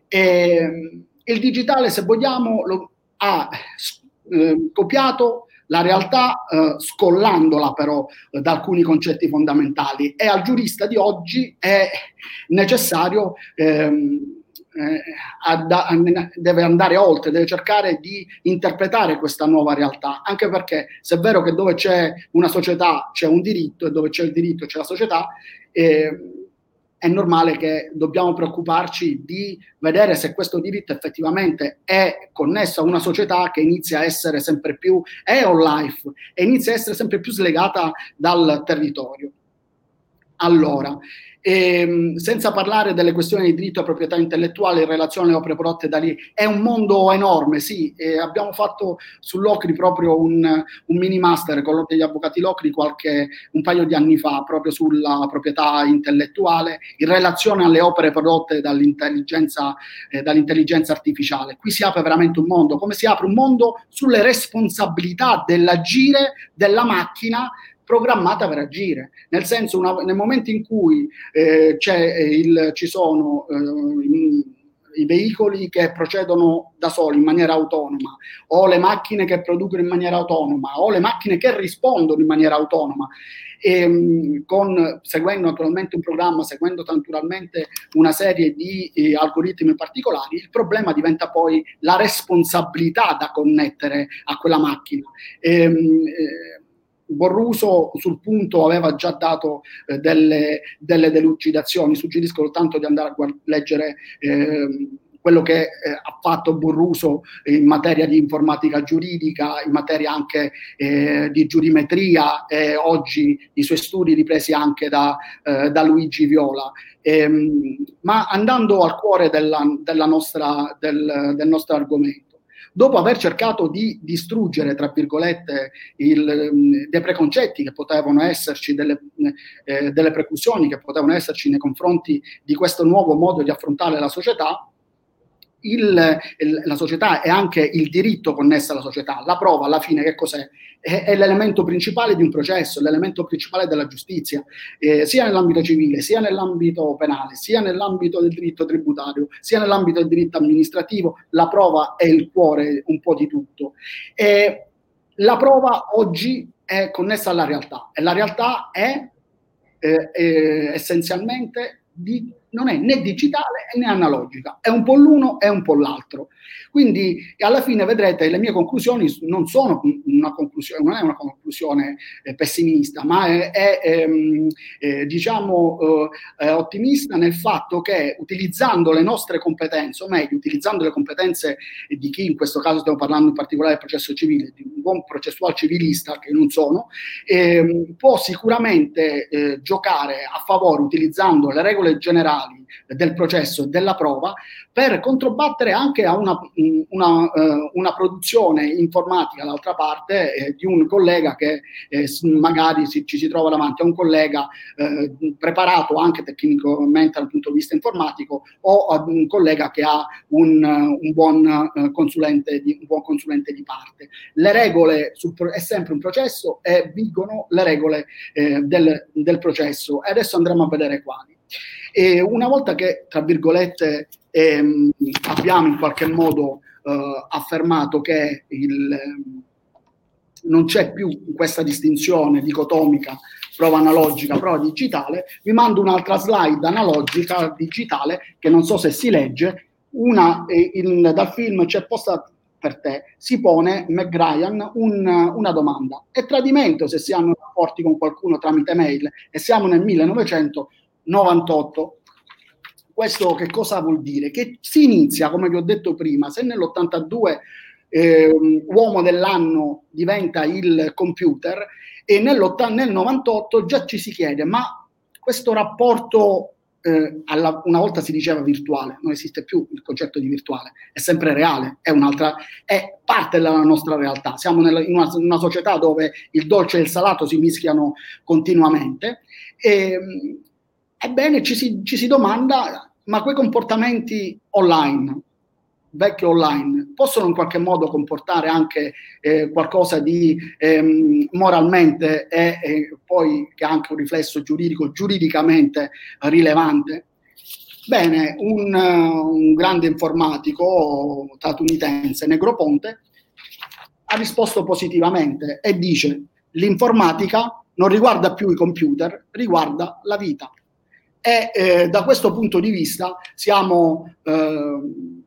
E, il digitale, se vogliamo, lo, ha eh, copiato la realtà eh, scollandola però eh, da alcuni concetti fondamentali, e al giurista di oggi è necessario ehm, eh, ad, ad, deve andare oltre, deve cercare di interpretare questa nuova realtà, anche perché se è vero che dove c'è una società c'è un diritto, e dove c'è il diritto c'è la società, eh, è normale che dobbiamo preoccuparci di vedere se questo diritto effettivamente è connesso a una società che inizia a essere sempre più, è on life, e inizia a essere sempre più slegata dal territorio. Allora, ehm, senza parlare delle questioni di diritto a proprietà intellettuale in relazione alle opere prodotte da lì, è un mondo enorme, sì, eh, abbiamo fatto sull'Ocri proprio un, un mini master con degli avvocati Locri qualche, un paio di anni fa, proprio sulla proprietà intellettuale in relazione alle opere prodotte dall'intelligenza, eh, dall'intelligenza artificiale. Qui si apre veramente un mondo, come si apre un mondo sulle responsabilità dell'agire della macchina programmata per agire, nel senso, una, nel momento in cui eh, c'è il, ci sono eh, in, i veicoli che procedono da soli in maniera autonoma, o le macchine che producono in maniera autonoma, o le macchine che rispondono in maniera autonoma, e, con, seguendo naturalmente un programma, seguendo naturalmente una serie di eh, algoritmi particolari, il problema diventa poi la responsabilità da connettere a quella macchina. E, eh, Borruso sul punto aveva già dato eh, delle, delle delucidazioni. Suggerisco soltanto di andare a guard- leggere eh, quello che eh, ha fatto Borruso in materia di informatica giuridica, in materia anche eh, di giurimetria, e oggi i suoi studi ripresi anche da, eh, da Luigi Viola. Ehm, ma andando al cuore della, della nostra, del, del nostro argomento, dopo aver cercato di distruggere, tra virgolette, il, dei preconcetti che potevano esserci, delle, eh, delle preclusioni che potevano esserci nei confronti di questo nuovo modo di affrontare la società, il, il, la società è anche il diritto connesso alla società. La prova alla fine che cos'è? È, è l'elemento principale di un processo, l'elemento principale della giustizia, eh, sia nell'ambito civile, sia nell'ambito penale, sia nell'ambito del diritto tributario, sia nell'ambito del diritto amministrativo. La prova è il cuore un po' di tutto. E la prova oggi è connessa alla realtà e la realtà è, eh, è essenzialmente di, non è né digitale né analogica, è un po' l'uno e un po' l'altro. Quindi alla fine vedrete le mie conclusioni non sono una conclusione, non è una conclusione eh, pessimista, ma è, è ehm, eh, diciamo eh, ottimista nel fatto che utilizzando le nostre competenze, o meglio utilizzando le competenze di chi, in questo caso stiamo parlando in particolare del processo civile, di un buon processual civilista che non sono, ehm, può sicuramente eh, giocare a favore utilizzando le regole generali del processo e della prova per controbattere anche a una, una, uh, una produzione informatica dall'altra parte eh, di un collega che eh, magari si, ci si trova davanti a un collega eh, preparato anche tecnicamente dal punto di vista informatico o ad un collega che ha un, un, buon, uh, consulente di, un buon consulente di parte. Le regole sul, è sempre un processo e vigono le regole eh, del, del processo e adesso andremo a vedere quali. E una volta che, tra virgolette, ehm, abbiamo in qualche modo eh, affermato che il, eh, non c'è più questa distinzione dicotomica prova analogica, prova digitale, vi mando un'altra slide analogica digitale che non so se si legge. Una, eh, in, dal film C'è posta per te, si pone Meg Ryan un, una domanda: è tradimento se si hanno rapporti con qualcuno tramite mail e siamo nel millenovecentonovantotto? Questo che cosa vuol dire? Che si inizia, come vi ho detto prima, se nell'ottantadue eh, uomo dell'anno diventa il computer, e nel novantotto già ci si chiede, ma questo rapporto, eh, alla, una volta si diceva virtuale, non esiste più il concetto di virtuale, è sempre reale, è un'altra, è parte della nostra realtà. Siamo nella, in, una, in una società dove il dolce e il salato si mischiano continuamente. E, ebbene, ci si, ci si domanda, ma quei comportamenti online, vecchio online, possono in qualche modo comportare anche eh, qualcosa di ehm, moralmente e, e poi che ha anche un riflesso giuridico, giuridicamente rilevante? Bene, un, un grande informatico statunitense, Negroponte, ha risposto positivamente e dice: l'informatica non riguarda più i computer, riguarda la vita. E eh, da questo punto di vista siamo, eh,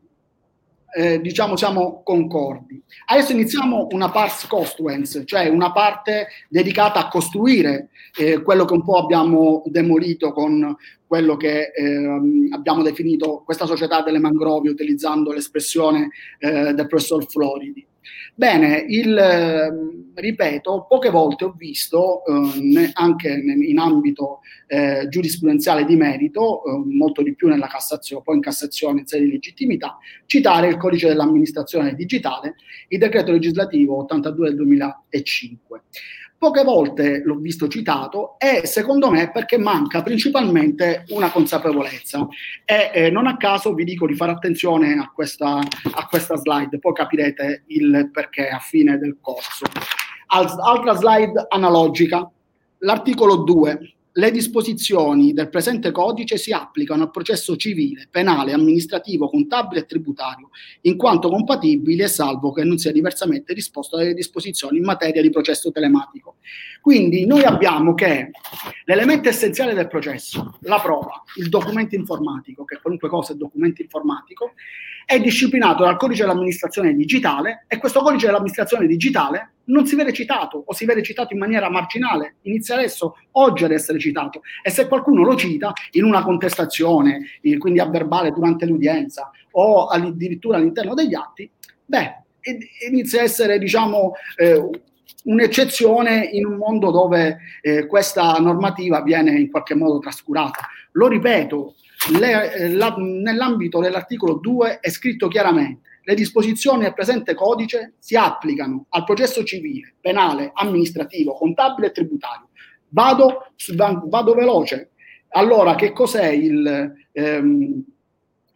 eh, diciamo, siamo concordi. Adesso iniziamo una pars construens, cioè una parte dedicata a costruire eh, quello che un po' abbiamo demolito con quello che eh, abbiamo definito questa società delle mangrovie, utilizzando l'espressione eh, del professor Floridi. Bene, il, eh, ripeto, poche volte ho visto, eh, anche in ambito eh, giurisprudenziale di merito, eh, molto di più nella Cassazione, poi in Cassazione in sede di legittimità, citare il codice dell'amministrazione digitale, il decreto legislativo ottantadue del duemilacinque. Poche volte l'ho visto citato e secondo me perché manca principalmente una consapevolezza e eh, non a caso vi dico di fare attenzione a questa, a questa slide, poi capirete il perché a fine del corso. Al, altra slide analogica, l'articolo due. Le disposizioni del presente codice si applicano al processo civile, penale, amministrativo, contabile e tributario, in quanto compatibili e salvo che non sia diversamente disposto dalle disposizioni in materia di processo telematico. Quindi noi abbiamo che l'elemento essenziale del processo, la prova, il documento informatico, che qualunque cosa è documento informatico, è disciplinato dal codice dell'amministrazione digitale e questo codice dell'amministrazione digitale non si vede citato o si vede citato in maniera marginale, inizia adesso, oggi ad essere citato, e se qualcuno lo cita in una contestazione, quindi a verbale durante l'udienza o addirittura all'interno degli atti, beh, inizia a essere, diciamo, eh, un'eccezione in un mondo dove eh, questa normativa viene in qualche modo trascurata. Lo ripeto, le, la, nell'ambito dell'articolo due è scritto chiaramente: le disposizioni del presente codice si applicano al processo civile, penale, amministrativo, contabile e tributario. Vado, vado veloce. Allora, che cos'è il, ehm,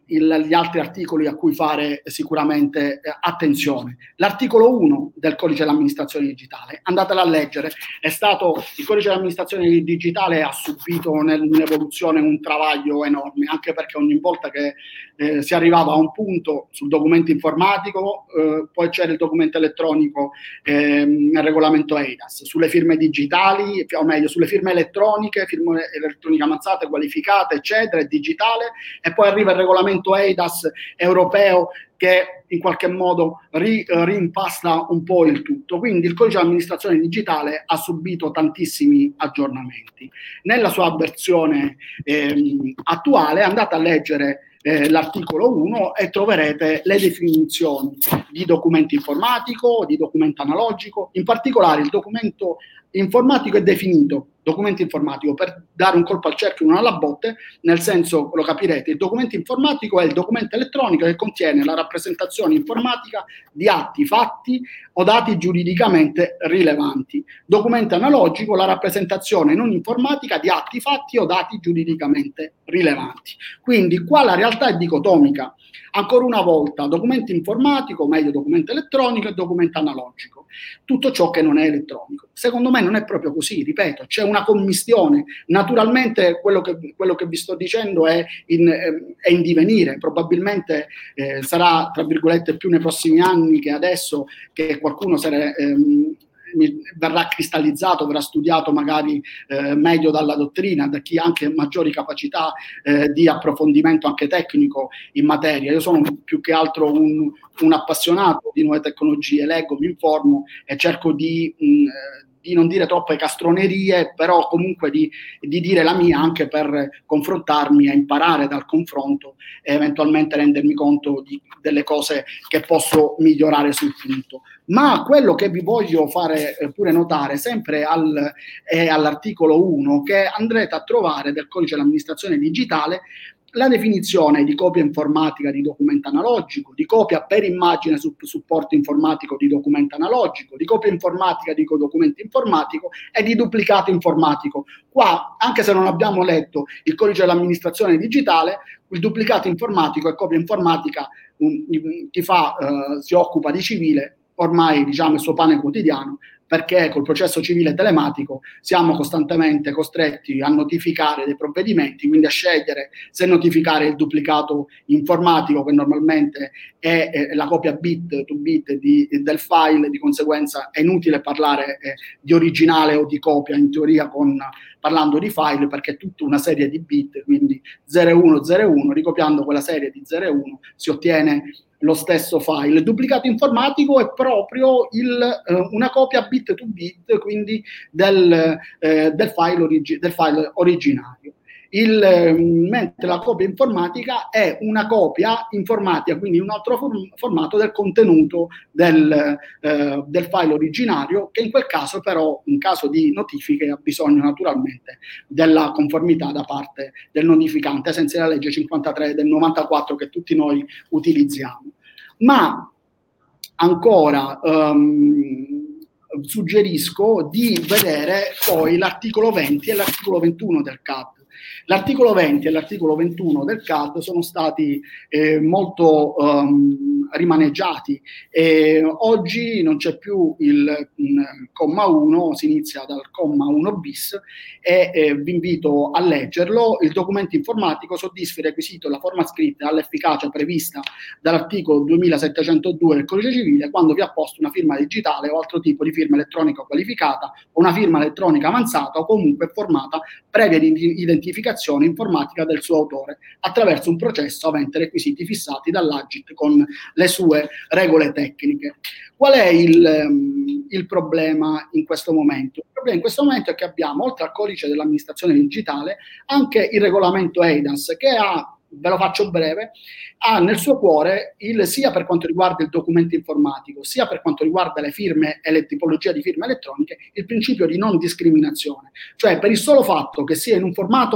il, gli altri articoli a cui fare sicuramente eh, attenzione. L'articolo uno del codice dell'amministrazione digitale, andatela a leggere, è stato, il codice dell'amministrazione digitale ha subito un'evoluzione, un travaglio enorme, anche perché ogni volta che eh, si arrivava a un punto sul documento informatico, eh, poi c'era il documento elettronico eh, nel regolamento E I D A S, sulle firme digitali, o meglio, sulle firme elettroniche, firme elettroniche avanzate, qualificate, eccetera, e digitale, e poi arriva il regolamento E I D A S europeo che in qualche modo ri, rimpasta un po' il tutto. Quindi il codice dell'amministrazione digitale ha subito tantissimi aggiornamenti. Nella sua versione ehm, attuale andate a leggere eh, l'articolo uno e troverete le definizioni di documento informatico, di documento analogico. In particolare il documento informatico è definito documento informatico, per dare un colpo al cerchio, uno alla botte, nel senso, lo capirete, il documento informatico è il documento elettronico che contiene la rappresentazione informatica di atti, fatti o dati giuridicamente rilevanti. Documento analogico, la rappresentazione non informatica di atti, fatti o dati giuridicamente rilevanti. Quindi qua la realtà è dicotomica. Ancora una volta, documento informatico, o meglio documento elettronico e documento analogico. Tutto ciò che non è elettronico. Secondo me non è proprio così, ripeto, c'è una commistione. Naturalmente quello che, quello che vi sto dicendo è in, è in divenire, probabilmente eh, sarà, tra virgolette, più nei prossimi anni che adesso, che qualcuno sarà... Ehm, verrà cristallizzato, verrà studiato magari eh, meglio dalla dottrina, da chi ha anche maggiori capacità eh, di approfondimento anche tecnico in materia. Io sono più che altro un, un appassionato di nuove tecnologie, leggo, mi informo e cerco di... Mh, di non dire troppe castronerie, però comunque di, di dire la mia, anche per confrontarmi e imparare dal confronto e eventualmente rendermi conto di, delle cose che posso migliorare sul punto. Ma quello che vi voglio fare eh, pure notare, sempre al, è all'articolo uno, che andrete a trovare del codice dell'amministrazione digitale, la definizione di copia informatica di documento analogico, di copia per immagine su supporto informatico di documento analogico, di copia informatica di documento informatico e di duplicato informatico. Qua, anche se non abbiamo letto il codice dell'amministrazione digitale, il duplicato informatico e copia informatica, um, chi fa, uh, si occupa di civile, ormai diciamo il suo pane quotidiano, perché col processo civile telematico siamo costantemente costretti a notificare dei provvedimenti, quindi a scegliere se notificare il duplicato informatico, che normalmente è, è la copia bit to bit di, del file, di conseguenza è inutile parlare eh, di originale o di copia, in teoria con, parlando di file, perché è tutta una serie di bit, quindi zero uno zero uno, ricopiando quella serie di zero uno si ottiene lo stesso file. Il duplicato informatico è proprio il, eh, una copia bit to bit, quindi del, eh, del, file, origi- del file originario. Il, eh, mentre la copia informatica è una copia informatica, quindi un altro form- formato del contenuto del, eh, del file originario, che in quel caso però, in caso di notifiche, ha bisogno naturalmente della conformità da parte del notificante, ai sensi della legge cinquantatré del novantaquattro che tutti noi utilizziamo. Ma ancora um, suggerisco di vedere poi l'articolo venti e l'articolo ventuno del C A D. L'articolo venti e l'articolo ventuno del C A D sono stati eh, molto um, rimaneggiati e oggi non c'è più il mh, comma uno, si inizia dal comma uno bis e eh, vi invito a leggerlo. Il documento informatico soddisfa il requisito della forma scritta all'efficacia prevista dall'articolo duemilasettecentodue del Codice Civile quando vi ha posto una firma digitale o altro tipo di firma elettronica qualificata o una firma elettronica avanzata o comunque formata previa identificazione informatica del suo autore attraverso un processo avente requisiti fissati dall'Agit con le sue regole tecniche. Qual è il, um, il problema in questo momento? Il problema in questo momento è che abbiamo, oltre al codice dell'amministrazione digitale, anche il regolamento E I D A S che ha, ve lo faccio breve, ha nel suo cuore, il, sia per quanto riguarda il documento informatico, sia per quanto riguarda le firme e le tipologie di firme elettroniche, il principio di non discriminazione. Cioè, per il solo fatto che sia in un formato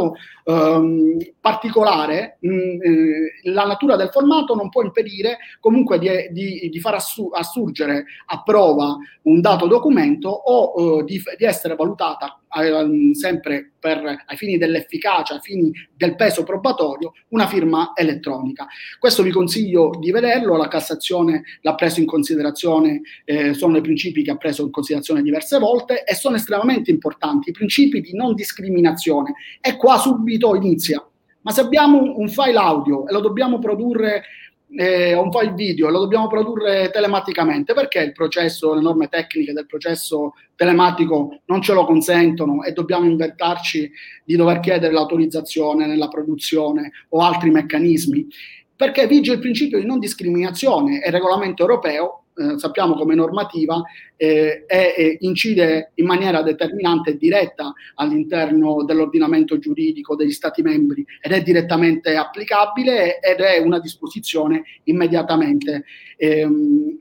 ehm, particolare, mh, eh, la natura del formato non può impedire comunque di, di, di far assu- assurgere a prova un dato documento o eh, di, di essere valutata eh, sempre per, ai fini dell'efficacia, ai fini del peso probatorio, una firma elettronica. Questo vi consiglio di vederlo, la Cassazione l'ha preso in considerazione, eh, sono i principi che ha preso in considerazione diverse volte e sono estremamente importanti, i principi di non discriminazione. E qua subito inizia. Ma se abbiamo un file audio e lo dobbiamo produrre, eh, un file video e lo dobbiamo produrre telematicamente, perché il processo, le norme tecniche del processo telematico non ce lo consentono e dobbiamo inventarci di dover chiedere l'autorizzazione nella produzione o altri meccanismi? Perché vige il principio di non discriminazione e il regolamento europeo, eh, sappiamo come normativa, eh, e, e incide in maniera determinante e diretta all'interno dell'ordinamento giuridico degli Stati membri ed è direttamente applicabile ed è una disposizione immediatamente ehm,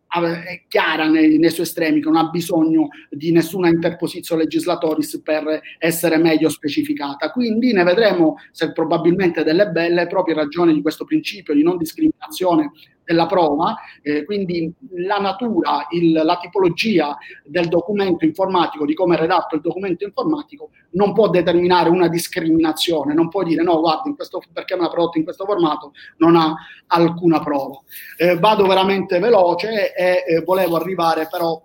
è chiara nei, nei suoi estremi, che non ha bisogno di nessuna interposizio legislatoris per essere meglio specificata. Quindi ne vedremo, se probabilmente delle belle, proprio in ragione di questo principio di non discriminazione della prova, eh, quindi la natura, il, la tipologia del documento informatico, di come è redatto il documento informatico, non può determinare una discriminazione, non può dire no, guarda, in questo, perché me l'ha prodotto in questo formato, non ha alcuna prova. Eh, vado veramente veloce e eh, volevo arrivare però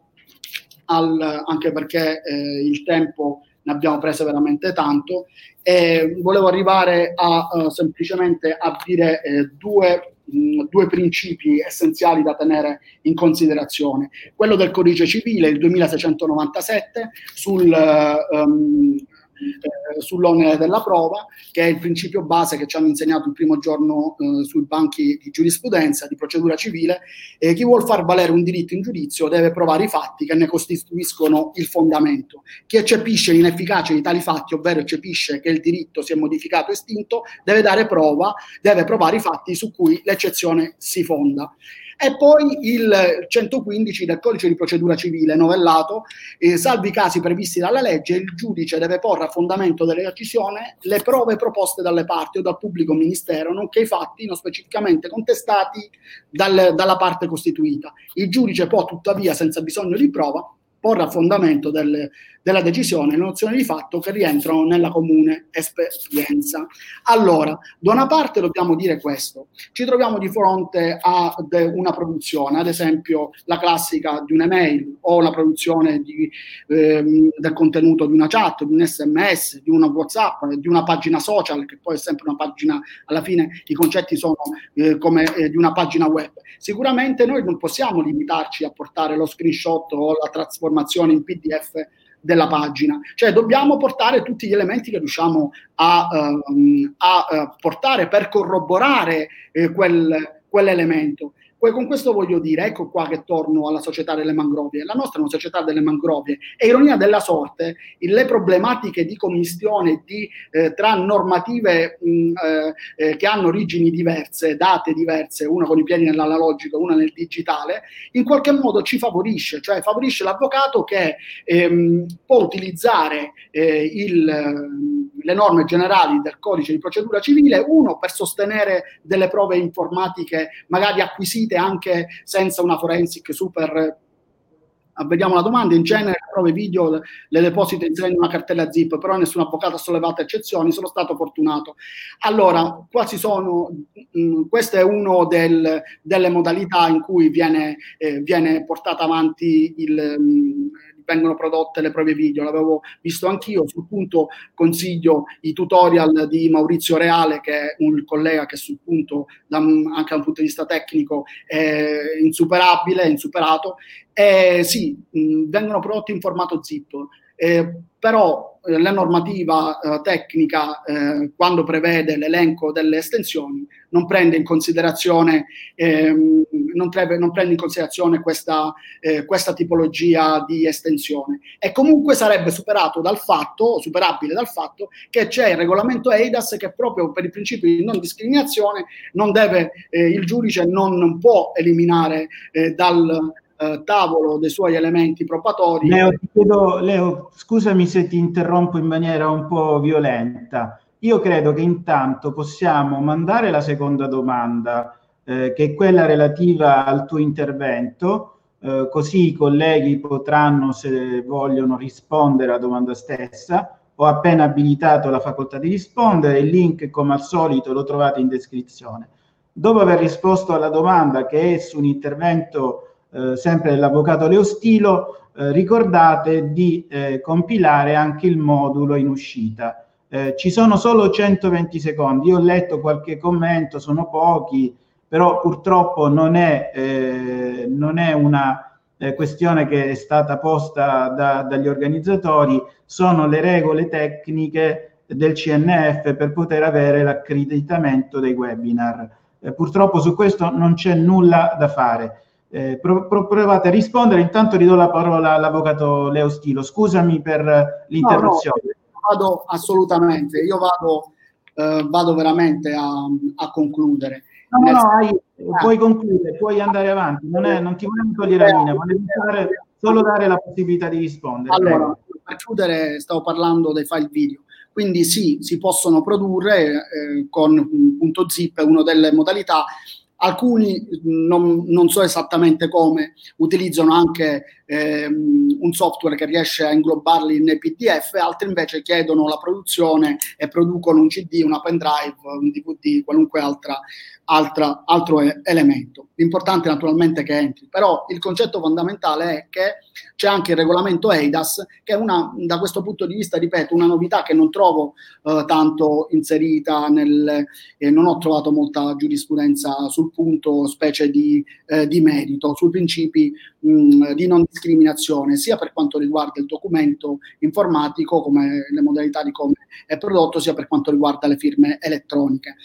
al, anche perché eh, il tempo ne abbiamo preso veramente tanto, e volevo arrivare a uh, semplicemente a dire eh, due due principi essenziali da tenere in considerazione. Quello del codice civile, il duemilaseicentonovantasette, sul, um, eh, sull'onere della prova, che è il principio base che ci hanno insegnato il primo giorno eh, sui banchi di giurisprudenza, di procedura civile. Eh, chi vuol far valere un diritto in giudizio deve provare i fatti che ne costituiscono il fondamento. Chi eccepisce l'inefficacia di tali fatti, ovvero eccepisce che il diritto si è modificato o estinto, deve dare prova, deve provare i fatti su cui l'eccezione si fonda. E poi il centoquindici del codice di procedura civile novellato, eh, salvi i casi previsti dalla legge, il giudice deve porre a fondamento della decisione le prove proposte dalle parti o dal pubblico ministero, nonché i fatti non specificamente contestati dal, dalla parte costituita. Il giudice può tuttavia, senza bisogno di prova, porre a fondamento del, della decisione le nozioni di fatto che rientrano nella comune esperienza. Allora, da una parte dobbiamo dire questo: ci troviamo di fronte a de, una produzione, ad esempio la classica di un'email o la produzione di, ehm, del contenuto di una chat, di un sms, di una WhatsApp, di una pagina social, che poi è sempre una pagina, alla fine i concetti sono eh, come eh, di una pagina web. Sicuramente noi non possiamo limitarci a portare lo screenshot o la trasformazione in P D F della pagina, cioè dobbiamo portare tutti gli elementi che riusciamo a, um, a, a portare per corroborare eh, quel, quell'elemento. Poi con questo voglio dire, ecco qua che torno alla società delle mangrovie. La nostra è una società delle mangrovie e, ironia della sorte, le problematiche di commistione di, eh, tra normative mh, eh, eh, che hanno origini diverse, date diverse, una con i piedi nell'analogico, una nel digitale, in qualche modo ci favorisce, cioè favorisce l'avvocato che ehm, può utilizzare eh, il, le norme generali del codice di procedura civile, uno per sostenere delle prove informatiche magari acquisite anche senza una forensic super. Vediamo la domanda. In genere le prove video le deposito inserendo una cartella zip, però nessun avvocato ha sollevato eccezioni, sono stato fortunato. Allora, qua ci sono, mh, questa è una del, delle modalità in cui viene, eh, viene portata avanti il mh, vengono prodotte le prove video, l'avevo visto anch'io. Sul punto consiglio i tutorial di Maurizio Reale, che è un collega che sul punto, da, anche da un punto di vista tecnico, è insuperabile, è insuperato. Eh, sì, mh, vengono prodotti in formato zip, eh, però eh, la normativa eh, tecnica, eh, quando prevede l'elenco delle estensioni, non prende in considerazione, ehm, non, preve, non prende in considerazione questa, eh, questa tipologia di estensione, e comunque sarebbe superato dal fatto, superabile dal fatto che c'è il regolamento E I D A S che proprio per il principio di non discriminazione non deve, eh, il giudice non, non può eliminare eh, dal Eh, tavolo dei suoi elementi probatori. Leo, ti chiedo, Leo, scusami se ti interrompo in maniera un po' violenta. io credo che intanto possiamo mandare la seconda domanda, eh, che è quella relativa al tuo intervento, eh, così i colleghi potranno, se vogliono, rispondere alla domanda stessa. Ho appena abilitato la facoltà di rispondere, il link come al solito lo trovate in descrizione. Dopo aver risposto alla domanda, che è su un intervento eh, sempre dell'avvocato Leo Stilo, eh, ricordate di eh, compilare anche il modulo in uscita. Eh, ci sono solo centoventi secondi, io ho letto qualche commento, sono pochi, però purtroppo non è, eh, non è una eh, questione che è stata posta da, dagli organizzatori, sono le regole tecniche del C N F per poter avere l'accreditamento dei webinar. Eh, purtroppo su questo non c'è nulla da fare. Eh, pro, pro, provate a rispondere, intanto ridò la parola all'avvocato Leo Stilo. Scusami per l'interruzione. No, no, vado assolutamente, io vado, eh, vado veramente a, a concludere. No, no, no, hai, puoi concludere, puoi andare avanti, non, è, non ti volevo togliere la linea, volevo dare, solo dare la possibilità di rispondere. Allora, prego. Per chiudere, stavo parlando dei file video, quindi sì, si possono produrre eh, con punto zip, è una delle modalità. Alcuni, non, non so esattamente come, utilizzano anche ehm, un software che riesce a inglobarli in P D F, altri invece chiedono la produzione e producono un C D, una pendrive, un D V D, qualunque altra, altra, altro elemento. L'importante naturalmente è che entri, però il concetto fondamentale è che c'è anche il regolamento E I D A S, che è una, da questo punto di vista, ripeto, una novità che non trovo eh, tanto inserita nel, eh, non ho trovato molta giurisprudenza sul punto, specie di, eh, di merito, sui principi mh, di non discriminazione, sia per quanto riguarda il documento informatico, come le modalità di come è prodotto, sia per quanto riguarda le firme elettroniche.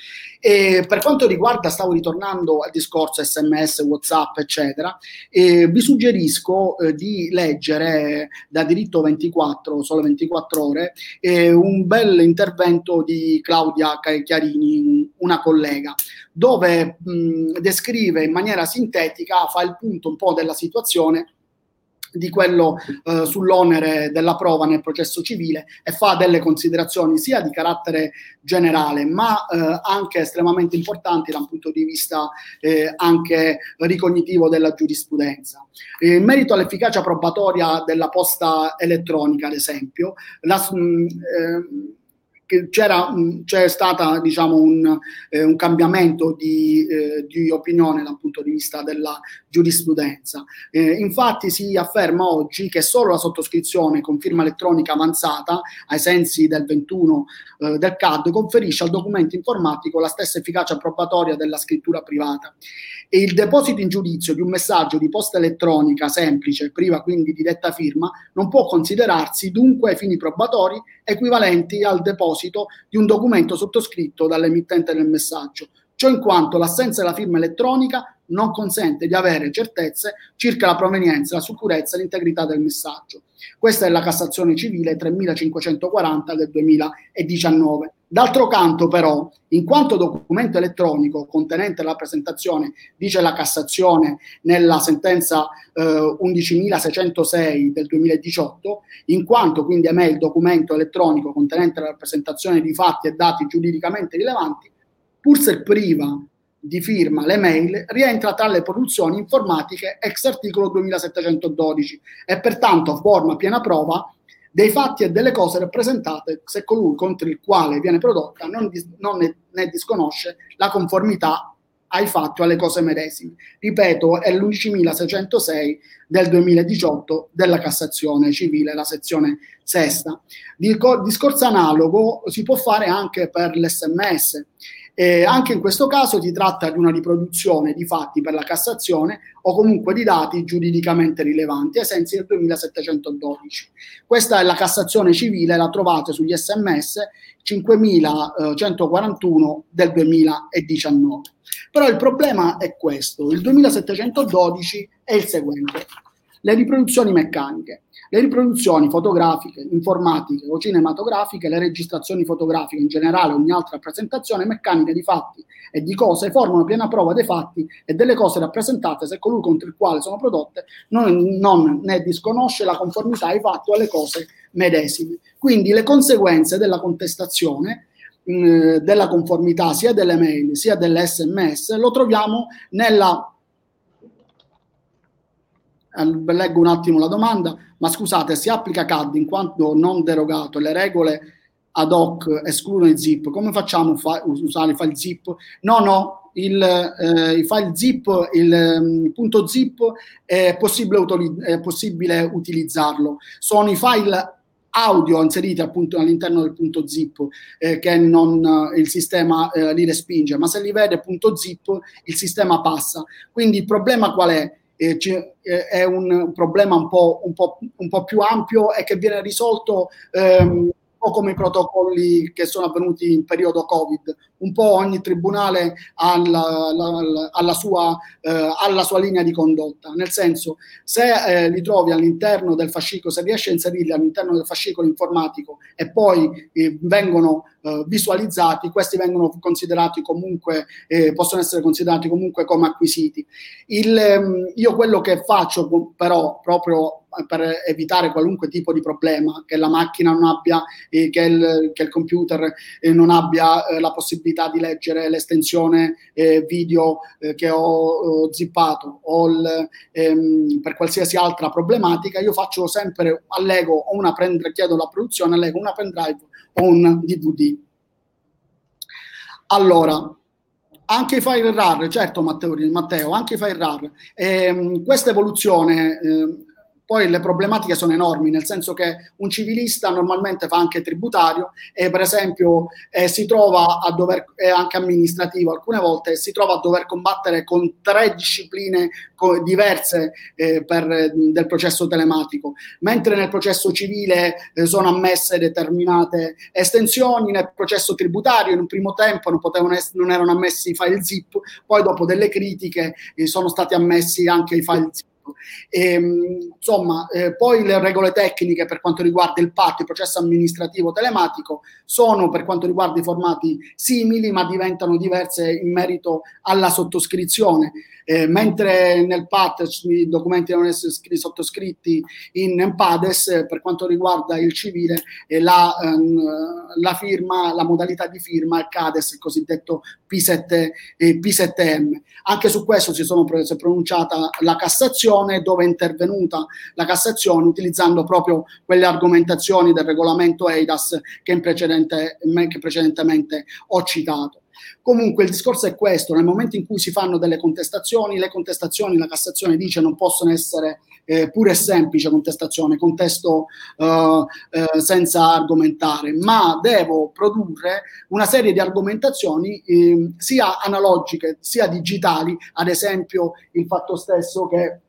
E per quanto riguarda, stavo ritornando al discorso S M S, WhatsApp, eccetera, eh, vi suggerisco eh, di leggere da Diritto ventiquattro, Sole ventiquattro Ore, eh, un bel intervento di Claudia Chiarini, una collega, dove mh, descrive in maniera sintetica, fa il punto un po' della situazione di quello eh, sull'onere della prova nel processo civile e fa delle considerazioni sia di carattere generale ma eh, anche estremamente importanti da un punto di vista eh, anche ricognitivo della giurisprudenza. Eh, in merito all'efficacia probatoria della posta elettronica, ad esempio, la, mh, eh, C'era, c'è stata diciamo un, eh, un cambiamento di, eh, di opinione dal punto di vista della giurisprudenza. Eh, infatti si afferma oggi che solo la sottoscrizione con firma elettronica avanzata ai sensi del ventuno eh, del C A D conferisce al documento informatico la stessa efficacia probatoria della scrittura privata. E il deposito in giudizio di un messaggio di posta elettronica semplice, priva quindi di detta firma, non può considerarsi dunque ai fini probatori equivalenti al deposito di un documento sottoscritto dall'emittente del messaggio. Ciò in quanto l'assenza della firma elettronica non consente di avere certezze circa la provenienza, la sicurezza e l'integrità del messaggio. Questa è la Cassazione civile tremilacinquecentoquaranta del duemiladiciannove. D'altro canto, però, in quanto documento elettronico contenente la rappresentazione, dice la Cassazione nella sentenza eh, undicimilaseicentosei del duemiladiciotto, in quanto quindi è il documento elettronico contenente la rappresentazione di fatti e dati giuridicamente rilevanti, pur se priva di firma l'email, rientra tra le produzioni informatiche ex articolo duemilasettecentododici e pertanto forma piena prova dei fatti e delle cose rappresentate se colui contro il quale viene prodotta non, dis- non ne, ne disconosce la conformità ai fatti o alle cose medesime. Ripeto, è l'undicimilaseicentosei del duemiladiciotto della Cassazione civile, la sezione sesta. Discorso analogo si può fare anche per l'esse emme esse. Eh, anche in questo caso si tratta di una riproduzione di fatti per la Cassazione o comunque di dati giuridicamente rilevanti ai sensi del duemilasettecentododici. Questa è la Cassazione civile, la trovate sugli esse emme esse cinquemilacentoquarantuno del duemiladiciannove. Però il problema è questo, il duemilasettecentododici è il seguente: le riproduzioni meccaniche. Le riproduzioni fotografiche, informatiche o cinematografiche, le registrazioni fotografiche in generale, ogni altra rappresentazione meccanica di fatti e di cose formano piena prova dei fatti e delle cose rappresentate se colui contro il quale sono prodotte non, non ne disconosce la conformità ai fatti o alle cose medesime. Quindi le conseguenze della contestazione mh, della conformità sia delle mail sia delle sms lo troviamo nella... Leggo un attimo la domanda, ma scusate, si applica C A D in quanto non derogato, le regole ad hoc escludono i zip, come facciamo a usare i file zip? No, no, il, eh, i file zip, il um, punto zip è possibile, è possibile utilizzarlo, sono i file audio inseriti appunto all'interno del punto zip eh, che non eh, il sistema eh, li respinge, ma se li vede punto zip il sistema passa. Quindi il problema qual è? Eh, eh, è un problema un po', un, po', un po' più ampio e che viene risolto ehm, un po' come i protocolli che sono avvenuti in periodo Covid. Un po' ogni tribunale ha la, la, alla, sua, eh, alla sua linea di condotta, nel senso, se eh, li trovi all'interno del fascicolo, se riesci a inserirli all'interno del fascicolo informatico e poi eh, vengono eh, visualizzati, questi vengono considerati comunque, eh, possono essere considerati comunque come acquisiti. Il, ehm, io quello che faccio però, proprio per evitare qualunque tipo di problema, che la macchina non abbia, eh, che, il, che il computer eh, non abbia eh, la possibilità di leggere l'estensione eh, video eh, che ho, ho zippato o il, ehm, per qualsiasi altra problematica, io faccio sempre, allego o una pendrive, chiedo la produzione, allego una pendrive o un D V D. Allora, anche i file RAR, certo Matteo, Matteo anche i file RAR, ehm, questa evoluzione ehm, poi le problematiche sono enormi, nel senso che un civilista normalmente fa anche tributario e per esempio eh, si trova a dover, è anche amministrativo, alcune volte si trova a dover combattere con tre discipline co- diverse eh, per, eh, del processo telematico, mentre nel processo civile eh, sono ammesse determinate estensioni, nel processo tributario in un primo tempo non, potevano ess- non erano ammessi i file zip, poi dopo delle critiche eh, sono stati ammessi anche i file zip. E, insomma, eh, poi le regole tecniche per quanto riguarda il P A T, il processo amministrativo telematico, sono per quanto riguarda i formati simili, ma diventano diverse in merito alla sottoscrizione. Eh, mentre nel P A T i documenti devono essere sottoscritti in PADES, eh, per quanto riguarda il civile, eh, la, ehm, la firma, la modalità di firma, il CADES, il cosiddetto P sette M. Anche su questo si, sono, si è pronunciata la Cassazione, dove è intervenuta la Cassazione utilizzando proprio quelle argomentazioni del regolamento E I D A S che, in precedente, che precedentemente ho citato. Comunque il discorso è questo: nel momento in cui si fanno delle contestazioni, le contestazioni, la Cassazione dice, non possono essere eh, pure e semplice contestazione, contesto eh, eh, senza argomentare, ma devo produrre una serie di argomentazioni eh, sia analogiche sia digitali, ad esempio il fatto stesso che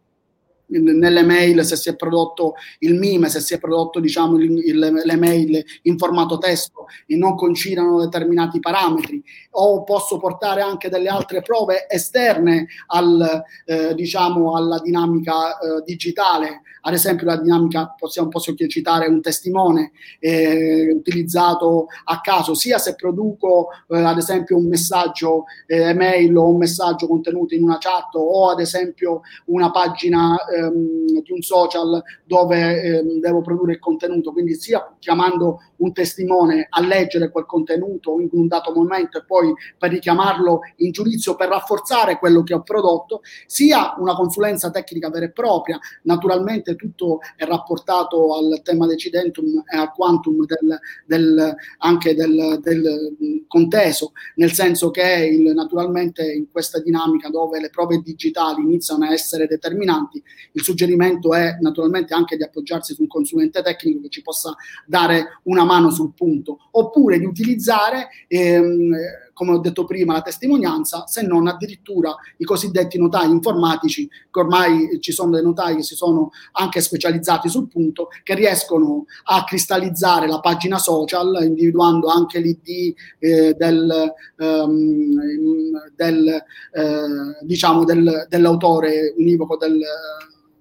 nelle mail, se si è prodotto il mime, se si è prodotto diciamo il, il, le mail in formato testo e non coincidono determinati parametri, o posso portare anche delle altre prove esterne al, eh, diciamo alla dinamica eh, digitale, ad esempio la dinamica, possiamo, posso citare un testimone eh, utilizzato a caso, sia se produco eh, ad esempio un messaggio eh, email o un messaggio contenuto in una chat, o ad esempio una pagina eh, di un social dove eh, devo produrre il contenuto, quindi sia chiamando un testimone a leggere quel contenuto in un dato momento e poi per richiamarlo in giudizio per rafforzare quello che ho prodotto, sia una consulenza tecnica vera e propria. Naturalmente tutto è rapportato al tema decidentum e al quantum del, del, anche del, del conteso, nel senso che il, naturalmente in questa dinamica dove le prove digitali iniziano a essere determinanti, il suggerimento è naturalmente anche di appoggiarsi su un consulente tecnico che ci possa dare una mano sul punto, oppure di utilizzare, ehm, come ho detto prima, la testimonianza, se non addirittura i cosiddetti notai informatici, che ormai ci sono dei notai che si sono anche specializzati sul punto, che riescono a cristallizzare la pagina social, individuando anche l'I D eh, del, ehm, del, eh, diciamo del, dell'autore univoco del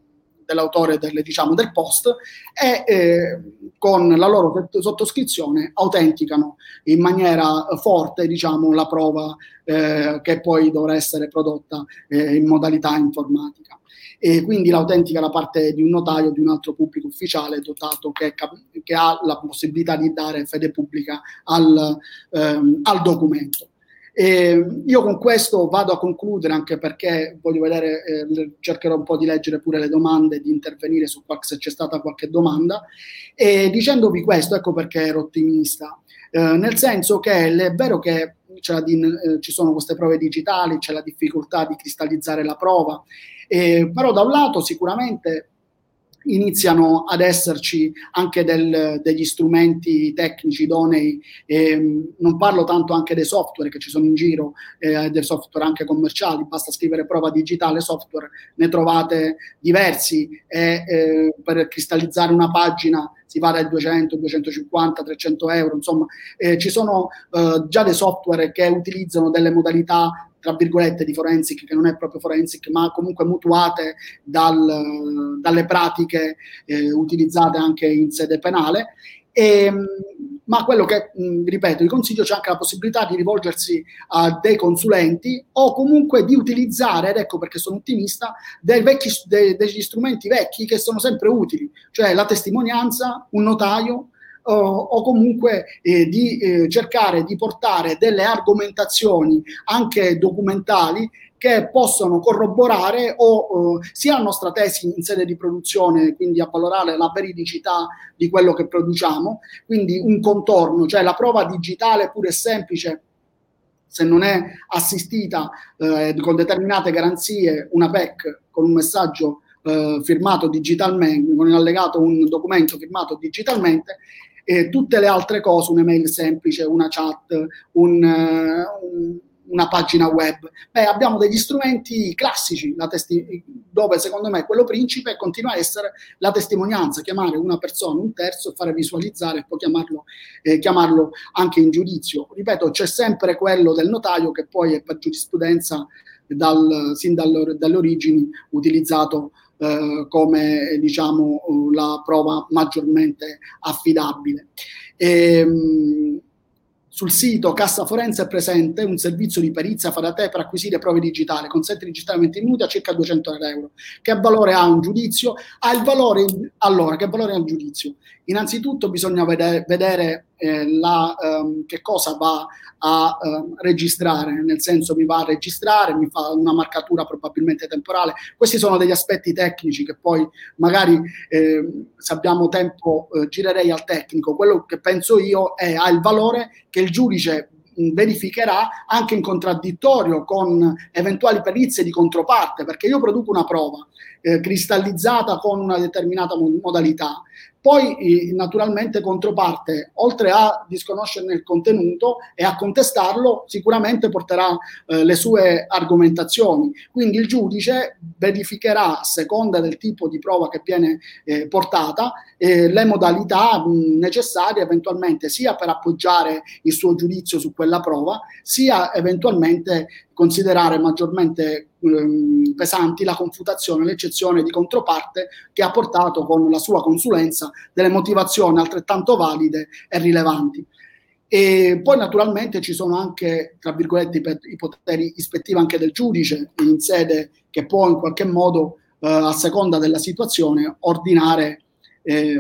dell'autore del, diciamo, del post e eh, con la loro sottoscrizione autenticano in maniera forte, diciamo, la prova eh, che poi dovrà essere prodotta eh, in modalità informatica. E quindi l'autentica da parte di un notaio o di un altro pubblico ufficiale dotato che, che ha la possibilità di dare fede pubblica al, ehm, al documento. E io con questo vado a concludere, anche perché voglio vedere, eh, cercherò un po' di leggere pure le domande, di intervenire su qualche, se c'è stata qualche domanda, e dicendovi questo, ecco perché ero ottimista, eh, nel senso che è vero che c'è di, eh, ci sono queste prove digitali, c'è la difficoltà di cristallizzare la prova, eh, però da un lato sicuramente iniziano ad esserci anche del, degli strumenti tecnici idonei, eh, non parlo tanto anche dei software che ci sono in giro, eh, dei software anche commerciali, basta scrivere prova digitale software, ne trovate diversi, e eh, per cristallizzare una pagina si va dai duecento, duecentocinquanta, trecento euro, insomma eh, ci sono eh, già dei software che utilizzano delle modalità tra virgolette di forensic, che non è proprio forensic, ma comunque mutuate dal, dalle pratiche eh, utilizzate anche in sede penale. E, ma quello che, mh, ripeto, vi consiglio, c'è anche la possibilità di rivolgersi a dei consulenti o comunque di utilizzare, ed ecco perché sono ottimista, dei vecchi, de, degli strumenti vecchi che sono sempre utili, cioè la testimonianza, un notaio, O, o comunque eh, di eh, cercare di portare delle argomentazioni anche documentali che possono corroborare o eh, sia la nostra tesi in sede di produzione, quindi avvalorare la veridicità di quello che produciamo, quindi un contorno, cioè la prova digitale pure e semplice, se non è assistita eh, con determinate garanzie, una P E C con un messaggio eh, firmato digitalmente, con in allegato un documento firmato digitalmente, e tutte le altre cose, un'email semplice, una chat, un, un, una pagina web. Beh, abbiamo degli strumenti classici, la testi- dove secondo me quello principe continua a essere la testimonianza, chiamare una persona, un terzo, fare visualizzare e poi chiamarlo, eh, chiamarlo anche in giudizio. Ripeto, c'è sempre quello del notaio che poi è per giurisprudenza dal, sin dal, dalle origini utilizzato Eh, come diciamo la prova maggiormente affidabile. E, mh, sul sito Cassa Forense è presente un servizio di perizia fa da te per acquisire prove digitali, consente di digitare venti minuti a circa duecento euro. Che valore ha un giudizio? Ha il valore, allora, che valore ha un giudizio? Innanzitutto bisogna vedere, vedere eh, la, um, che cosa va a uh, registrare, nel senso mi va a registrare, mi fa una marcatura probabilmente temporale. Questi sono degli aspetti tecnici che poi magari eh, se abbiamo tempo eh, girerei al tecnico. Quello che penso io è ha il valore che il giudice verificherà anche in contraddittorio con eventuali perizie di controparte, perché io produco una prova eh, cristallizzata con una determinata modalità, poi eh, naturalmente controparte, oltre a disconoscerne il contenuto e a contestarlo, sicuramente porterà eh, le sue argomentazioni, quindi il giudice verificherà a seconda del tipo di prova che viene eh, portata eh, le modalità mh, necessarie eventualmente sia per appoggiare il suo giudizio su quella prova, sia eventualmente considerare maggiormente ehm, pesanti la confutazione, l'eccezione di controparte che ha portato con la sua consulenza delle motivazioni altrettanto valide e rilevanti. E poi naturalmente ci sono anche, tra virgolette, i poteri ispettivi anche del giudice in sede che può in qualche modo, eh, a seconda della situazione, ordinare eh,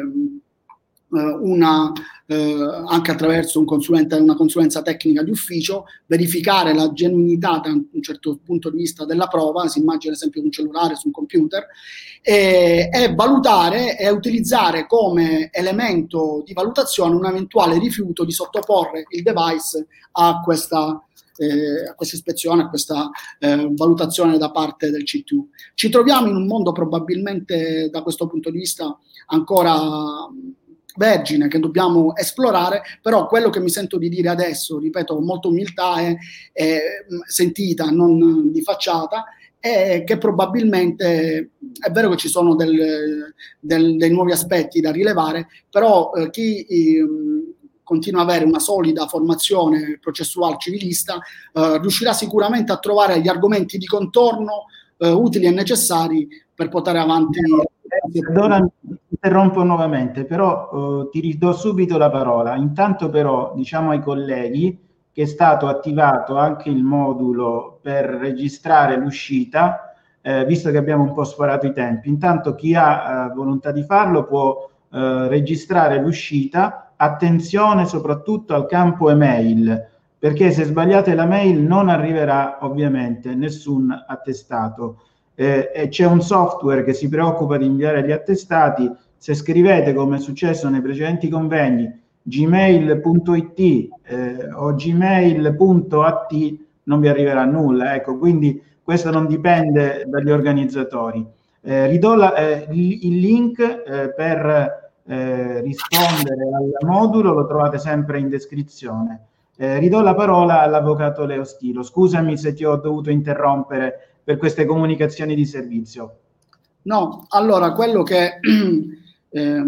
una eh, anche attraverso un consulente, una consulenza tecnica di ufficio, verificare la genuinità da un certo punto di vista della prova, si immagina ad esempio su un cellulare, su un computer, e, e valutare e utilizzare come elemento di valutazione un eventuale rifiuto di sottoporre il device a questa Eh, a questa ispezione, a questa eh, valutazione da parte del C T U. Ci troviamo in un mondo probabilmente da questo punto di vista ancora vergine che dobbiamo esplorare, però quello che mi sento di dire adesso, ripeto con molta umiltà, è, è sentita, non di facciata, è che probabilmente è vero che ci sono del, del, dei nuovi aspetti da rilevare, però eh, chi eh, continua ad avere una solida formazione processuale civilista, eh, riuscirà sicuramente a trovare gli argomenti di contorno eh, utili e necessari per portare avanti Perdona, interrompo nuovamente, però eh, ti ridò subito la parola. Intanto però diciamo ai colleghi che è stato attivato anche il modulo per registrare l'uscita, eh, visto che abbiamo un po' sforato i tempi. Intanto chi ha eh, volontà di farlo può eh, registrare l'uscita. Attenzione soprattutto al campo email, perché se sbagliate la mail non arriverà ovviamente nessun attestato. Eh, e c'è un software che si preoccupa di inviare gli attestati. Se scrivete, come è successo nei precedenti convegni, gmail punto it eh, o gmail punto at non vi arriverà nulla. Ecco, quindi questo non dipende dagli organizzatori. Eh, ridò la, eh, il, il link eh, per eh, rispondere al modulo, lo trovate sempre in descrizione. Eh, ridò la parola all'avvocato Leo Stilo. Scusami se ti ho dovuto interrompere per queste comunicazioni di servizio. No, allora quello che eh,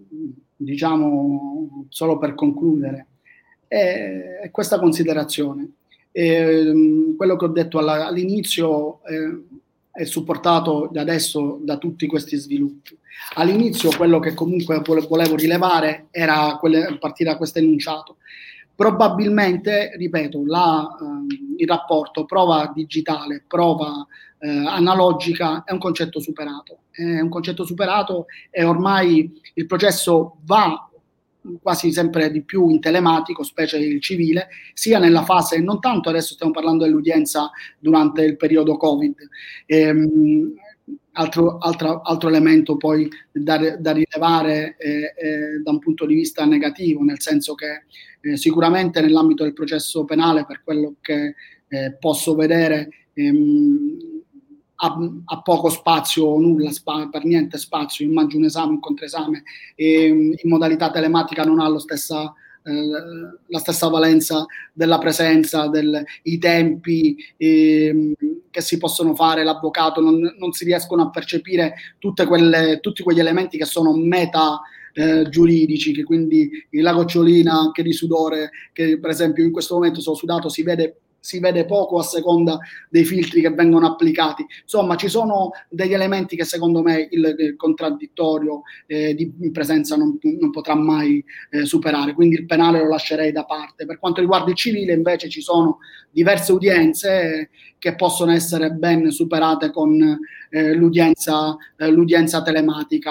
diciamo, solo per concludere, è, è questa considerazione. Eh, quello che ho detto alla, all'inizio eh, è supportato da adesso da tutti questi sviluppi. All'inizio quello che comunque volevo rilevare era quelle, partire da questo enunciato. Probabilmente, ripeto, la, eh, il rapporto prova digitale, prova eh, analogica è un concetto superato. È un concetto superato e ormai il processo va quasi sempre di più in telematico, specie il civile, sia nella fase, non tanto adesso stiamo parlando dell'udienza durante il periodo Covid, ehm, altro, altro, altro elemento poi da, da rilevare eh, eh, da un punto di vista negativo, nel senso che eh, sicuramente nell'ambito del processo penale, per quello che eh, posso vedere, ehm, ha, ha poco spazio o nulla, spa, per niente spazio. Immagino un esame, un controesame e in modalità telematica non ha lo stessa, eh, la stessa valenza della presenza, del, i tempi eh, che si possono fare, l'avvocato, non, non si riescono a percepire tutte quelle, tutti quegli elementi che sono meta Eh, giuridici, che quindi la gocciolina anche di sudore, che per esempio in questo momento sono sudato, si vede, si vede poco a seconda dei filtri che vengono applicati. Insomma, ci sono degli elementi che secondo me il, il contraddittorio eh, di presenza non, non potrà mai eh, superare, quindi il penale lo lascerei da parte. Per quanto riguarda il civile invece ci sono diverse udienze eh, che possono essere ben superate con eh, l'udienza, eh, l'udienza telematica,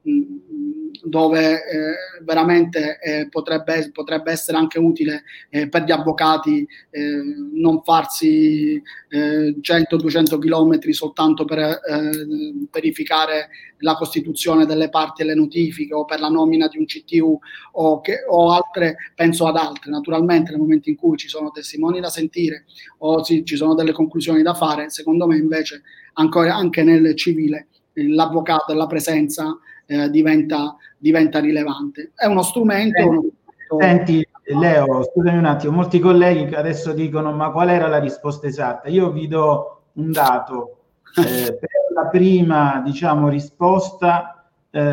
dove eh, veramente eh, potrebbe, potrebbe essere anche utile eh, per gli avvocati eh, non farsi eh, cento duecento chilometri soltanto per eh, verificare la costituzione delle parti e le notifiche, o per la nomina di un C T U o, che, o altre, penso ad altre. Naturalmente nel momento in cui ci sono testimoni da sentire o ci, ci sono delle conclusioni da fare, secondo me invece ancora, anche nel civile l'avvocato e la presenza Eh, diventa, diventa rilevante. È uno strumento. Senti, uno... senti Leo, scusami un attimo, molti colleghi adesso dicono ma qual era la risposta esatta? Io vi do un dato. Eh, per la prima, diciamo, risposta,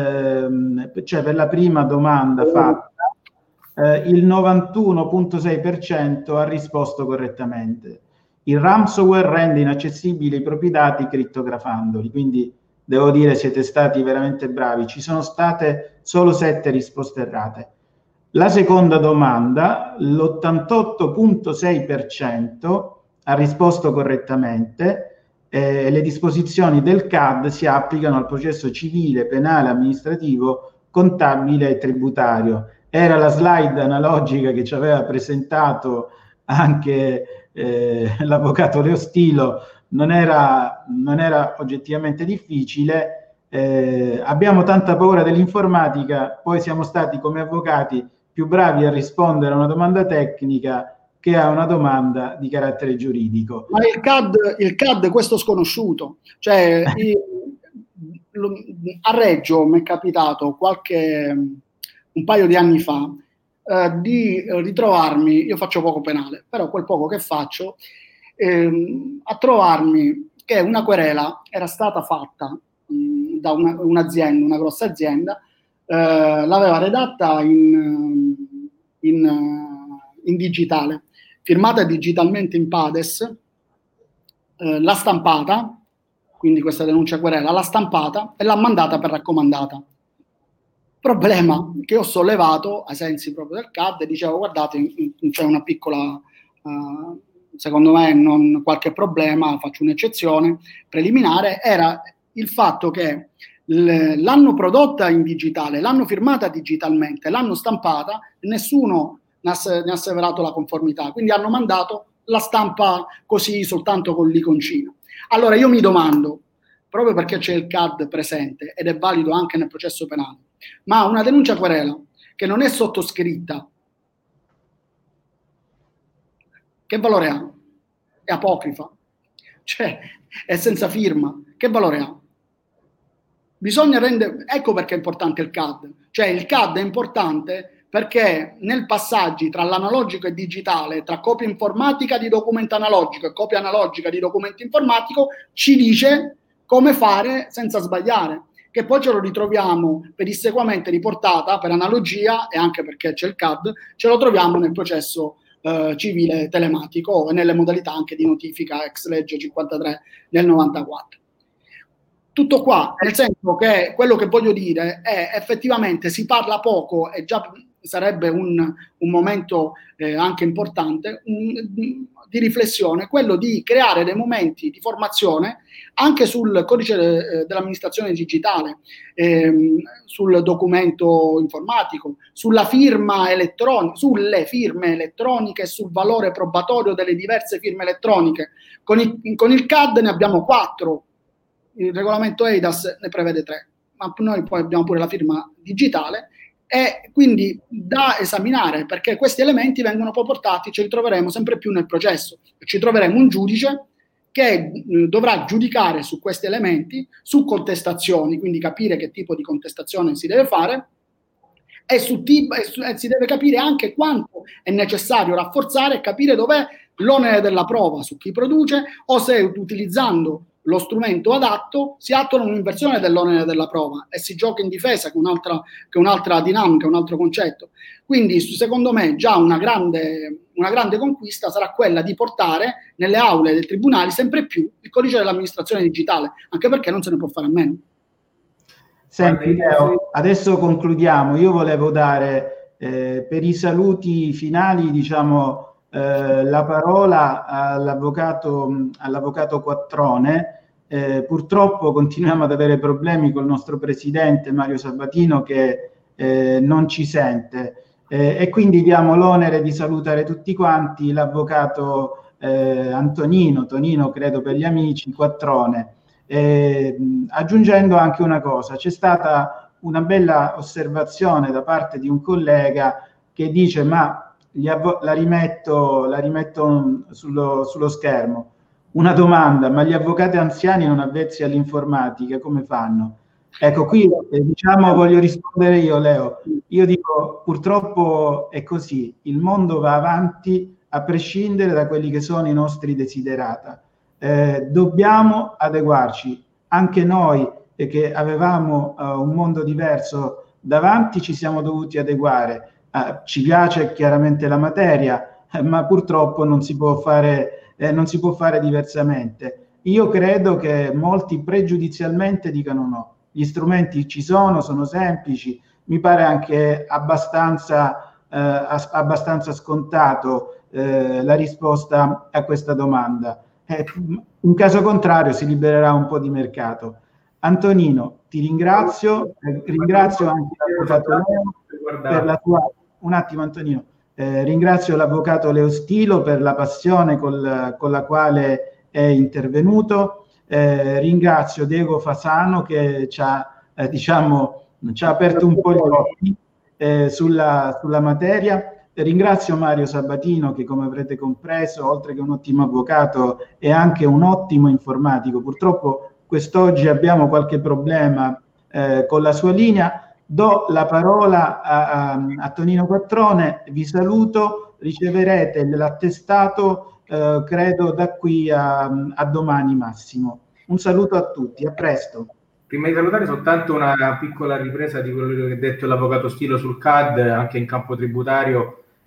ehm, cioè per la prima domanda fatta, eh, il novantuno virgola sei per cento ha risposto correttamente. Il ransomware rende inaccessibili i propri dati crittografandoli, quindi devo dire siete stati veramente bravi. Ci sono state solo sette risposte errate. La seconda domanda, l'ottantotto virgola sei per cento ha risposto correttamente. Eh, le disposizioni del C A D si applicano al processo civile, penale, amministrativo, contabile e tributario. Era la slide analogica che ci aveva presentato anche eh, l'avvocato Leo Stilo. Non era, non era oggettivamente difficile. Eh, abbiamo tanta paura dell'informatica, poi siamo stati come avvocati più bravi a rispondere a una domanda tecnica che a una domanda di carattere giuridico. Ma il C A D, il C A D questo sconosciuto, cioè il, lo, a Reggio mi è capitato qualche un paio di anni fa eh, di ritrovarmi, io faccio poco penale, però quel poco che faccio, ehm, a trovarmi che una querela era stata fatta mh, da una, un'azienda, una grossa azienda, eh, l'aveva redatta in, in, in digitale, firmata digitalmente in P A D E S, eh, l'ha stampata quindi questa denuncia querela, l'ha stampata e l'ha mandata per raccomandata. Problema che ho sollevato ai sensi proprio del C A D, e dicevo guardate, c'è una piccola, uh, secondo me non qualche problema, faccio un'eccezione preliminare, era il fatto che l'hanno prodotta in digitale, l'hanno firmata digitalmente, l'hanno stampata e nessuno ne ha, ne ha asseverato la conformità, quindi hanno mandato la stampa così soltanto con l'iconcina. Allora io mi domando, proprio perché c'è il C A D presente ed è valido anche nel processo penale, ma una denuncia querela che non è sottoscritta, che valore ha? È apocrifa, cioè è senza firma, che valore ha? Bisogna rendere, ecco perché è importante il C A D, cioè il C A D è importante perché nel passaggi tra l'analogico e digitale, tra copia informatica di documento analogico e copia analogica di documento informatico, ci dice come fare senza sbagliare, che poi ce lo ritroviamo pedissequamente riportata per analogia, e anche perché c'è il C A D, ce lo troviamo nel processo eh, civile telematico e nelle modalità anche di notifica ex legge cinquantatré del novantaquattro. Tutto qua, nel senso che quello che voglio dire è effettivamente si parla poco e già sarebbe un, un momento eh, anche importante un, di riflessione, quello di creare dei momenti di formazione anche sul codice eh, dell'amministrazione digitale, ehm, sul documento informatico, sulla firma elettronica, sulle firme elettroniche e sul valore probatorio delle diverse firme elettroniche. Con il, con il C A D ne abbiamo quattro. Il regolamento E I D A S ne prevede tre, ma noi poi abbiamo pure la firma digitale, e quindi da esaminare, perché questi elementi vengono poi portati, ci ritroveremo sempre più nel processo, ci troveremo un giudice che eh, dovrà giudicare su questi elementi, su contestazioni, quindi capire che tipo di contestazione si deve fare, e, su tipo, e, su, e si deve capire anche quanto è necessario rafforzare e capire dov'è l'onere della prova su chi produce, o se utilizzando lo strumento adatto si attua un'inversione dell'onere della prova e si gioca in difesa, che è un'altra, che è un'altra dinamica, un altro concetto. Quindi secondo me già una grande, una grande conquista sarà quella di portare nelle aule dei tribunali sempre più il codice dell'amministrazione digitale, anche perché non se ne può fare a meno. Senti Leo, adesso concludiamo. Io volevo dare eh, per i saluti finali, diciamo, Eh, la parola all'avvocato, all'avvocato Quattrone. Eh, purtroppo continuiamo ad avere problemi col nostro presidente Mario Sabatino che eh, non ci sente eh, e quindi diamo l'onere di salutare tutti quanti l'avvocato eh, Antonino, Tonino credo per gli amici, Quattrone, eh, aggiungendo anche una cosa: c'è stata una bella osservazione da parte di un collega che dice ma la rimetto, la rimetto sullo, sullo schermo. Una domanda: ma gli avvocati anziani non avvezzi all'informatica come fanno? Ecco, qui eh, diciamo voglio rispondere io, Leo. Io dico purtroppo è così, il mondo va avanti a prescindere da quelli che sono i nostri desiderata. Eh, dobbiamo adeguarci. Anche noi eh, che avevamo uh, un mondo diverso davanti ci siamo dovuti adeguare. Uh, ci piace chiaramente la materia, eh, ma purtroppo non si può fare, eh, non si può fare diversamente. Io credo che molti pregiudizialmente dicano no. Gli strumenti ci sono, sono semplici, mi pare anche abbastanza, eh, as- abbastanza scontato eh, la risposta a questa domanda. Eh, in caso contrario si libererà un po' di mercato. Antonino, ti ringrazio, eh, ringrazio anche l'avvocato Leo per la tua... Un attimo Antonino, eh, ringrazio l'avvocato Leo Stilo per la passione col, con la quale è intervenuto, eh, ringrazio Diego Fasano che ci ha, eh, diciamo, ci ha aperto un po' gli occhi eh, sulla, sulla materia, ringrazio Mario Sabatino che, come avrete compreso, oltre che un ottimo avvocato è anche un ottimo informatico. Purtroppo quest'oggi abbiamo qualche problema eh, con la sua linea. Do la parola a, a, a Tonino Quattrone, vi saluto, riceverete l'attestato eh, credo da qui a, a domani massimo. Un saluto a tutti, a presto. Prima di salutare soltanto una piccola ripresa di quello che ha detto l'avvocato Stilo sul C A D, anche in campo tributario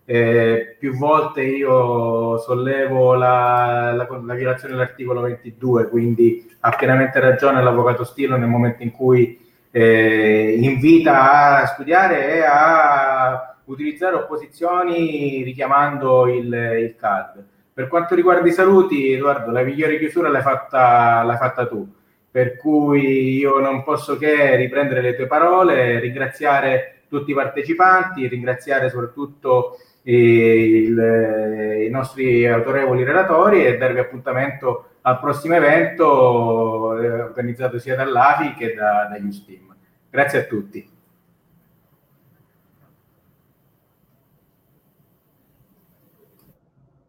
Eh, più volte io sollevo la, la, la violazione dell'articolo ventidue, quindi ha pienamente ragione l'avvocato Stillo nel momento in cui eh, invita a studiare e a utilizzare opposizioni richiamando il, il C A D. Per quanto riguarda i saluti, Edoardo, la migliore chiusura l'hai fatta, l'hai fatta tu, per cui io non posso che riprendere le tue parole, ringraziare tutti i partecipanti, ringraziare soprattutto il, i nostri autorevoli relatori e darvi appuntamento al prossimo evento eh, organizzato sia dall'A F I che da, da Justim. Grazie a tutti.